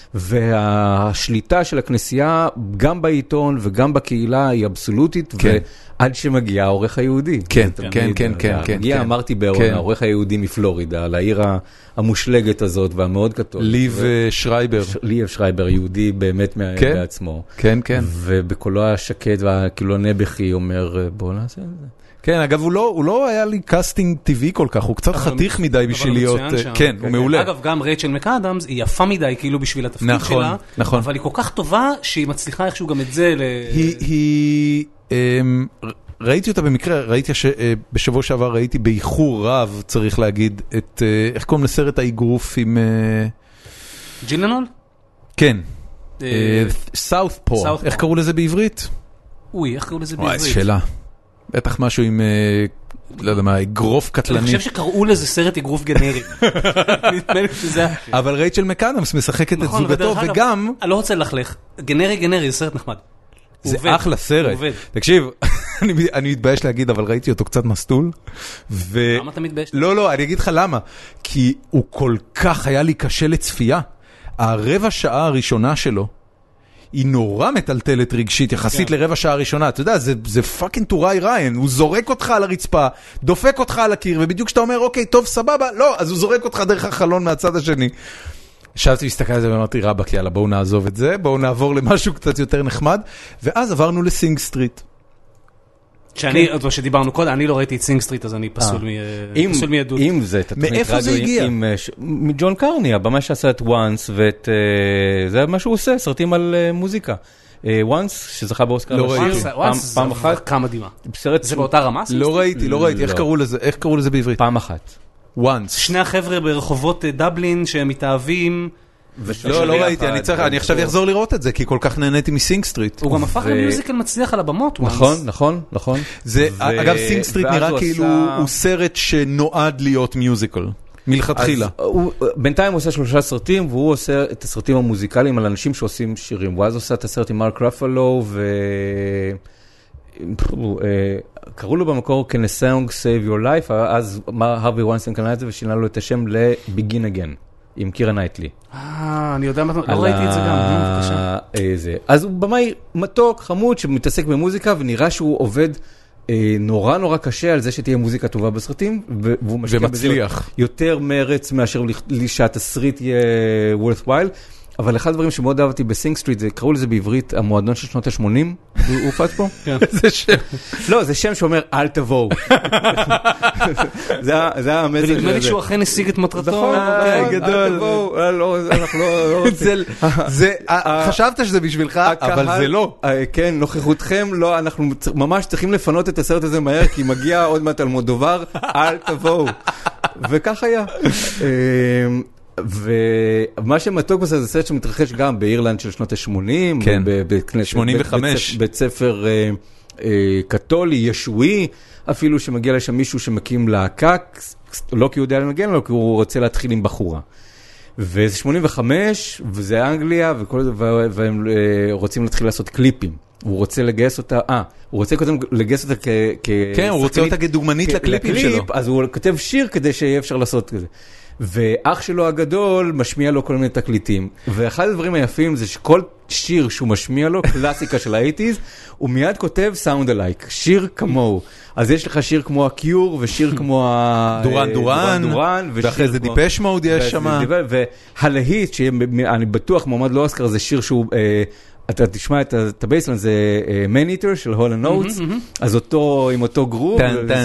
והשליטה של הכנסייה, גם בעיתון וגם בקהילה, היא אבסולוטית, ועד שמגיע העורך היהודי. כן, כן, כן, כן. מגיע, אמרתי העורך היהודי מפלורידה, לעיר המושלגת הזאת, והמאוד קתולית. ליב שרייבר. ליב שרייבר, יהודי באמת בעצמו. כן, כן. ובקולו השקט והקילו נבחי אומר, בוא נעשה את זה. כן, אגב, הוא לא היה לי קאסטינג טבעי כל כך, הוא קצת חתיך מדי בשביל להיות, כן, הוא מעולה. אגב, גם רייצ'ל מקאדמס היא יפה מדי כאילו בשביל התפקיד שלה, אבל היא כל כך טובה שהיא מצליחה איכשהו גם את זה ראיתי אותה במקרה, ראיתי בשבוע שעבר, ראיתי באיחור רב, צריך להגיד, את, איך קוראים לסרט האיגרוף עם... ג'ילנול? כן. סאות'פו, איך קראו לזה בעברית? איך קראו לזה בעברית? וואי, שאלה. בטח משהו עם, לא יודע מה, אגרוף קטלני. אני חושב שקראו לזה סרט אגרוף גנרי. אבל רייצ'ל מקאדמס משחקת את זוגתו, וגם... אני לא רוצה ללכלך. גנרי זה סרט נחמד. זה אחלה סרט. תקשיב, אני מתבייש להגיד, אבל ראיתי אותו קצת מסטול. למה אתה מתבייש? לא, אני אגיד לך למה. כי הוא כל כך היה לי קשה לצפייה. הרבע שעה הראשונה שלו, היא נורא מטלטלת רגשית, יחסית לרבע שעה הראשונה. אתה יודע, זה פאקינג טוראי ריין. הוא זורק אותך על הרצפה, דופק אותך על הקיר, ובדיוק כשאתה אומר, אוקיי, טוב, סבבה, לא, אז הוא זורק אותך דרך החלון מהצד השני. ישבתי והסתכל על זה ואמרתי, רבק, יאללה, בואו נעזוב את זה, בואו נעבור למשהו קצת יותר נחמד, ואז עברנו לסינג סטריט. שדיברנו קודם, אני לא ראיתי את סינג סטריט, אז אני פסול מידות. אם זה, מאיפה זה הגיע? מג'ון קרני, הבמה שעשה את וואנס, וזה מה שהוא עושה, סרטים על מוזיקה. וואנס, שזכה באוסקר לשיר, פעם אחת. כמה מדהימה. זה באותה רמה? לא ראיתי, איך קראו לזה בעברית? פעם אחת. וואנס. שני החבר'ה ברחובות דבלין שהם מתאהבים. לא ראיתי, אני עכשיו אחזור לראות את זה, כי כל כך נהניתי מסינג סטריט. הוא גם הפך למיוזיקל מצליח על הבמות. נכון. אגב, סינג סטריט נראה כאילו הוא סרט שנועד להיות מיוזיקל. מלכתחילה. בינתיים הוא עושה 3 סרטים, והוא עושה את הסרטים המוזיקליים על אנשים שעושים שירים. הוא אז עושה את הסרט עם מרק רפלו, קראו לו במקור Can a Song Save Your Life, אז הרווי ויינסטיין קנה את זה ושינה לו את השם ל-Begin Again, עם קירה נייטלי. אני יודע, לא ראיתי את זה גם, בבקשה. אז הוא במאי מתוק, חמוד, שמתעסק במוזיקה, ונראה שהוא עובד נורא נורא קשה על זה שתהיה מוזיקה טובה בסרטים, והוא משקיע בזה יותר מרץ מאשר שהתסריט יהיה worthwhile. אבל אחד הדברים שמאוד אהבתי בסינג סטריט, זה קראו לזה בעברית המועדון של שנות ה-80, הוא הופץ פה? זה שם. לא, זה שם שאומר, אל תבואו. זה המזל של זה. ונדמה לי שהוא אכן השיג את מטרתו. גדול. אל תבואו, אנחנו לא רוצים. חשבת שזה בשבילך, אבל זה לא. כן, נוכחותכם, לא, אנחנו ממש צריכים לפנות את הסרט הזה מהר, כי מגיע עוד מעט אלמודובר, אל תבואו. וכך היה. ומה שמתוק בזה זה סרט שמתרחש גם באירלנד של שנות ה-80, כן, 85. בית ספר קתולי, ישועי, אפילו שמגיע לשם מישהו שמקים להקה, לא כי הוא יודע לנגן לו, כי הוא רוצה להתחיל עם בחורה. וזה 85, וזה אנגליה, והם רוצים להתחיל לעשות קליפים. הוא רוצה לגייס אותה, הוא רוצה קודם לגייס אותה כן, הוא רוצה אותה כדוגמנית לקליפים שלו. אז הוא כותב שיר כדי שיהיה אפשר לעשות כזה. ואח שלו הגדול משמיע לו כל מיני תקליטים. ואחד הדברים היפים זה שכל שיר שהוא משמיע לו, קלאסיקה של ה-80s, הוא מיד כותב Sound Alike, שיר כמוהו. אז יש לך שיר כמו הקיור, ושיר כמו דורן, ואחרי זה דיפש מוד יש שם. והלהיט, שאני בטוח מועמד לא אוסקר, זה שיר שהוא... אתה תשמע את הבייסלנד, זה Man Eater של הול הנוטס, אז אותו, עם אותו גרוב,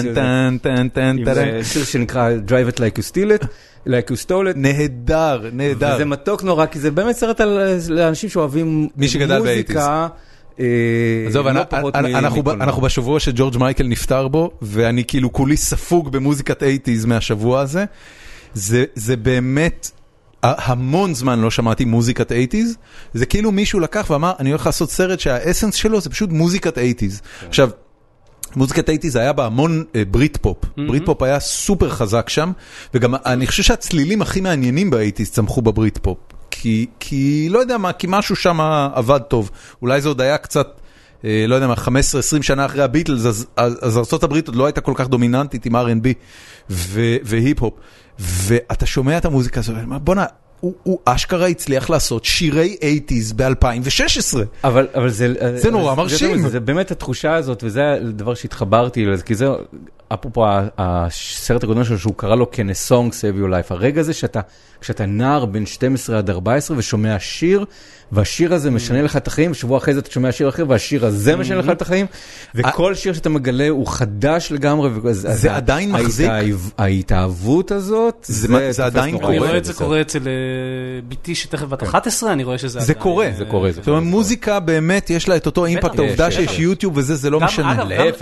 שיר שנקרא Drive It Like You Steal It, Like You Stole It. נהדר, נהדר. וזה מתוק נורא, כי זה באמת סרט על אנשים שאוהבים מוזיקה, עזוב, אנחנו בשבוע שג'ורג' מייקל נפטר בו, ואני כאילו כולי ספוג במוזיקת 80s מהשבוע הזה, זה באמת... המון זמן לא שמעתי מוזיקת 80s, זה כאילו מישהו לקח ואמר, אני הולך לעשות סרט שהאסנס שלו זה פשוט מוזיקת 80s. עכשיו, מוזיקת 80s היה בה המון ברית פופ, ברית פופ היה סופר חזק שם, וגם אני חושב שהצלילים הכי מעניינים ב-80s צמחו בברית פופ, כי לא יודע מה, כי משהו שם עבד טוב, אולי זה עוד היה קצת, לא יודע מה, 15-20 שנה אחרי הביטלס, אז ארצות הברית עוד לא הייתה כל כך דומיננטית עם R&B והיפ-הופ, ואתה שומע את המוזיקה הזו, בוא'נה, הוא אשכרה הצליח לעשות שירי 80s ב-2016. אבל זה נורא מרשים. זה באמת התחושה הזאת, וזה הדבר שהתחברתי לזה, כי זה, אפרופו הסרט הקודם שלו, שהוא קרא לו Can a Song Save Your Life, הרגע הזה כשאתה נער בין 12 עד 14 ושומע שיר, והשיר הזה משנה לך את החיים, ושבוע אחרי זה אתה שומע שיר אחר, והשיר הזה משנה לך את החיים, וכל שיר שאתה מגלה הוא חדש לגמרי. זה עדיין מחזיק? ההתאהבות הזאת, זה עדיין קורה. אני רואה את זה קורה אצל ביתי שתכף בת 11, אני רואה שזה זה קורה. זאת אומרת, מוזיקה באמת יש לה את אותו אימפקט, העובדה שיש יוטיוב וזה, זה לא משנה.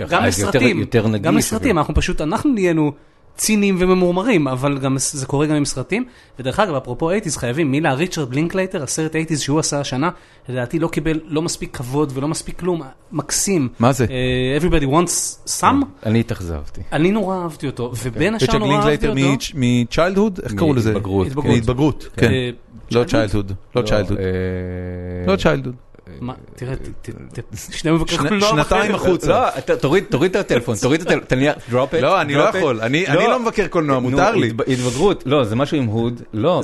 גם לסרטים, אנחנו נהיינו צינים וממורמרים, אבל זה קורה גם עם סרטים, ודרך אגב, אפרופו 80s, חייבים, מילה ריצ'רד לינקלייטר, הסרט 80s שהוא עשה השנה, לדעתי לא קיבל לא מספיק כבוד ולא מספיק כלום, מקסים. מה זה? Everybody wants some. אני התאכזבתי. אני נורא אהבתי אותו, ובין השאר נורא אהבתי אותו. ריצ'רד לינקלייטר מ-childhood? איך קראו לזה? מהתבגרות. כן. לא childhood. לא childhood. מה? תראה, שני מבקר קולנוע. שנתיים החוצה. תוריד את הטלפון, drop it. לא, אני לא יכול. אני לא מבקר קולנוע, מותר לי. התבגרות. לא, זה משהו עם הוד. לא,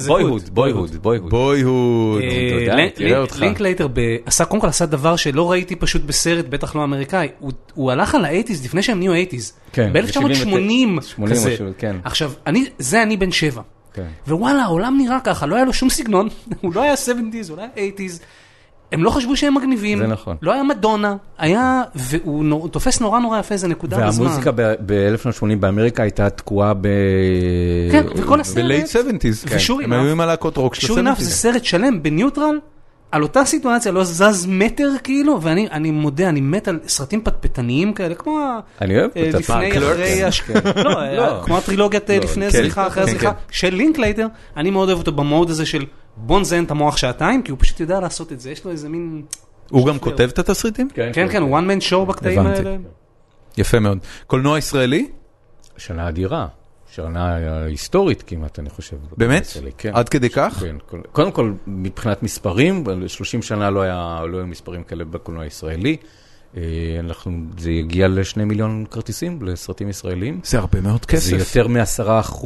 בויהוד. לינקלייטר קודם כל עשה דבר שלא ראיתי פשוט בסרט, בטח לא אמריקאי. הוא הלך על ה-80s לפני שהם נהיו 80s. ב-1980 כזה. עכשיו, זה אני בן 7. ווואלה, העולם נראה ככה, לא היה לו שום סגנון. הוא לא היה 70s, הוא לא היה 80s. הם לא חשבו שהם מגניבים, זה נכון. לא היה מדונה, והוא תופס נורא יפה איזה נקודה בזמן. והמוזיקה ב-1980 באמריקה הייתה תקועה כן, וכל הסרט. ב-late 70s, הם היו עם הלהקות רוק של ה-70s. זה סרט שלם בניוטרל, על אותה סיטואציה, לא זז מטר כאילו, ואני מודה, אני מת על סרטים פטפטניים כאלה, כמו לפני אחרי, כמו הטרילוגיית לפני זריחה, אחרי זריחה, של לינקלייטר, אני מאוד אוהב אותו במוד הזה של בוא נזיין את המוח שעתיים, כי הוא פשוט יודע לעשות את זה, יש לו איזה מין... הוא גם כותב את התסריטים? כן, הוא one man show בקטעים האלה. יפה מאוד. קולנוע ישראלי? שנה אדירה. שנה היסטורית כמעט, אני חושב. באמת? עד כדי כך? כן. קודם כל, מבחינת מספרים, 30 שנה לא היו מספרים כאלה בקולנוע הישראלי. זה יגיע ל2 מיליון כרטיסים לסרטים ישראלים. זה הרבה מאוד כסף. זה יותר מ10%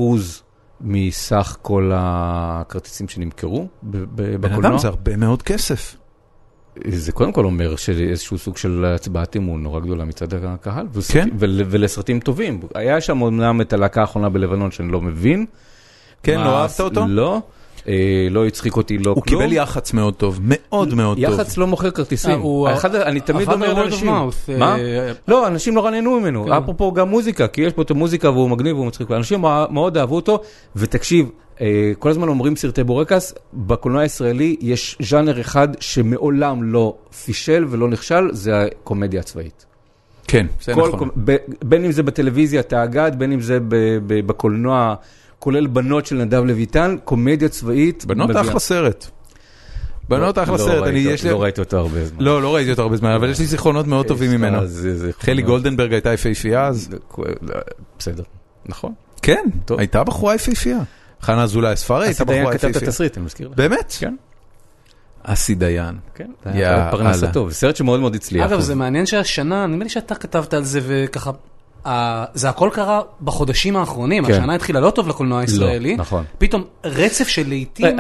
מסך כל הכרטיסים שנמכרו בקולנוע. בן אדם, זה הרבה מאוד כסף. זה קודם כל אומר שאיזשהו סוג של הצבעת אמון נורא גדולה מצד הקהל, ולסרטים טובים. היה שם אומנם את הלהקה האחרונה בלבנון שאני לא מבין. כן, לא אהבת אותו? לא. לא הצחיק אותי, לא כלום. הוא קיבל יח"צ מאוד טוב, מאוד מאוד טוב. יח"צ לא מוכר כרטיסים. אני תמיד אומר לאנשים. מה? לא, אנשים נורא נהנו ממנו. אפרופו גם מוזיקה, כי יש פה את המוזיקה והוא מגניב והוא מצחיק. אנשים מאוד אהבו אותו, ותקשיב, כל הזמן אומרים סרטי בורקס, בקולנוע הישראלי יש ז'אנר אחד שמעולם לא פישל ולא נכשל, זה הקומדיה הצבאית. כן, זה נכון. בין אם זה בטלוויזיה, תאגד, בין אם זה בקולנוע, כולל בנות של נדב לויטן, קומדיה צבאית. בנות אחלה סרט. בנות אחלה סרט. לא ראיתי אותו הרבה זמן. לא ראיתי אותו הרבה זמן, אבל יש לי זיכרונות מאוד טובים ממנו. חלי גולדנברג הייתה יפהפייה אז. בסדר, נכון. כן, הייתה בחורה יפהפייה. חנה אזולאי הספרית. אסי דיין כתב את התסריט, אני מזכיר לך. באמת? כן. אסי דיין. כן, זה היה פרנסה טוב, סרט שמאוד מאוד הצליח. אגב, זה מעניין שהשנה, נדמה לי שאתה כתבת על זה וככה, זה הכל קרה בחודשים האחרונים, השנה התחילה לא טוב לקולנוע הישראלי. לא, נכון. פתאום רצף של לעיתים...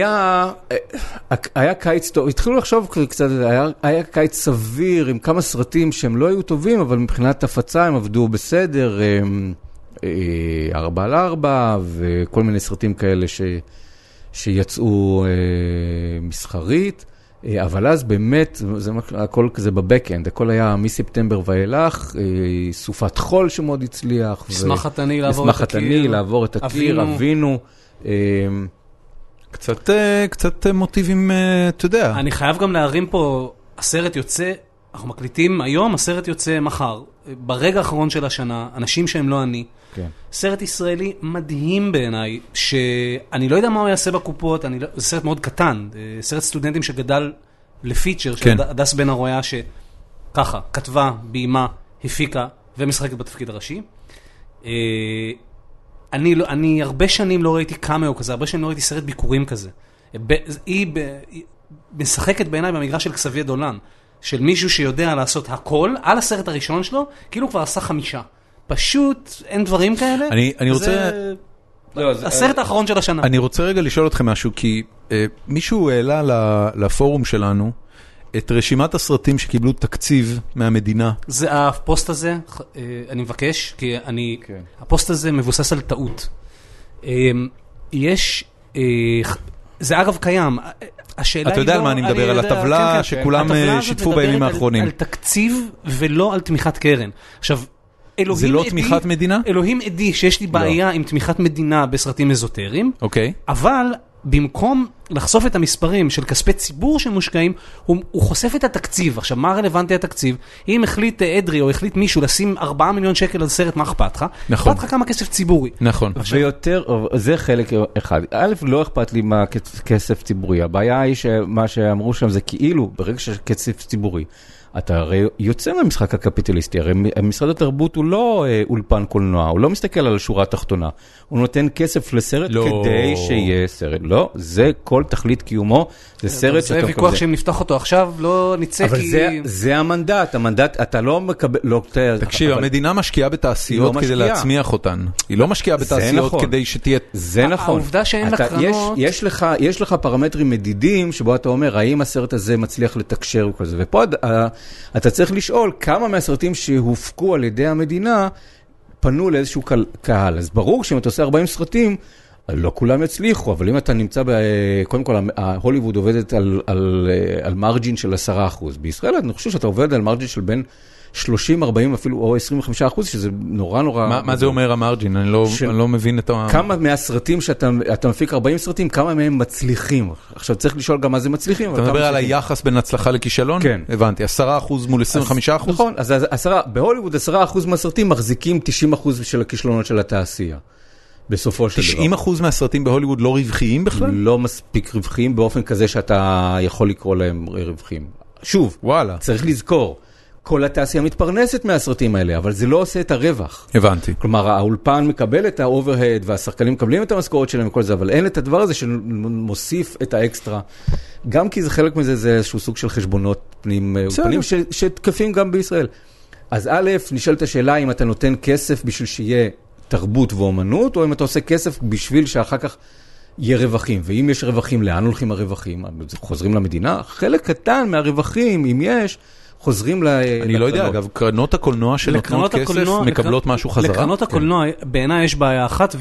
היה קיץ טוב, התחילו לחשוב קצת, היה קיץ סביר עם כמה סרטים שהם לא היו טובים, אבל מבחינת הפצה הם עבדו בסדר, 4x4 וכל מיני סרטים כאלה שיצאו מסחרית. אבל אז באמת, הכל כזה בבק-אנד, הכל היה מספטמבר ואילך, סופת חול שמאוד הצליח. מסמך התני לעבור את הקיר, אבינו. קצת מוטיבים, אתה יודע. אני חייב גם להרים פה, הסרט יוצא, אנחנו מקליטים היום, הסרט יוצא מחר. ברגע האחרון של השנה, אנשים שהם לא אני. סרט ישראלי מדהים בעיניי, שאני לא יודע מה הוא יעשה בקופות, זה סרט מאוד קטן, סרט סטודנטים שגדל לפיצ'ר, של הדס בן הרויה, שככה, כתבה, ביימה, הפיקה ומשחקת בתפקיד הראשי. אני הרבה שנים לא ראיתי קאמאו כזה, הרבה שנים לא ראיתי סרט ביקורים כזה. היא משחקת בעיניי במגרש של קסביה דולן, של מישהו שיודע לעשות הכל על הסרט הראשון שלו, כאילו כבר עשה 5. פשוט אין דברים כאלה. אני רוצה... הסרט האחרון של השנה. אני רוצה רגע לשאול אתכם משהו, כי מישהו העלה לפורום שלנו את רשימת הסרטים שקיבלו תקציב מהמדינה. זה הפוסט הזה, אני מבקש, כי הפוסט הזה מבוסס על טעות. יש, זה אגב קיים. אתה יודע על מה אני מדבר, על הטבלה שכולם שיתפו בימים האחרונים. על תקציב ולא על תמיכת קרן. עכשיו, זה לא תמיכת מדינה? אלוהים עדי שיש לי בעיה עם תמיכת מדינה בסרטים אזוטריים, אבל במקום לחשוף את המספרים של כספי ציבור שמושקעים, הוא חושף את התקציב. עכשיו, מה רלוונטי התקציב? אם החליט אדרי או החליט מישהו לשים 4 מיליון שקל על סרט, מה אכפת לך? אכפת לך כמה כסף ציבורי. נכון. ויותר, זה חלק אחד. א', לא אכפת לי מה כסף ציבורי. הבעיה היא שמה שאמרו שם זה כאילו, ברגע שיש כסף ציבורי, אתה הרי יוצא מהמשחק הקפיטליסטי, הרי משרד התרבות הוא לא אולפן קולנוע, הוא לא מסתכל על השורה התחתונה, הוא נותן כסף לסרט כדי שיהיה סרט. לא, זה כל תכלית קיומו, זה סרט זה ויכוח שאם נפתח אותו עכשיו לא נצא כי... אבל זה המנדט, אתה לא מקבל... תקשיב, המדינה משקיעה בתעשיות כדי להצמיח אותן. היא לא משקיעה בתעשיות כדי שתהיה... זה נכון. העובדה שאין לקרנות... יש לך פרמטרים מדידים שבו אתה אומר, האם הסרט הזה מצליח לתקשר וכזה, ופה אתה צריך לשאול כמה מהסרטים שהופקו על ידי המדינה פנו לאיזשהו קהל. אז ברור שאם אתה עושה 40 סרטים, לא כולם יצליחו, אבל אם אתה נמצא, קודם כל, הוליווד עובדת על מרג'ין של 10%. בישראל אני חושב שאתה עובד על מרג'ין של בין 30, 40 אפילו, או 25%, שזה נורא נורא... מה זה אומר המרג'ין? אני לא מבין את ה... כמה מהסרטים שאתה מפיק 40 סרטים, כמה מהם מצליחים? עכשיו צריך לשאול גם מה זה מצליחים. אתה מדבר על היחס בין הצלחה לכישלון? כן. הבנתי, 10% מול 25%? נכון, אז בהוליווד 10% מהסרטים מחזיקים 90% של הכישלונות של התעשייה. בסופו של דבר. 90% מהסרטים בהוליווד לא רווחיים בכלל? לא מספיק רווחיים באופן כזה שאתה יכול לקרוא להם רווחיים. שוב, צריך לזכור. כל התעשייה מתפרנסת מהסרטים האלה, אבל זה לא עושה את הרווח. הבנתי. כלומר, האולפן מקבל את האוברהד, והשחקנים מקבלים את המשכורת שלהם וכל זה, אבל אין את הדבר הזה שמוסיף את האקסטרה. גם כי זה חלק מזה, זה איזשהו סוג של חשבונות פנים שתקפים גם בישראל. אז א', נשאלת השאלה אם אתה נותן כסף בשביל שיהיה תרבות ואומנות, או אם אתה עושה כסף בשביל שאחר כך יהיה רווחים. ואם יש רווחים, לאן הולכים הרווחים? חוזרים למדינה? חלק קטן מהרווחים, אם יש, חוזרים אני לא יודע, אגב, קרנות הקולנוע שנותנות כסף מקבלות משהו חזרה? לקרנות הקולנוע, בעיניי יש בעיה אחת,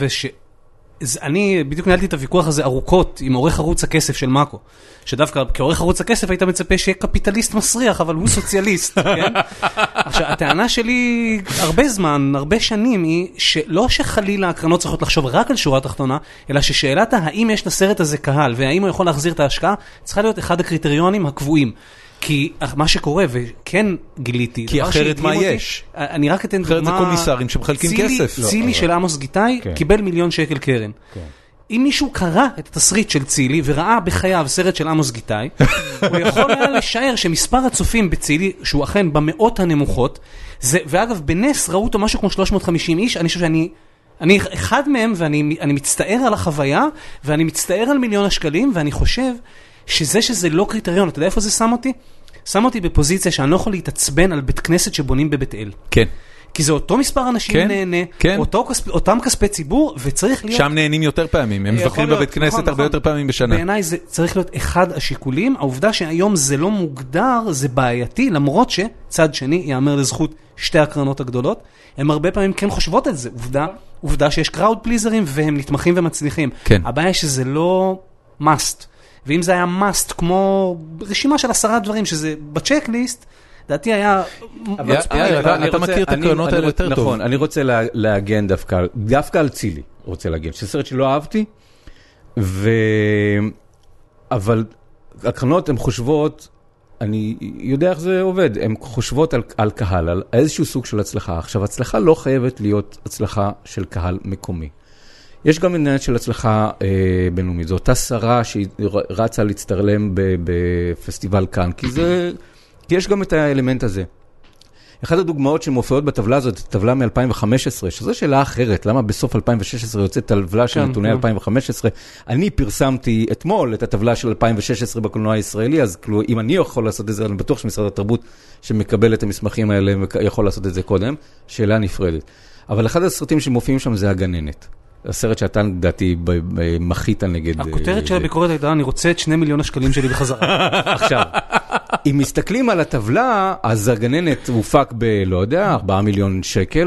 אני בדיוק ניהלתי את הוויכוח הזה ארוכות עם עורך ערוץ הכסף של מאקו, שדווקא כעורך ערוץ הכסף היית מצפה שיהיה קפיטליסט מסריח, אבל הוא סוציאליסט, כן? עכשיו, הטענה שלי הרבה זמן, הרבה שנים, היא שלא שחלילה הקרנות צריכות לחשוב רק על שורה תחתונה, אלא ששאלת האם יש לסרט הזה קהל, והאם הוא יכול להחזיר את ההשקעה, צריכה להיות אחד הקריטריונים הקבועים. כי מה שקורה, וכן גיליתי, כי אחרת מה יש? אני רק אתן דוגמה... אחרת זה קומיסרים שמחלקים כסף. צילי של עמוס גיטאי קיבל 1 מיליון שקל קרן. אם מישהו קרא את התסריט של צילי וראה בחייו סרט של עמוס גיטאי, הוא יכול היה לשער שמספר הצופים בצילי, שהוא אכן במאות הנמוכות, ואגב, בנס ראו אותו משהו כמו 350 איש, אני חושב שאני אני אחד מהם, ואני מצטער על החוויה, ואני מצטער על מיליון השקלים, ואני חושב שזה לא קריטריון. אתה יודע איפה זה שם אותי? שם אותי בפוזיציה שאני לא יכול להתעצבן על בית כנסת שבונים בבית אל. כן. כי זה אותו מספר אנשים נהנה, אותם כספי ציבור, וצריך להיות... שם נהנים יותר פעמים, הם מבקרים בבית כנסת הרבה יותר פעמים בשנה. בעיניי זה צריך להיות אחד השיקולים, העובדה שהיום זה לא מוגדר, זה בעייתי, למרות שצד שני יאמר לזכות שתי הקרנות הגדולות, הם הרבה פעמים כן חושבות את זה, עובדה שיש קראוד פליזרים, והם נתמכים ומצליחים. הבעיה שזה לא must, ואם זה היה must כמו רשימה של 10 דברים, שזה בצ'קליסט, דעתי היה... אתה מכיר את הקרנות האלה יותר טוב. נכון, אני רוצה להגן דווקא על צילי, רוצה להגן, שסרט שלא אהבתי, אבל הקרנות הן חושבות, אני יודע איך זה עובד, הן חושבות על קהל, על איזשהו סוג של הצלחה. עכשיו, הצלחה לא חייבת להיות הצלחה של קהל מקומי. יש גם עניין של הצלחה בינלאומית. זו אותה שרה שהיא רצה להצטרלם בפסטיבל כאן, כי יש גם את האלמנט הזה. אחת הדוגמאות שמופיעות בטבלה הזאת, טבלה מ-2015, שזו שאלה אחרת, למה בסוף 2016 יוצאת טבלה של נתוני 2015? אני פרסמתי אתמול את הטבלה של 2016 בקולנוע הישראלי, אז אם אני יכול לעשות את זה, אני בטוח שמשרד התרבות שמקבל את המסמכים האלה יכול לעשות את זה קודם, שאלה נפרדת. אבל אחד הסרטים שמופיעים שם זה הגננת. הסרט שאתה דעתי מחית נגד... הכותרת של הביקורת הייתה, אני רוצה את 2 מיליון השקלים שלי בחזרה. עכשיו, אם מסתכלים על הטבלה, אז הגננת הופק לא יודע, 4 מיליון שקל,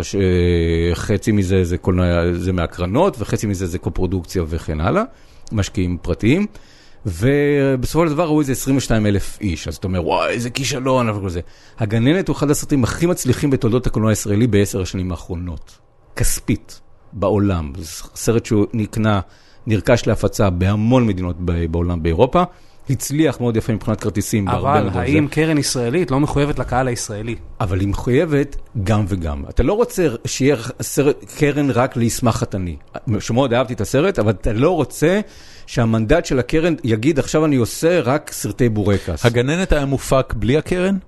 חצי מזה זה מהקרנות, וחצי מזה זה קופרודוקציה וכן הלאה, משקיעים פרטיים, ובסופו של דבר ראו איזה 22,000 איש, אז אתה אומר, וואי, איזה כישלון, וכל זה. הגננת הוא אחד הסרטים הכי מצליחים בתולדות הקולנוע הישראלי ב10 השנים האחרונות. כספית. בעולם. זה סרט שהוא נרכש להפצה בהמון מדינות בעולם, באירופה. הצליח מאוד יפה מבחינת כרטיסים. אבל האם קרן ישראלית לא מחויבת לקהל הישראלי? אבל היא מחויבת גם וגם. אתה לא רוצה שיהיה קרן רק לישמח חתני. שמאוד אהבתי את הסרט, אבל אתה לא רוצה שהמנדט של הקרן יגיד, עכשיו אני עושה רק סרטי בורקס. הגננת היה מופק בלי הקרן?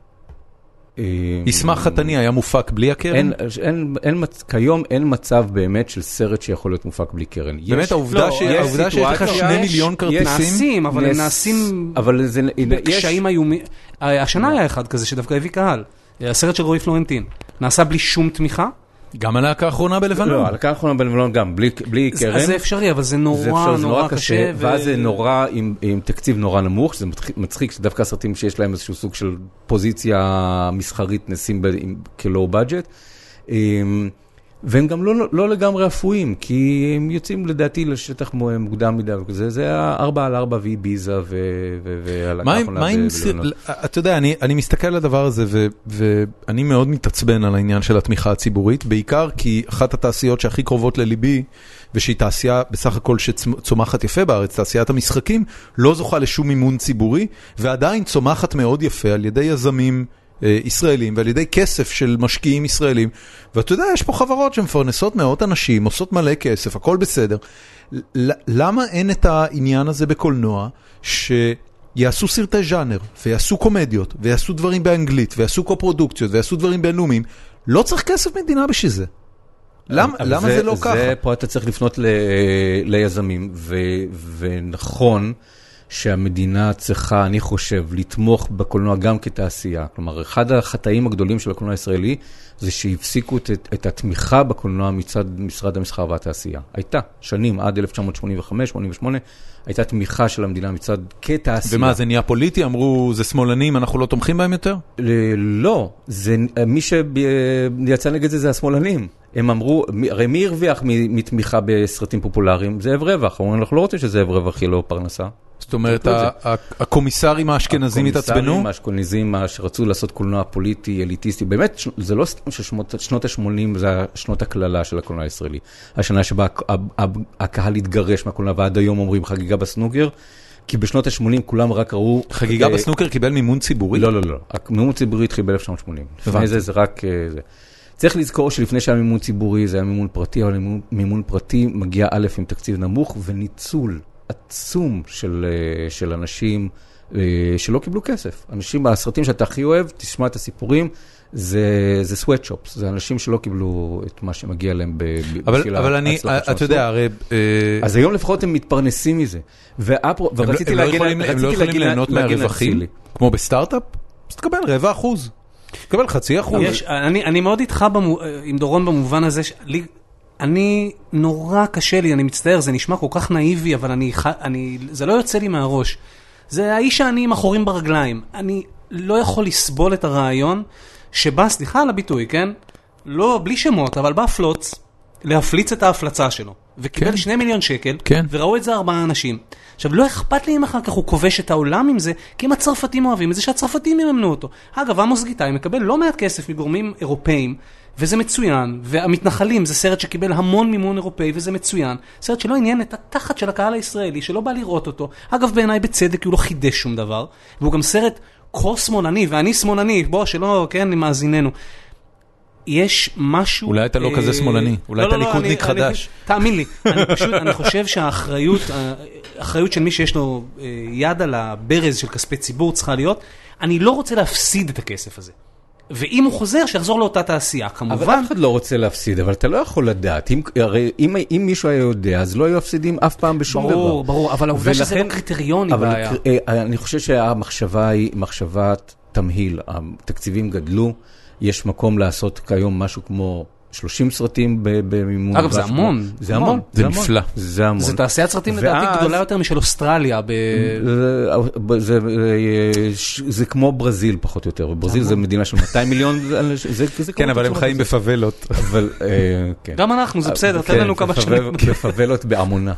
ישמח חתני היה מופק בלי הקרן? כיום אין מצב באמת של סרט שיכול להיות מופק בלי קרן. באמת העובדה שיש לך 2 מיליון כרטיסים? נעשים, אבל הם נעשים בקשיים איומים. השנה היה אחד כזה שדווקא הביא קהל. הסרט של רועי פלורנטין. נעשה בלי שום תמיכה. גם הלהקה האחרונה בלבנון? לא, הלהקה האחרונה בלבנון גם, בלי קרן. אז זה אפשרי, אבל זה נורא קשה. ואז זה נורא, עם תקציב נורא נמוך, שזה מצחיק, שדווקא הסרטים שיש להם איזשהו סוג של פוזיציה מסחרית נשים כלואו בדג'ט. והם גם לא לגמרי אפויים, כי הם יוצאים לדעתי לשטח מוקדם מדי, זה 4x4 ואיביזה והלהקה האחרונה בלבנון. אתה יודע, אני מסתכל על הדבר הזה, ואני מאוד מתעצבן על העניין של התמיכה הציבורית, בעיקר כי אחת התעשיות שהכי קרובות לליבי, ושהיא תעשייה בסך הכל שצומחת יפה בארץ, תעשיית המשחקים, לא זוכה לשום מימון ציבורי, ועדיין צומחת מאוד יפה על ידי יזמים ישראלים, ועל ידי כסף של משקיעים ישראלים, ואתה יודע, יש פה חברות שמפרנסות מאות אנשים, עושות מלא כסף, הכל בסדר. למה אין את העניין הזה בקולנוע, שיעשו סרטי ז'אנר, ויעשו קומדיות, ויעשו דברים באנגלית, ויעשו קופרודוקציות, ויעשו דברים בינלאומיים? לא צריך כסף מדינה בשביל זה. למה זה לא ככה? פה אתה צריך לפנות ליזמים, ונכון, שהמדינה צריכה, אני חושב, לתמוך בקולנוע גם כתעשייה. כלומר, אחד החטאים הגדולים של הקולנוע הישראלי, זה שהפסיקו את התמיכה בקולנוע מצד משרד המסחר והתעשייה. הייתה, שנים, עד 1985-88, הייתה תמיכה של המדינה מצד כתעשייה. ומה, זה נהיה פוליטי? אמרו, זה שמאלנים, אנחנו לא תומכים בהם יותר? לא, מי שיצא נגד זה השמאלנים. הם אמרו, הרי מי הרוויח מתמיכה בסרטים פופולריים? זה רווח. אנחנו לא רוצים שזה רווח, יהיה לו פרנסה. זאת אומרת, הקומיסרים האשכנזים התעצבנו? הקומיסרים האשכנזים שרצו לעשות קולנוע פוליטי, אליטיסטי, באמת, זה לא סתם ששנות ה-80 זה שנות הכללה של הקולנוע הישראלי. השנה שבה הקהל התגרש מהקולנוע, ועד היום אומרים חגיגה בסנוקר, כי בשנות ה-80 כולם רק ראו... חגיגה בסנוקר קיבל מימון ציבורי? לא. המימון ציבורי התחיל ב-1980. לפני זה רק... צריך לזכור שלפני שהיה מימון ציבורי, זה היה מימון פרטי, אבל מימון פרטי מגיע א' עם תקציב נמוך, וניצול עצום של אנשים שלא קיבלו כסף. אנשים בסרטים שאתה הכי אוהב, תשמע את הסיפורים, זה sweatshops, זה אנשים שלא קיבלו את מה שמגיע להם אבל אני, אתה יודע, הרי... אז היום לפחות הם מתפרנסים מזה. הם לא יכולים ליהנות מהרווחים, כמו בסטארט-אפ, אז תקבל 0.25%. תקבל 0.5%. אני מאוד איתך עם דורון במובן הזה, אני נורא קשה לי, אני מצטער, זה נשמע כל כך נאיבי, אבל זה לא יוצא לי מהראש. זה האיש העני עם החורים ברגליים. אני לא יכול לסבול את הרעיון שבא, סליחה על הביטוי, כן? לא, בלי שמות, אבל בא פלוץ להפליץ את ההפלצה שלו. וקיבל 2 מיליון שקל, וראו את זה 4 אנשים. עכשיו, לא אכפת לי אם אחר כך הוא כובש את העולם עם זה, כי אם הצרפתים אוהבים את זה שהצרפתים יממנו אותו. אגב, עמוס גיטאי מקבל לא מעט כסף מגורמים אירופאים, וזה מצוין, והמתנחלים זה סרט שקיבל המון מימון אירופאי, וזה מצוין. סרט שלא עניין את התחת של הקהל הישראלי, שלא בא לראות אותו. אגב, בעיניי בצדק, הוא לא חידש שום דבר, והוא גם סרט כה-שמאלני, ואני שמאלני, בוא, שלא, כן, מאזיננו. יש משהו... אולי אתה לא כזה שמאלני, אולי אתה ליכודניק חדש. תאמין לי, אני חושב שהאחריות של מי שיש לו יד על הברז של כספי ציבור צריכה להיות, אני לא רוצה להפסיד את הכסף הזה. ואם הוא חוזר, שיחזור לאותה תעשייה, כמובן... אבל אף אחד לא רוצה להפסיד, אבל אתה לא יכול לדעת. אם מישהו היה יודע, אז לא היו הפסידים אף פעם בשום דבר. ברור, ברור, אבל העובדה שזה לא קריטריוני בעיה. אני חושב שהמחשבה היא מחשבת תמהיל. התקציבים גדלו, יש מקום לעשות כיום משהו כמו 30 סרטים במימון. אגב, זה המון. זה המון. זה נפלא. זה המון. זה תעשיית סרטים לדעתי גדולה יותר משל אוסטרליה. זה כמו ברזיל פחות או יותר. ברזיל זה מדינה של 200 מיליון. כן, אבל הם חיים בפאבלות. גם אנחנו, זה בסדר. תן לנו כמה שנים. בפאבלות בעמונה.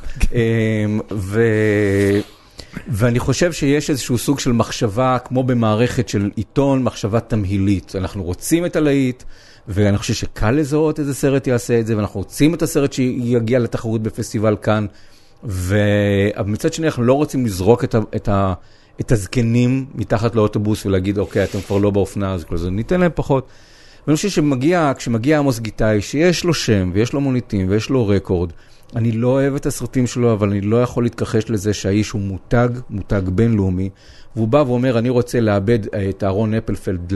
ואני חושב שיש איזשהו סוג של מחשבה, כמו במערכת של עיתון, מחשבה תמהילית. אנחנו רוצים את הלהיט, ואני חושב שקל לזהות איזה סרט יעשה את זה, ואנחנו רוצים את הסרט שיגיע לתחרות בפסטיבל כאן, ומצד שני אנחנו לא רוצים לזרוק את הזקנים מתחת לאוטובוס ולהגיד, אוקיי, אתם כבר לא באופנה, אז ניתן להם פחות. ואני חושב כשמגיע עמוס גיטאי, שיש לו שם, ויש לו מוניטין, ויש לו רקורד, אני לא אוהב את הסרטים שלו, אבל אני לא יכול להתכחש לזה שהאיש הוא מותג בינלאומי, והוא בא ואומר, אני רוצה לאבד את אהרון אפלפלד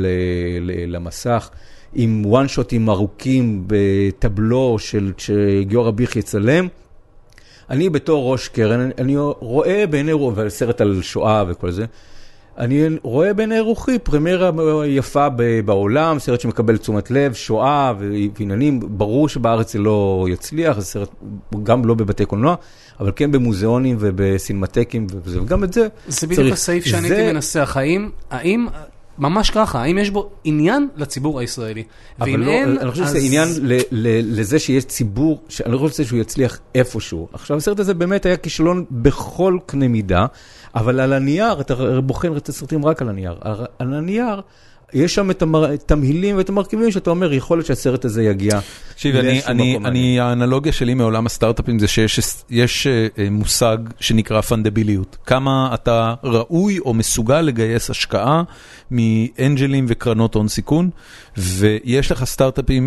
למסך, עם וואן שוטים ארוכים בטבלו שגיורא ביך יצלם. אני בתור ראש קרן, אני רואה בעיני רוחי, סרט על שואה וכל זה, אני רואה בעיני רוחי פרמיירה יפה בעולם, סרט שמקבל תשומת לב, שואה ועניינים, ברור שבארץ זה לא יצליח, זה סרט גם לא בבתי קולנוע, אבל כן במוזיאונים ובסינמטקים, וגם את זה זה בדיוק הסעיף שאני הייתי מנסח, האם ממש ככה, האם יש בו עניין לציבור הישראלי? אבל לא, אני חושב שזה עניין לזה שיש ציבור, אני לא חושב שהוא יצליח איפשהו. עכשיו, הסרט הזה באמת היה כישלון בכל קנה מידה, אבל על הנייר, אתה בוחן את הסרטים רק על הנייר. על הנייר, יש שם את התמהילים ואת המרכיבים שאתה אומר, יכול להיות שהסרט הזה יגיע. תקשיב, האנלוגיה שלי מעולם הסטארט-אפים זה שיש מושג שנקרא פנדביליות. כמה אתה ראוי או מסוגל לגייס השקעה מאנג'לים וקרנות הון סיכון, ויש לך סטארט-אפים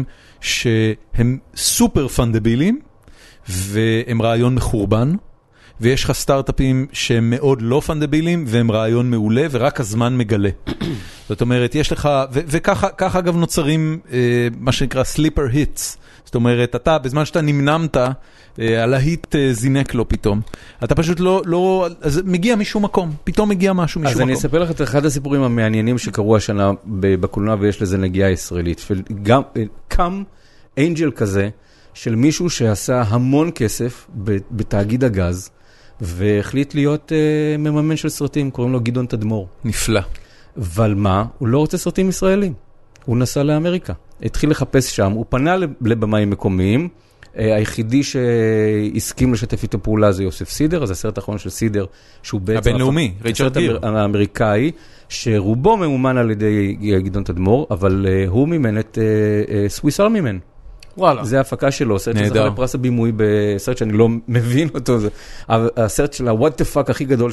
שהם סופר פנדבילים, והם רעיון מחורבן, ויש לך סטארט-אפים שהם מאוד לא פנדבילים, והם רעיון מעולה, ורק הזמן מגלה. זאת אומרת, יש לך, וככה אגב נוצרים מה שנקרא סליפר היטס. זאת אומרת, אתה, בזמן שאתה נמנמת, הלהיט זינק לו פתאום. אתה פשוט לא, אז מגיע משום מקום, פתאום מגיע משהו משום מקום. אז אני אספר לך את אחד הסיפורים המעניינים שקרו השנה בקולנוע, ויש לזה נגיעה ישראלית. גם קם אנג'ל כזה, של מישהו שעשה המון כסף בתאגיד הגז, והחליט להיות מממן של סרטים, קוראים לו גדעון תדמור. נפלא. אבל מה? הוא לא רוצה סרטים ישראלים. הוא נסע לאמריקה. התחיל לחפש שם, הוא פנה לבמאים מקומיים, היחידי שהסכים לשתף איתו פעולה זה יוסף סידר, אז הסרט האחרון של סידר, שהוא בעצם... הבינלאומי, ריצ'רד גיר. האמריקאי, שרובו ממומן על ידי גדעון תדמור, אבל הוא מימן את סוויס ארמי מן. וואלה. זה ההפקה שלו, סרט שזכה לפרס הבימוי בסרט שאני לא מבין אותו, הסרט של ה-what the fuck הכי גדול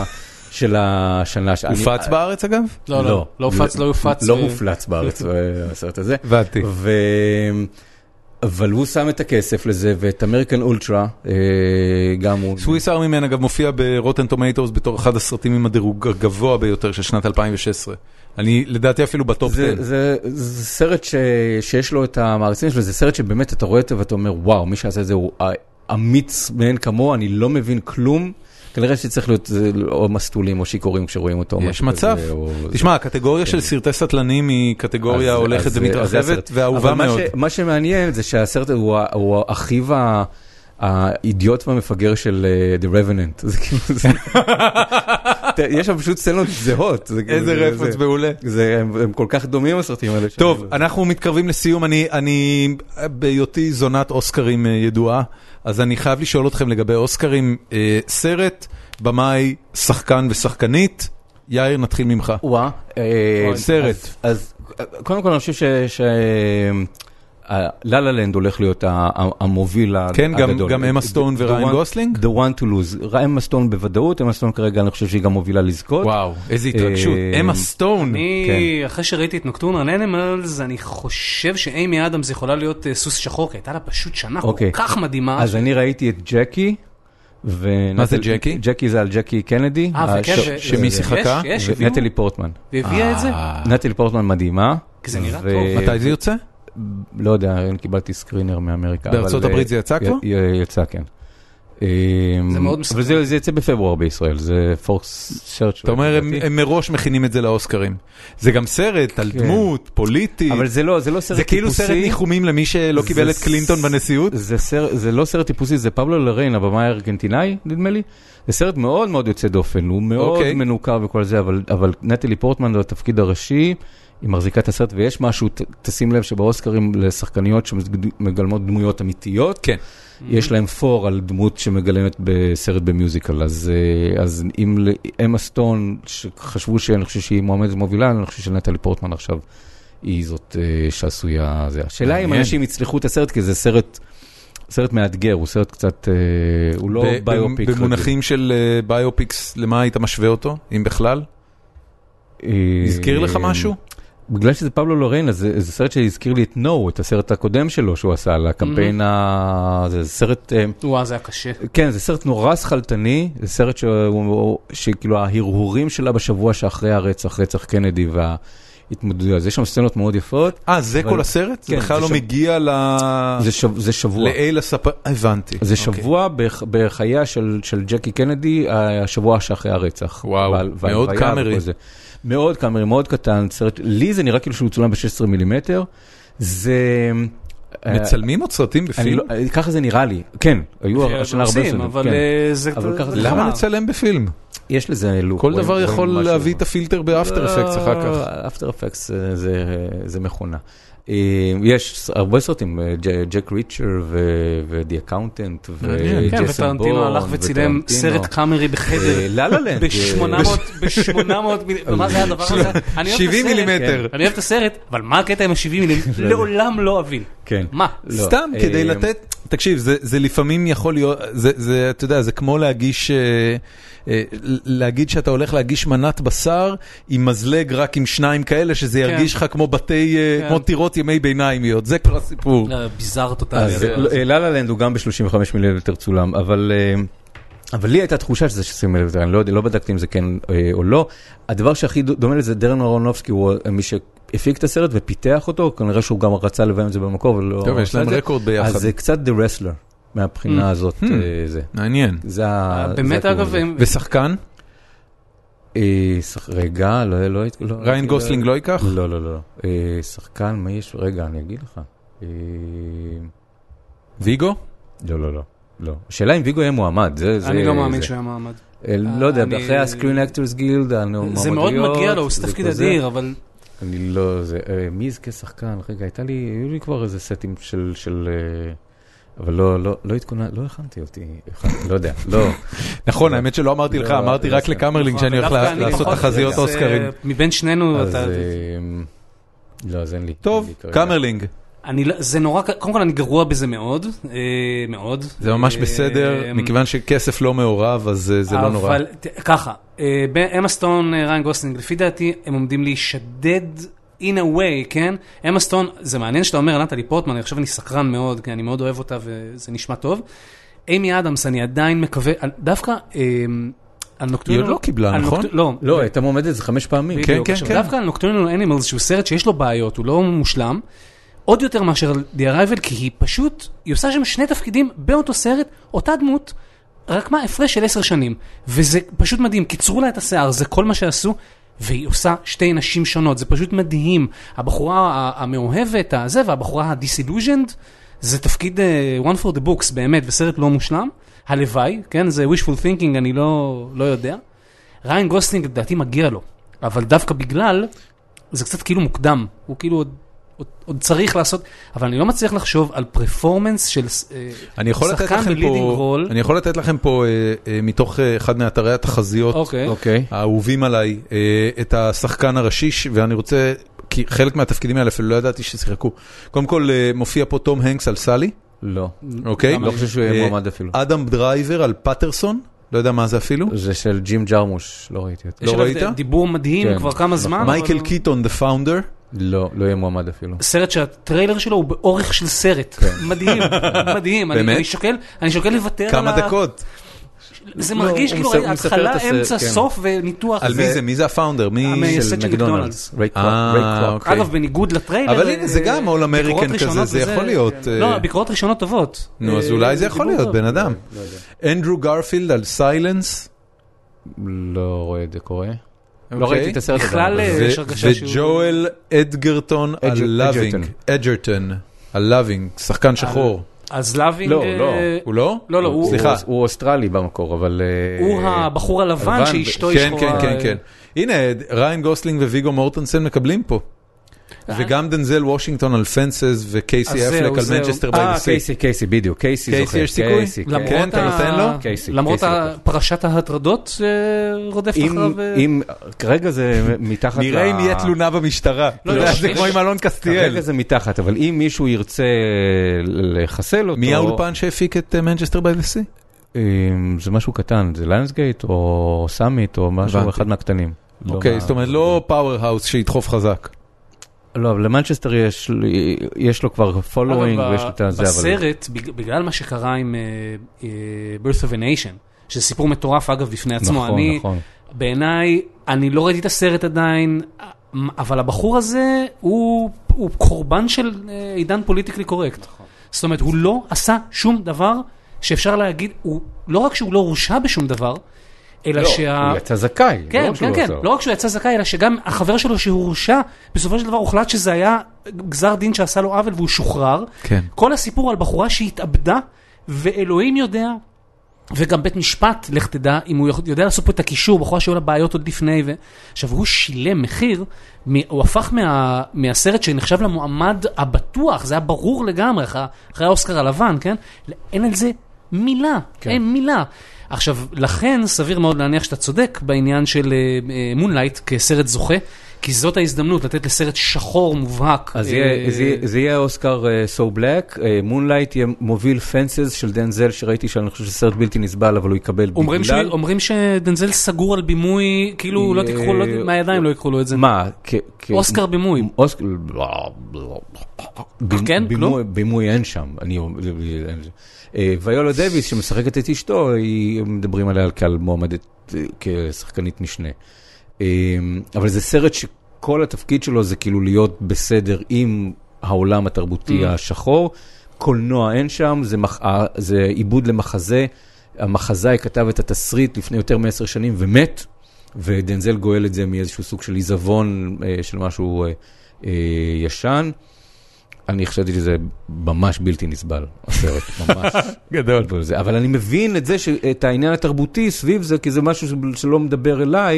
של השנה. הופץ בארץ אגב? לא, לא הופץ, לא הופץ. לא הופלץ בארץ הסרט הזה. הבנתי. אבל הוא שם את הכסף לזה, ואת אמריקן אולטרה, גם הוא... סוויס ארמי מן אגב מופיע ברוטן טומטוס בתור אחד הסרטים עם הדירוג הגבוה ביותר של שנת 2016. אני לדעתי אפילו בטופ 10. זה סרט שיש לו את המעריצים שלו, זה סרט שבאמת אתה רואה את זה ואתה אומר, וואו, מי שעשה את זה הוא אמיץ מעין כמוהו, אני לא מבין כלום. כנראה שצריך להיות או מסטולים או שיקורים כשרואים אותו. יש מצב. תשמע, הקטגוריה של סרטי סטלנים היא קטגוריה הולכת ומתרחבת ואהובה מאוד. מה שמעניין זה שהסרט הוא אחיו האידיוט והמפגר של The Revenant. יש שם פשוט סצנות זהות. איזה רפץ מעולה. הם כל כך דומים הסרטים האלה. טוב, אנחנו מתקרבים לסיום. אני בהיותי זונת אוסקרים ידועה, אז אני חייב לשאול אתכם לגבי אוסקרים. סרט, במאי, שחקן ושחקנית. יאיר, נתחיל ממך. סרט. אז קודם כל אני חושב לה לה לנד הולך להיות המוביל הגדול. כן, גם אמה סטון וריין גוסלינג? The one to lose. אמה סטון בוודאות, אמה סטון כרגע אני חושב שהיא גם מובילה לזכות. וואו, איזו התרגשות. אמה סטון. אחרי שראיתי את נוקטורנל אנימלס, אני חושב שאימי אדמס יכולה להיות סוס שחור, כי הייתה לה פשוט שנה כל כך מדהימה. אז אני ראיתי את ג'קי. מה זה ג'קי? ג'קי זה על ג'קי קנדי. שמי שיחקה? נטלי פורטמן. והביאה את זה? נטלי פורטמן מדהימה. כי זה נראה טוב. מתי זה יוצא? לא יודע, קיבלתי סקרינר מאמריקה. בארצות הברית זה יצא כבר? יצא, כן. זה מאוד מסוכן. אבל זה יצא בפברואר בישראל, זה פורקס שרץ'. אתה אומר, הם מראש מכינים את זה לאוסקרים. זה גם סרט על דמות, פוליטי. אבל זה לא סרט טיפוסי. זה כאילו סרט ניחומים למי שלא קיבל את קלינטון בנשיאות? זה לא סרט טיפוסי, זה פבלו לריין, הבמאי הארגנטינאי, נדמה לי. זה סרט מאוד מאוד יוצא דופן, הוא מאוד מנוכר וכל זה, אבל נטלי פורטמן זה התפקיד הראשי, היא מחזיקה את הסרט, ויש משהו, תשים לב שבאוסקרים לשחקניות שמגלמות דמויות אמיתיות, כן. יש להם פור על דמות שמגלמת בסרט במיוזיקל, אז אם אמה סטון, שחשבו שאני חושב שהיא מועמדת מובילה, אני חושב שנטלי פורטמן עכשיו היא זאת שעשויה זה. השאלה אם אנשים יצליחו את הסרט, כי זה סרט מאתגר, הוא סרט קצת, הוא לא ביופיק. במונחים של ביופיקס, למה היית משווה אותו, אם בכלל? הזכיר לך משהו? בגלל שזה פבלו לוריין, אז זה סרט שהזכיר לי את נו, את הסרט הקודם שלו שהוא עשה, על הקמפיין, זה סרט... וואו, זה היה קשה. כן, זה סרט נורא שחלטני, זה סרט שכאילו ההרהורים שלה בשבוע שאחרי הרצח, רצח קנדי וההתמודדויות, אז יש שם סצנות מאוד יפות. זה כל הסרט? זה בכלל לא מגיע זה שבוע. לאל הספר, הבנתי. זה שבוע בחייה של ג'קי קנדי, השבוע שאחרי הרצח. וואו, מאוד קאמרי. מאוד קאמרי, מאוד קטן, סרט, לי זה נראה כאילו שהוא צולם ב-16 מילימטר, זה... מצלמים עוד סרטים בפילם? ככה זה נראה לי, כן, היו השנה הרבה סרטים. אבל זה... למה לצלם בפילם? יש לזה לוק. כל דבר יכול להביא את הפילטר באפטר אפקטס אחר כך. אפטר אפקטס זה מכונה. יש הרבה סרטים, ג'ק ריצ'ר ו-The Accountant כן, וטרנטינו הלך וצילם סרט קאמרי בחדר ללה-לנד ב-800 ומה זה הדבר הזה? 70 מילימטר. אני אוהב את הסרט, אבל מה הקטע עם ה-70 מילימטר? לעולם לא אבין. מה? סתם כדי לתת, תקשיב, זה לפעמים יכול להיות, אתה יודע, זה כמו להגיד שאתה הולך להגיש מנת בשר עם מזלג רק עם שניים כאלה, שזה ירגיש לך כמו כמו טירות ימי ביניימיות, זה כבר הסיפור. ביזר טוטלי. לה-לה-לנד הוא גם ב-35 מילימטר צולם, אבל לי הייתה תחושה שזה 60 מילימטר, אני לא בדקתי אם זה כן או לא. הדבר שהכי דומה לזה, דרן אהרונובסקי הוא מי שהפיק את הסרט ופיתח אותו, כנראה שהוא גם רצה לביים את זה במקור, טוב, יש להם רקורד ביחד. אז זה קצת The Wrestler. מהבחינה הזאת, זה. מעניין. באמת אגב... ושחקן? רגע, לא... ריין גוסלינג לא ייקח? לא. שחקן, מה יש? רגע, אני אגיד לך. ויגו? לא. השאלה אם ויגו יהיה מועמד. אני לא מאמין שהוא יהיה מועמד. לא יודע, אחרי ה-Screen Actors Guild, זה מאוד מגיע לו, הוא תפקיד אדיר, אבל... אני לא... מי יזכה שחקן? רגע, היו לי כבר איזה סטים של... אבל לא הכנתי אותי, לא יודע, לא. נכון, האמת שלא אמרתי לך, אמרתי רק לקאמרלינג שאני הולך לעשות תחזיות אוסקרים. מבין שנינו אתה... לא, אז אין לי. טוב, קאמרלינג. זה נורא, קודם כל אני גרוע בזה מאוד, מאוד. זה ממש בסדר, מכיוון שכסף לא מעורב, אז זה לא נורא. אבל ככה, אמה סטון, ריין גוסלינג, לפי דעתי, הם עומדים להישדד in a way, כן? אמה סטון, זה מעניין שאתה אומר, נטלי פורטמן, עכשיו אני סקרן מאוד, כי אני מאוד אוהב אותה וזה נשמע טוב. אימי אדמס, אני עדיין מקווה, דווקא על נוקטורנל... היא עוד לא קיבלה, נכון? לא, הייתה מועמדת, זה 5 פעמים. כן, כן, כן. דווקא על נוקטורנל אנימלס, שהוא סרט שיש לו בעיות, הוא לא מושלם, עוד יותר מאשר The Arrival, כי היא פשוט, היא עושה שם 2 תפקידים באותו סרט, אותה דמות, רק מה, הפרש של 10 שנים. וזה פשוט מדהים, קיצרו לה את השיער, זה כל מה שעשו, והיא עושה 2 נשים שונות, זה פשוט מדהים. הבחורה המאוהבת, הזה, והבחורה ה-disillusioned, זה תפקיד one for the books, באמת, וסרט לא מושלם. הלוואי, כן, זה wishful thinking, אני לא יודע. ריין גוסלינג, לדעתי, מגיע לו. אבל דווקא בגלל, זה קצת כאילו מוקדם. הוא כאילו עוד צריך לעשות, אבל אני לא מצליח לחשוב על פרפורמנס של שחקן בלידינג רול. אני יכול לתת לכם פה, מתוך אחד מאתרי התחזיות, האהובים עליי, את השחקן הראשי, ואני רוצה, כי חלק מהתפקידים האלה אפילו לא ידעתי ששיחקו. קודם כל, מופיע פה תום הנקס על סלי. לא. אוקיי. לא חושב שהוא יהיה מועמד אפילו. אדם דרייבר על פטרסון. לא יודע מה זה אפילו. זה של ג'ים ג'רמוש, לא ראיתי אותו. לא ראית? דיבור מדהים כבר כמה זמן. מייקל קיטון, The Founder. לא יהיה מועמד אפילו. סרט שהטריילר שלו הוא באורך של סרט. מדהים, מדהים. אני שוקל לוותר על כמה דקות. זה מרגיש כאילו התחלה, אמצע, סוף וניתוח. על מי זה? מי זה הפאונדר? המייסד של מקדונלדס. אגב, בניגוד לטריילר. אבל הנה, זה גם All American כזה, זה יכול להיות. לא, ביקורות ראשונות טובות. נו, אז אולי זה יכול להיות, בן אדם. אנדרו גרפילד על סיילנס. לא רואה את זה קורה. לא ראיתי את הסרט הזה. וג'ואל אדגרטון על לאבינג. אדג'רטון על לאבינג, שחקן שחור. אז לאבינג... לא. הוא לא? לא, סליחה. הוא אוסטרלי במקור, אבל... הוא הבחור הלבן שאשתו היא שחורה. כן. הנה, ריין גוסלינג וויגו מורטנסן מקבלים פה. וגם דנזל וושינגטון על פנסס וקייסי אפלק על מנצ'סטר ביי דה סי. קייסי בדיוק, קייסי זוכר. יש סיכוי? כן, אתה נותן לו? למרות פרשת ההטרדות רודפת אחריו? כרגע זה מתחת... נראה אם יהיה תלונה במשטרה. זה כמו עם אלון קסטיאל. כרגע זה מתחת, אבל אם מישהו ירצה לחסל אותו... מי האולפן שהפיק את מנצ'סטר ביי דה סי? זה משהו קטן, זה ליונסגייט או סאמיט או משהו אחד מהקטנים. אוקיי, זאת אומרת לא פאוור-האוס שידחוף חזק. לא, אבל למנצ'סטר יש לו כבר following ויש לו את זה. בסרט, בגלל מה שקרה עם Birth of a Nation, שזה סיפור מטורף אגב בפני עצמו, נכון. בעיניי, אני לא ראיתי את הסרט עדיין, אבל הבחור הזה הוא קורבן של עידן פוליטיקלי קורקט. זאת אומרת, הוא לא עשה שום דבר שאפשר להגיד, לא רק שהוא לא הורשע בשום דבר, אלא הוא יצא זכאי. כן, לא רק שהוא יצא זכאי, אלא שגם החבר שלו שהורשע, בסופו של דבר הוחלט שזה היה גזר דין שעשה לו עוול והוא שוחרר. כל הסיפור על בחורה שהתאבדה, ואלוהים יודע, וגם בית משפט, לך תדע, אם הוא יודע לעשות פה את הקישור, בחורה שהיו לה בעיות עוד לפני, עכשיו הוא שילם מחיר, הוא הפך מהסרט שנחשב למועמד הבטוח, זה היה ברור לגמרי, אחרי האוסקר הלבן, כן? אין על זה מילה, אין מילה. עכשיו, לכן סביר מאוד להניח שאתה צודק בעניין של מונלייט כסרט זוכה, כי זאת ההזדמנות לתת לסרט שחור מובהק. אז זה יהיה אוסקר So Black, מונלייט יהיה מוביל פנסס של דנזל, שראיתי שאני חושב שסרט בלתי נסבל, אבל הוא יקבל בגלל. אומרים שדנזל סגור על בימוי, כאילו לא תיקחו לו, מהידיים לא יקחו לו את זה. מה? אוסקר בימוי. אוסקר, כן? בימוי אין שם. ויולה דוויס שמשחקת את אשתו, מדברים עליה כעל מועמדת כשחקנית משנה. אבל זה סרט שכל התפקיד שלו זה כאילו להיות בסדר עם העולם התרבותי השחור. קולנוע אין שם, זה עיבוד למחזה. המחזאי כתב את התסריט לפני יותר מ10 שנים ומת, ודנזל גואל את זה מאיזשהו סוג של עיזבון של משהו ישן. אני חשבתי שזה ממש בלתי נסבל, הסרט, ממש גדול. אבל אני מבין את זה, את העניין התרבותי סביב זה, כי זה משהו שלא מדבר אליי,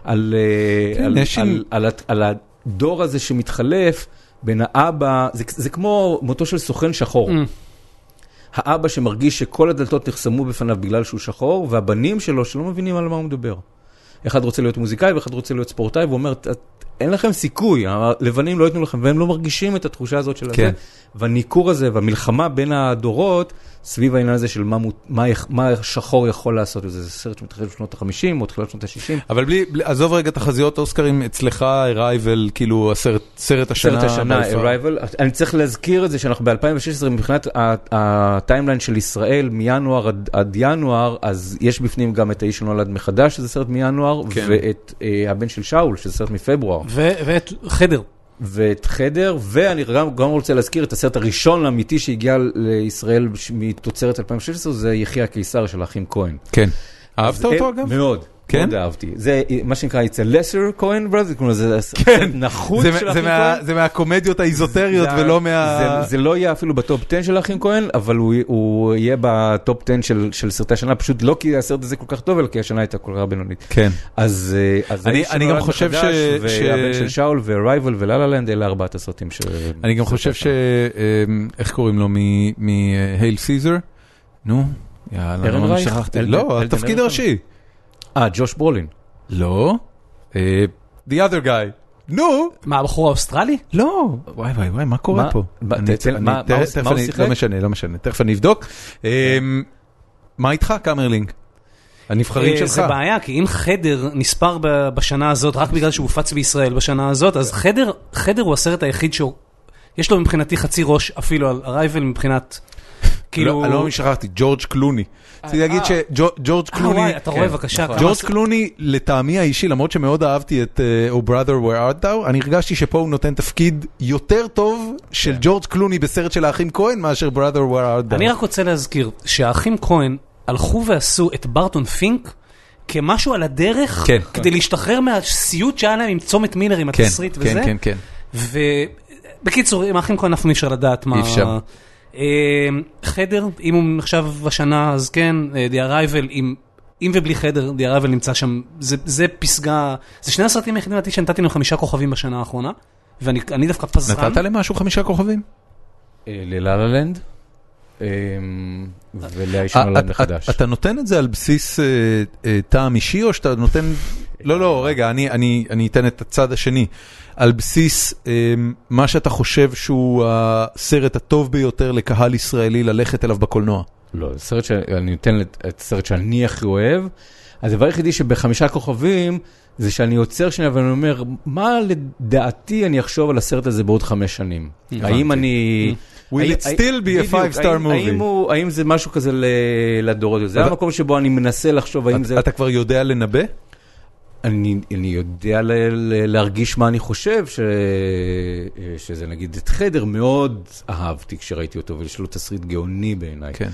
על הדור הזה שמתחלף בין האבא, זה כמו מותו של סוכן שחור. האבא שמרגיש שכל הדלתות נחסמו בפניו בגלל שהוא שחור, והבנים שלו שלא מבינים על מה הוא מדבר. אחד רוצה להיות מוזיקאי ואחד רוצה להיות ספורטאי, ואומר, אין לכם סיכוי, הלבנים לא ייתנו לכם, והם לא מרגישים את התחושה הזאת של הזה, והניכור הזה, והמלחמה בין הדורות, סביב העניין הזה של מה שחור יכול לעשות, זה סרט שמתחיל בשנות ה-50 או תחילת שנות ה-60. אבל עזוב רגע תחזיות אוסקרים, אצלך Arrival, כאילו סרט השנה. סרט השנה, Arrival. אני צריך להזכיר את זה שאנחנו ב-2016, מבחינת הטיימליין של ישראל, מינואר עד ינואר, אז יש בפנים גם את האיש שנולד מחדש, שזה סרט מינואר, ואת הבן של שאול, שזה סרט מפברואר. ואת חדר. ואת חדר, ואני גם רוצה להזכיר את הסרט הראשון האמיתי שהגיע לישראל מתוצרת 2016, זה יחיה הקיסר של האחים כהן. כן. אהבת אותו אגב? מאוד. כן? מאוד אהבתי. זה מה שנקרא, it's a lesser Coen brothers, זה סרט נחות של האחים כהן. זה מהקומדיות האיזוטריות ולא מה... זה לא יהיה אפילו בטופ 10 של האחים כהן, אבל הוא יהיה בטופ 10 של סרטי השנה, פשוט לא כי הסרט הזה כל כך טוב, אלא כי השנה הייתה כל כך בינונית. כן. אז אני גם חושב והבן של שאול ו-Arrival ו-La La Land, אלה 4 הסרטים ש... אני גם חושב איך קוראים לו? מהייל סיזר? נו, יאללה, ארן רייך? לא, התפקיד הראשי. ג'וש ברולין. לא. The other guy. נו. מה, הבחור האוסטרלי? לא. וואי, מה קורה פה? מה הוא שיחק? לא משנה. תכף אני אבדוק. מה איתך, קאמרלינג? הנבחרים שלך. זה בעיה, כי אם חדר נספר בשנה הזאת, רק בגלל שהוא הופץ בישראל בשנה הזאת, אז חדר הוא הסרט היחיד יש לו מבחינתי חצי ראש אפילו על Arrival מבחינת... אני לא משכחתי, ג'ורג' קלוני. צריך להגיד שג'ורג' קלוני... וואי, אתה רואה בבקשה. ג'ורג' קלוני, לטעמי האישי, למרות שמאוד אהבתי את Oh Brother Where Art Thou, אני הרגשתי שפה הוא נותן תפקיד יותר טוב של ג'ורג' קלוני בסרט של האחים כהן, מאשר Brother Where Art Thou. אני רק רוצה להזכיר שהאחים כהן הלכו ועשו את ברטון פינק כמשהו על הדרך, כדי להשתחרר מהסיוט שהיה להם עם צומת מילר, עם התסריט וזה. כן, כן, כן. ובקיצור, עם האחים כהן אף פעם אפשר לדעת מה... חדר, אם הוא נחשב בשנה, אז כן, The Arrival, עם ובלי חדר, The Arrival נמצא שם, זה פסגה, זה שני הסרטים היחידים שנתתי להם 5 כוכבים בשנה האחרונה, ואני דווקא פזרן. נתת להם משהו 5 כוכבים? ללה לנד, ולאיש נולד מחדש. אתה נותן את זה על בסיס טעם אישי, או שאתה נותן... לא, רגע, אני אתן את הצד השני. על בסיס מה שאתה חושב שהוא הסרט הטוב ביותר לקהל ישראלי ללכת אליו בקולנוע. לא, זה סרט שאני נותן את הסרט שאני הכי אוהב. הדבר היחידי שב5 כוכבים, זה שאני יוצר שנייה ואני אומר, מה לדעתי אני אחשוב על הסרט הזה בעוד 5 שנים? האם אני... Will it still be a 5-star movie? האם זה משהו כזה לדורות? זה המקום שבו אני מנסה לחשוב האם זה... אתה כבר יודע לנבא? אני יודע להרגיש מה אני חושב, שזה נגיד את חדר מאוד אהבתי כשראיתי אותו, ויש לו תסריט גאוני בעיניי. כן.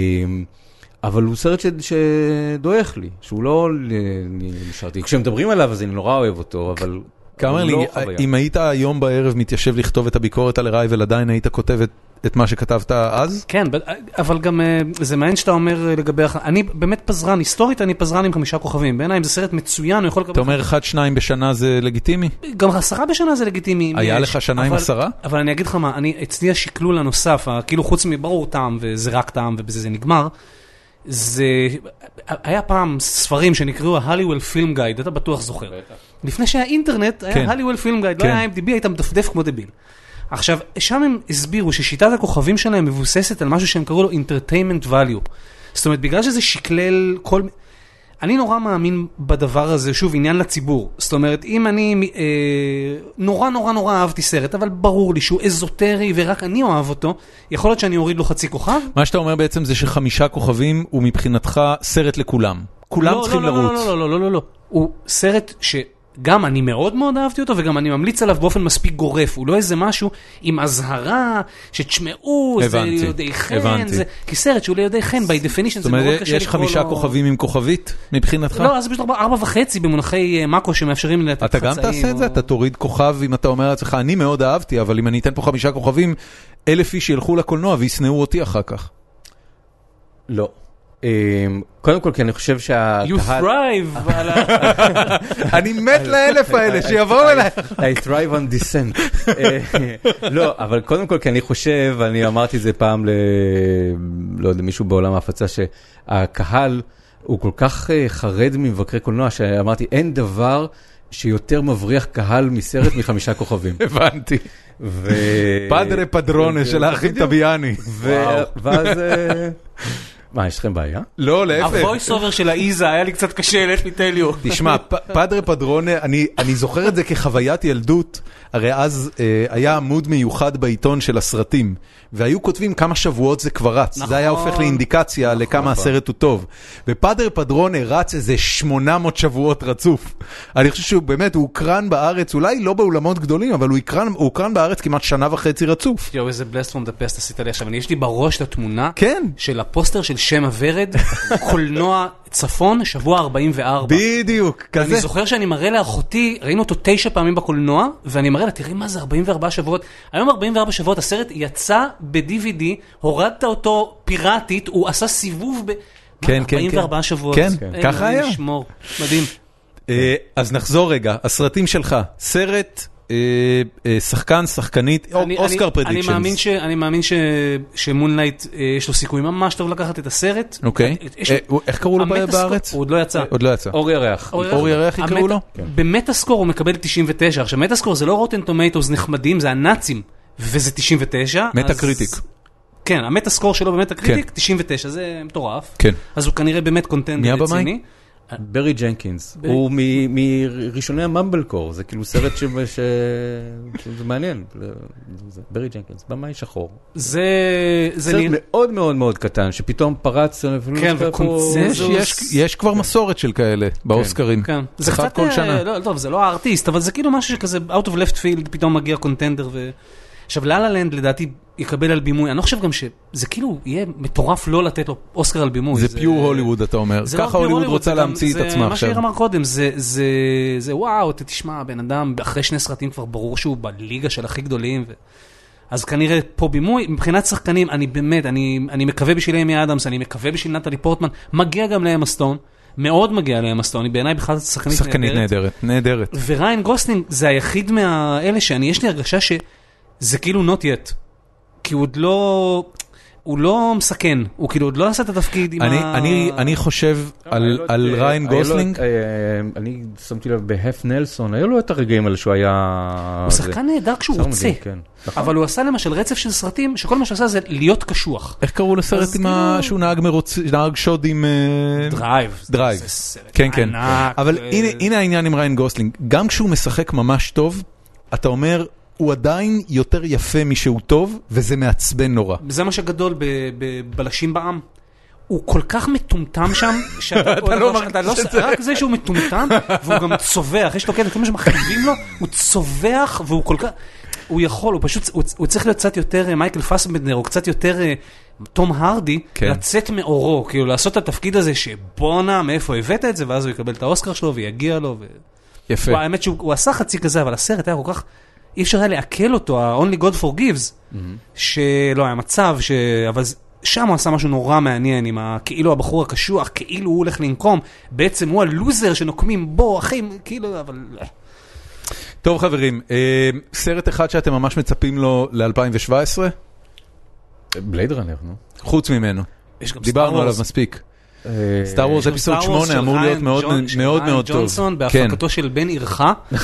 אבל הוא סרט שדואך לי, שהוא לא נשארתי. כשמדברים עליו אז אני נורא אוהב אותו, אבל... קאמרלינג, אם היית היום בערב מתיישב לכתוב את הביקורת על Arrival, עדיין היית כותב את מה שכתבת אז? כן, אבל גם זה מעניין שאתה אומר לגבי... אני באמת פזרן, היסטורית אני פזרן עם 5 כוכבים. בעיניי אם זה סרט מצוין, הוא יכול לקבל... אתה אומר 1-2 בשנה זה לגיטימי? גם 10 בשנה זה לגיטימי. היה לך שנה עם 10? אבל אני אגיד לך מה, אצלי השקלול הנוסף, כאילו חוץ מברור טעם וזה רק טעם ובזה זה נגמר, זה... היה פעם ספרים שנקראו ה-Hollywood Film Guide, אתה בטוח זוכר. לפני שהיה אינטרנט, היה Hollywood Film Guide, לא היה IMDb, היית מדפדף כמו דביל. עכשיו, שם הם הסבירו ששיטת הכוכבים שלהם מבוססת על משהו שהם קראו לו Entertainment Value. זאת אומרת, בגלל שזה שקלל כל... אני נורא מאמין בדבר הזה, שוב, עניין לציבור. זאת אומרת, אם אני נורא אהבתי סרט, אבל ברור לי שהוא אזוטרי ורק אני אוהב אותו, יכול להיות שאני אוריד לו 0.5 כוכב. מה שאתה אומר בעצם זה ש5 כוכבים הוא מבחינתך סרט לכולם. כולם צריכים לרוץ. לא. הוא סרט שגם אני מאוד אהבתי אותו, וגם אני ממליץ עליו באופן מספיק גורף. הוא לא איזה משהו עם הזהרה, שתשמעו, זה ליודעי חן. כי סרט שהוא ליודעי חן, by definition, זה מאוד קשה לקרוא לו... יש 5 כוכבים עם כוכבית מבחינתך? לא, אז זה פשוט 4.5 במונחי מאקו שמאפשרים לתת אתה גם תעשה את זה? אתה תוריד כוכב אם אתה אומר לעצמך, אני מאוד אהבתי, אבל אם אני אתן פה 5 כוכבים, 1,000 איש ילכו לקולנוע ויסנאו אותי אחר כך. לא. קודם כל, כי אני חושב You thrive. אני מת ל1,000 האלה, שיבואו אליי. I thrive on descent. לא, אבל קודם כל, כי אני חושב, אני אמרתי את זה פעם לא יודע, מישהו בעולם ההפצה, שהקהל הוא כל כך חרד ממבקרי קולנוע, שאמרתי, אין דבר שיותר מבריח קהל מסרט מ5 כוכבים. הבנתי. פדרה פדרונה של האחים טביאני. ואז... מה, יש לכם בעיה? לא, להפך. הוויס אובר של האיזה היה לי קצת קשה, let me tell you. תשמע, פדרה פדרונה, אני זוכר את זה כחוויית ילדות, הרי אז היה עמוד מיוחד בעיתון של הסרטים, והיו כותבים כמה שבועות זה כבר רץ, זה היה הופך לאינדיקציה לכמה הסרט הוא טוב, ופדרה פדרונה רץ איזה 800 שבועות רצוף. אני חושב שהוא באמת, הוא הוקרן בארץ, אולי לא באולמות גדולים, אבל הוא הוקרן בארץ כמעט 1.5 שנה רצוף. יו, איזה blessed from the past עשית לי עכשיו, יש לי בראש את התמונה כן. של הפוסטר של שם הוורד, קולנוע צפון, שבוע 44. בדיוק, כזה. אני זוכר שאני מראה לאחותי, ראינו אותו 9 פעמים בקולנוע, ואני מראה לה, תראי מה זה 44 שבועות. היום 44 שבועות, הסרט יצא ב-DVD, הורדת אותו פיראטית, הוא עשה סיבוב כן, 44 שבועות. כן, ככה היה. מדהים. אז נחזור רגע, הסרטים שלך, סרט... שחקן, שחקנית, אוסקר פרדיקשנס. אני מאמין שמונלייט יש לו סיכוי ממש טוב לקחת את הסרט. אוקיי. איך קראו לו בארץ? הוא עוד לא יצא. עוד לא יצא. אור ירח. אור ירח יקראו לו? במטאסקור הוא מקבל 99. עכשיו מטאסקור זה לא רוטן טומטוס נחמדים, זה הנאצים, וזה 99. מטה-קריטיק. כן, המטאסקור שלו במטה-קריטיק 99, זה מטורף. כן. אז הוא כנראה באמת קונטנדר רציני. ברי ג'נקינס, הוא מראשוני הממבלקור, זה כאילו סרט שזה מעניין, ברי ג'נקינס, במאי שחור. זה סרט מאוד מאוד מאוד קטן, שפתאום פרץ, כן, יש כבר מסורת של כאלה באוסקרים, זה אחד כל שנה. לא, טוב, זה לא הארטיסט, אבל זה כאילו משהו שכזה, out of left field, פתאום מגיע קונטנדר עכשיו, לה לנד לדעתי יקבל על בימוי, אני לא חושב גם שזה כאילו יהיה מטורף לא לתת לו אוסקר על בימוי. זה פיור הוליווד, אתה אומר. ככה הוליווד רוצה להמציא את עצמה עכשיו. מה שאיר אמר קודם, זה וואו, תשמע, בן אדם, אחרי 2 סרטים כבר ברור שהוא בליגה של הכי גדולים, אז כנראה פה בימוי, מבחינת שחקנים, אני באמת, אני מקווה בשביל אמי אדמס, אני מקווה בשביל נטלי פורטמן, מגיע גם לאמה סטון, מאוד מגיע לאמה סטון, היא בעיניי בכלל שחקנית נהדרת. וריין גוסלינג זה היחיד מהאלה יש לי הרגשה זה כאילו not yet, כי הוא לא מסכן, הוא כאילו עוד לא עשה את התפקיד עם אני חושב על ריין גוסלינג. אני שמתי לב בהף נלסון, היו לו את הרגעים האלה שהוא היה... הוא שחקן נהדר כשהוא רוצה, אבל הוא עשה למשל רצף של סרטים, שכל מה שעשה זה להיות קשוח. איך קראו לסרט שהוא נהג שוד עם... דרייב. כן, כן. אבל הנה העניין עם ריין גוסלינג, גם כשהוא משחק ממש טוב, אתה אומר... הוא עדיין יותר יפה משהוא טוב, וזה מעצבן נורא. זה מה שגדול בבלשים בעם. הוא כל כך מטומטם שם, רק זה שהוא מטומטם, והוא גם צובח, יש לו כאלה, כמו שמחליבים לו, הוא צובח, והוא כל כך, הוא יכול, הוא פשוט, הוא צריך להיות קצת יותר מייקל פסבנדר, או קצת יותר תום הרדי, לצאת מאורו, כאילו לעשות את התפקיד הזה, שבונה, מאיפה הבאת את זה, ואז הוא יקבל את האוסקר שלו, ויגיע לו, יפה. האמת שהוא עשה חצי כזה, אבל הסרט היה כל כך, אי אפשר היה לעכל אותו, ה-Only God Forgives, שלא היה מצב, אבל שם הוא עשה משהו נורא מעניין, עם כאילו הבחור הקשוח, כאילו הוא הולך לנקום, בעצם הוא הלוזר שנוקמים בו, אחים, כאילו, אבל... טוב חברים, סרט אחד שאתם ממש מצפים לו ל-2017? בלייד ראנר, נו. חוץ ממנו. דיברנו עליו מספיק. סטאר וורס אפיסוד 8 אמור להיות מאוד מאוד מאוד טוב. ג'ונסון בהפקתו של בן עירך.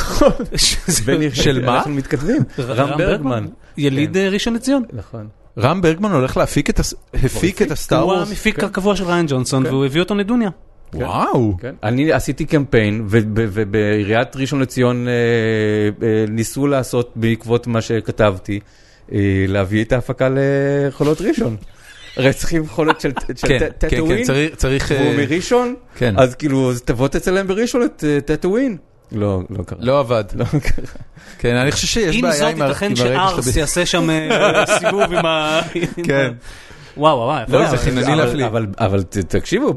של מה? אנחנו מתכתבים. רם ברגמן. יליד ראשון לציון. נכון. רם ברגמן הולך להפיק את הסטאר וורס? הוא המפיק הקבוע של ריין ג'ונסון והוא הביא אותו נדוניה. וואו. אני עשיתי קמפיין ובעיריית ראשון לציון ניסו לעשות בעקבות מה שכתבתי להביא את ההפקה לחולות ראשון. הרי צריכים חולות של טטווין, והוא מראשון, אז כאילו תבוא אצלם בראשון את טטווין. לא קרה. לא עבד. כן, אני חושב שיש בעיה עם הרגע עם זאת, ייתכן שארס יעשה שם סיבוב עם ה... כן. וואו, לא, זה חינני להפליא. אבל תקשיבו,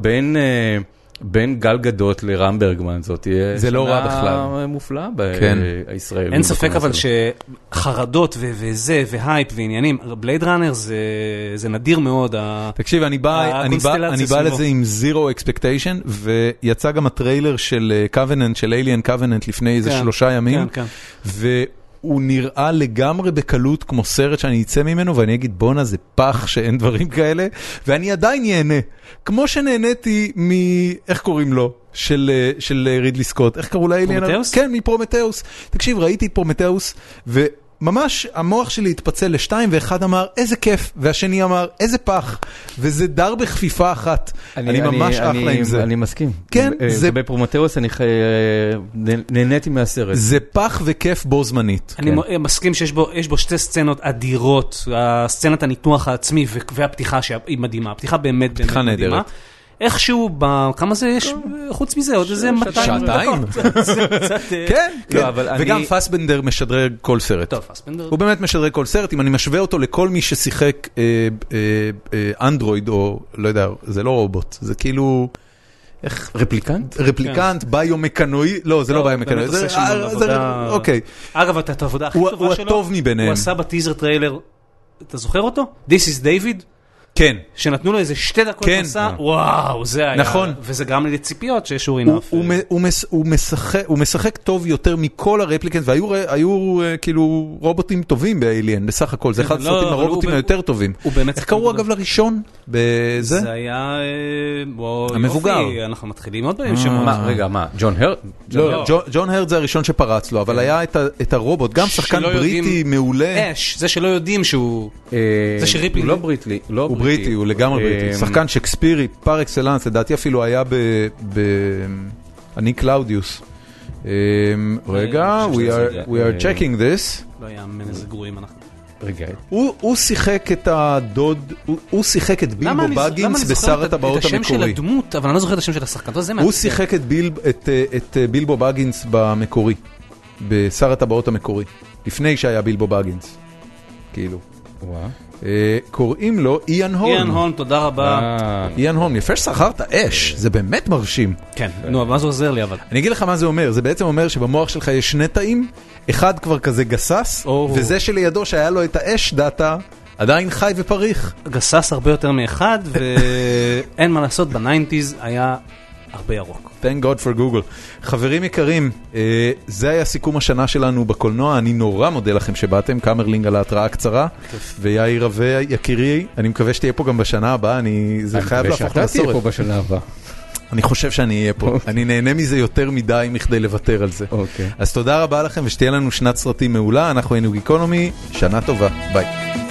בין גל גדות לרם ברגמן, זאת תהיה זה לא רע בכלל. שנה מופלאה בישראל. אין ספק אבל שחרדות וזה, והייפ ועניינים, בלייד ראנר זה נדיר מאוד. תקשיב, אני בא לזה עם זירו אקספקטיישן, ויצא גם הטריילר של קווננט, של Alien Covenant לפני איזה 3 ימים, הוא נראה לגמרי בקלות כמו סרט שאני אצא ממנו, ואני אגיד, בונה, זה פח שאין דברים כאלה, ואני עדיין ייהנה. כמו שנהניתי איך קוראים לו? של רידלי סקוט. איך קראו לאליין? פרומטאוס? כן, מפרומטאוס. תקשיב, ראיתי את פרומטאוס, ממש המוח שלי התפצל לשתיים, ואחד אמר, איזה כיף, והשני אמר, איזה פח, וזה דר בכפיפה אחת. אני ממש אחלה עם זה. אני מסכים. כן, זה... בפרומטאוס אני נהניתי מהסרט. זה פח וכיף בו זמנית. אני מסכים שיש בו שתי סצנות אדירות, סצנת הניתוח העצמי והפתיחה שהיא מדהימה. הפתיחה באמת פתיחה מדהימה. איכשהו, כמה זה יש, חוץ מזה, עוד איזה 200 דקות. כן, וגם פסבנדר משדרג כל סרט. טוב, פסבנדר. הוא באמת משדרג כל סרט, אם אני משווה אותו לכל מי ששיחק אנדרואיד, או לא יודע, זה לא רובוט, זה כאילו... רפליקנט? רפליקנט, ביומקנואי, לא, זה לא ביומקנואי. אוקיי. אגב, את העבודה הכי טובה שלו, הוא הטוב מביניהם. הוא עשה בטיזר טריילר, אתה זוכר אותו? This is David? כן. שנתנו לו איזה 2 דקות מסע, וואו, זה היה. נכון. וזה גרם לי לציפיות שיש אורי נף. הוא משחק טוב יותר מכל הרפליקנט, והיו כאילו רובוטים טובים באליין, בסך הכל. זה אחד הסרטים הרובוטים היותר טובים. איך קראו אגב לראשון? בזה? זה היה... המבוגר. אנחנו מתחילים עוד פעמים שמות. רגע, מה? ג'ון הרד? לא, ג'ון הרד זה הראשון שפרץ לו, אבל היה את הרובוט, גם שחקן בריטי מעולה. זה שלא יודעים שהוא... זה שריפלי... הוא לא בריטי. הוא בריטי, הוא לגמרי בריטי. שחקן שקספירי, פר אקסלנס, לדעתי אפילו היה אני קלאודיוס. רגע, we are checking this. לא יאמן איזה גרועים אנחנו. רגע. הוא שיחק את הדוד, הוא שיחק את בילבו בגינס בשר הטבעות המקורי. את השם של הדמות, אבל אני לא זוכר את השם של השחקן. הוא שיחק את בילבו בגינס במקורי, בשר הטבעות המקורי, לפני שהיה בילבו בגינס. כאילו. קוראים לו איאן הולם. איאן הולם, תודה רבה. איאן הולם, יפה ששכרת אש, זה באמת מרשים. כן, נו, מה זה עוזר לי אבל? אני אגיד לך מה זה אומר, זה בעצם אומר שבמוח שלך יש 2 תאים, אחד כבר כזה גסס, וזה שלידו שהיה לו את האש דאטה, עדיין חי ופריך. גסס הרבה יותר מאחד, ואין מה לעשות, ב-90s היה הרבה ירוק. Thank God for Google. חברים יקרים, זה היה סיכום השנה שלנו בקולנוע, אני נורא מודה לכם שבאתם, קאמרלינג על ההתראה הקצרה, ויאיר רווה יקירי, אני מקווה שתהיה פה גם בשנה הבאה, זה חייב להפוך שאתה תהיה פה בשנה הבאה. אני חושב שאני אהיה פה, אני נהנה מזה יותר מדי מכדי לוותר על זה. אז תודה רבה לכם ושתהיה לנו שנת סרטים מעולה, אנחנו היינו גיקונומי, שנה טובה, ביי.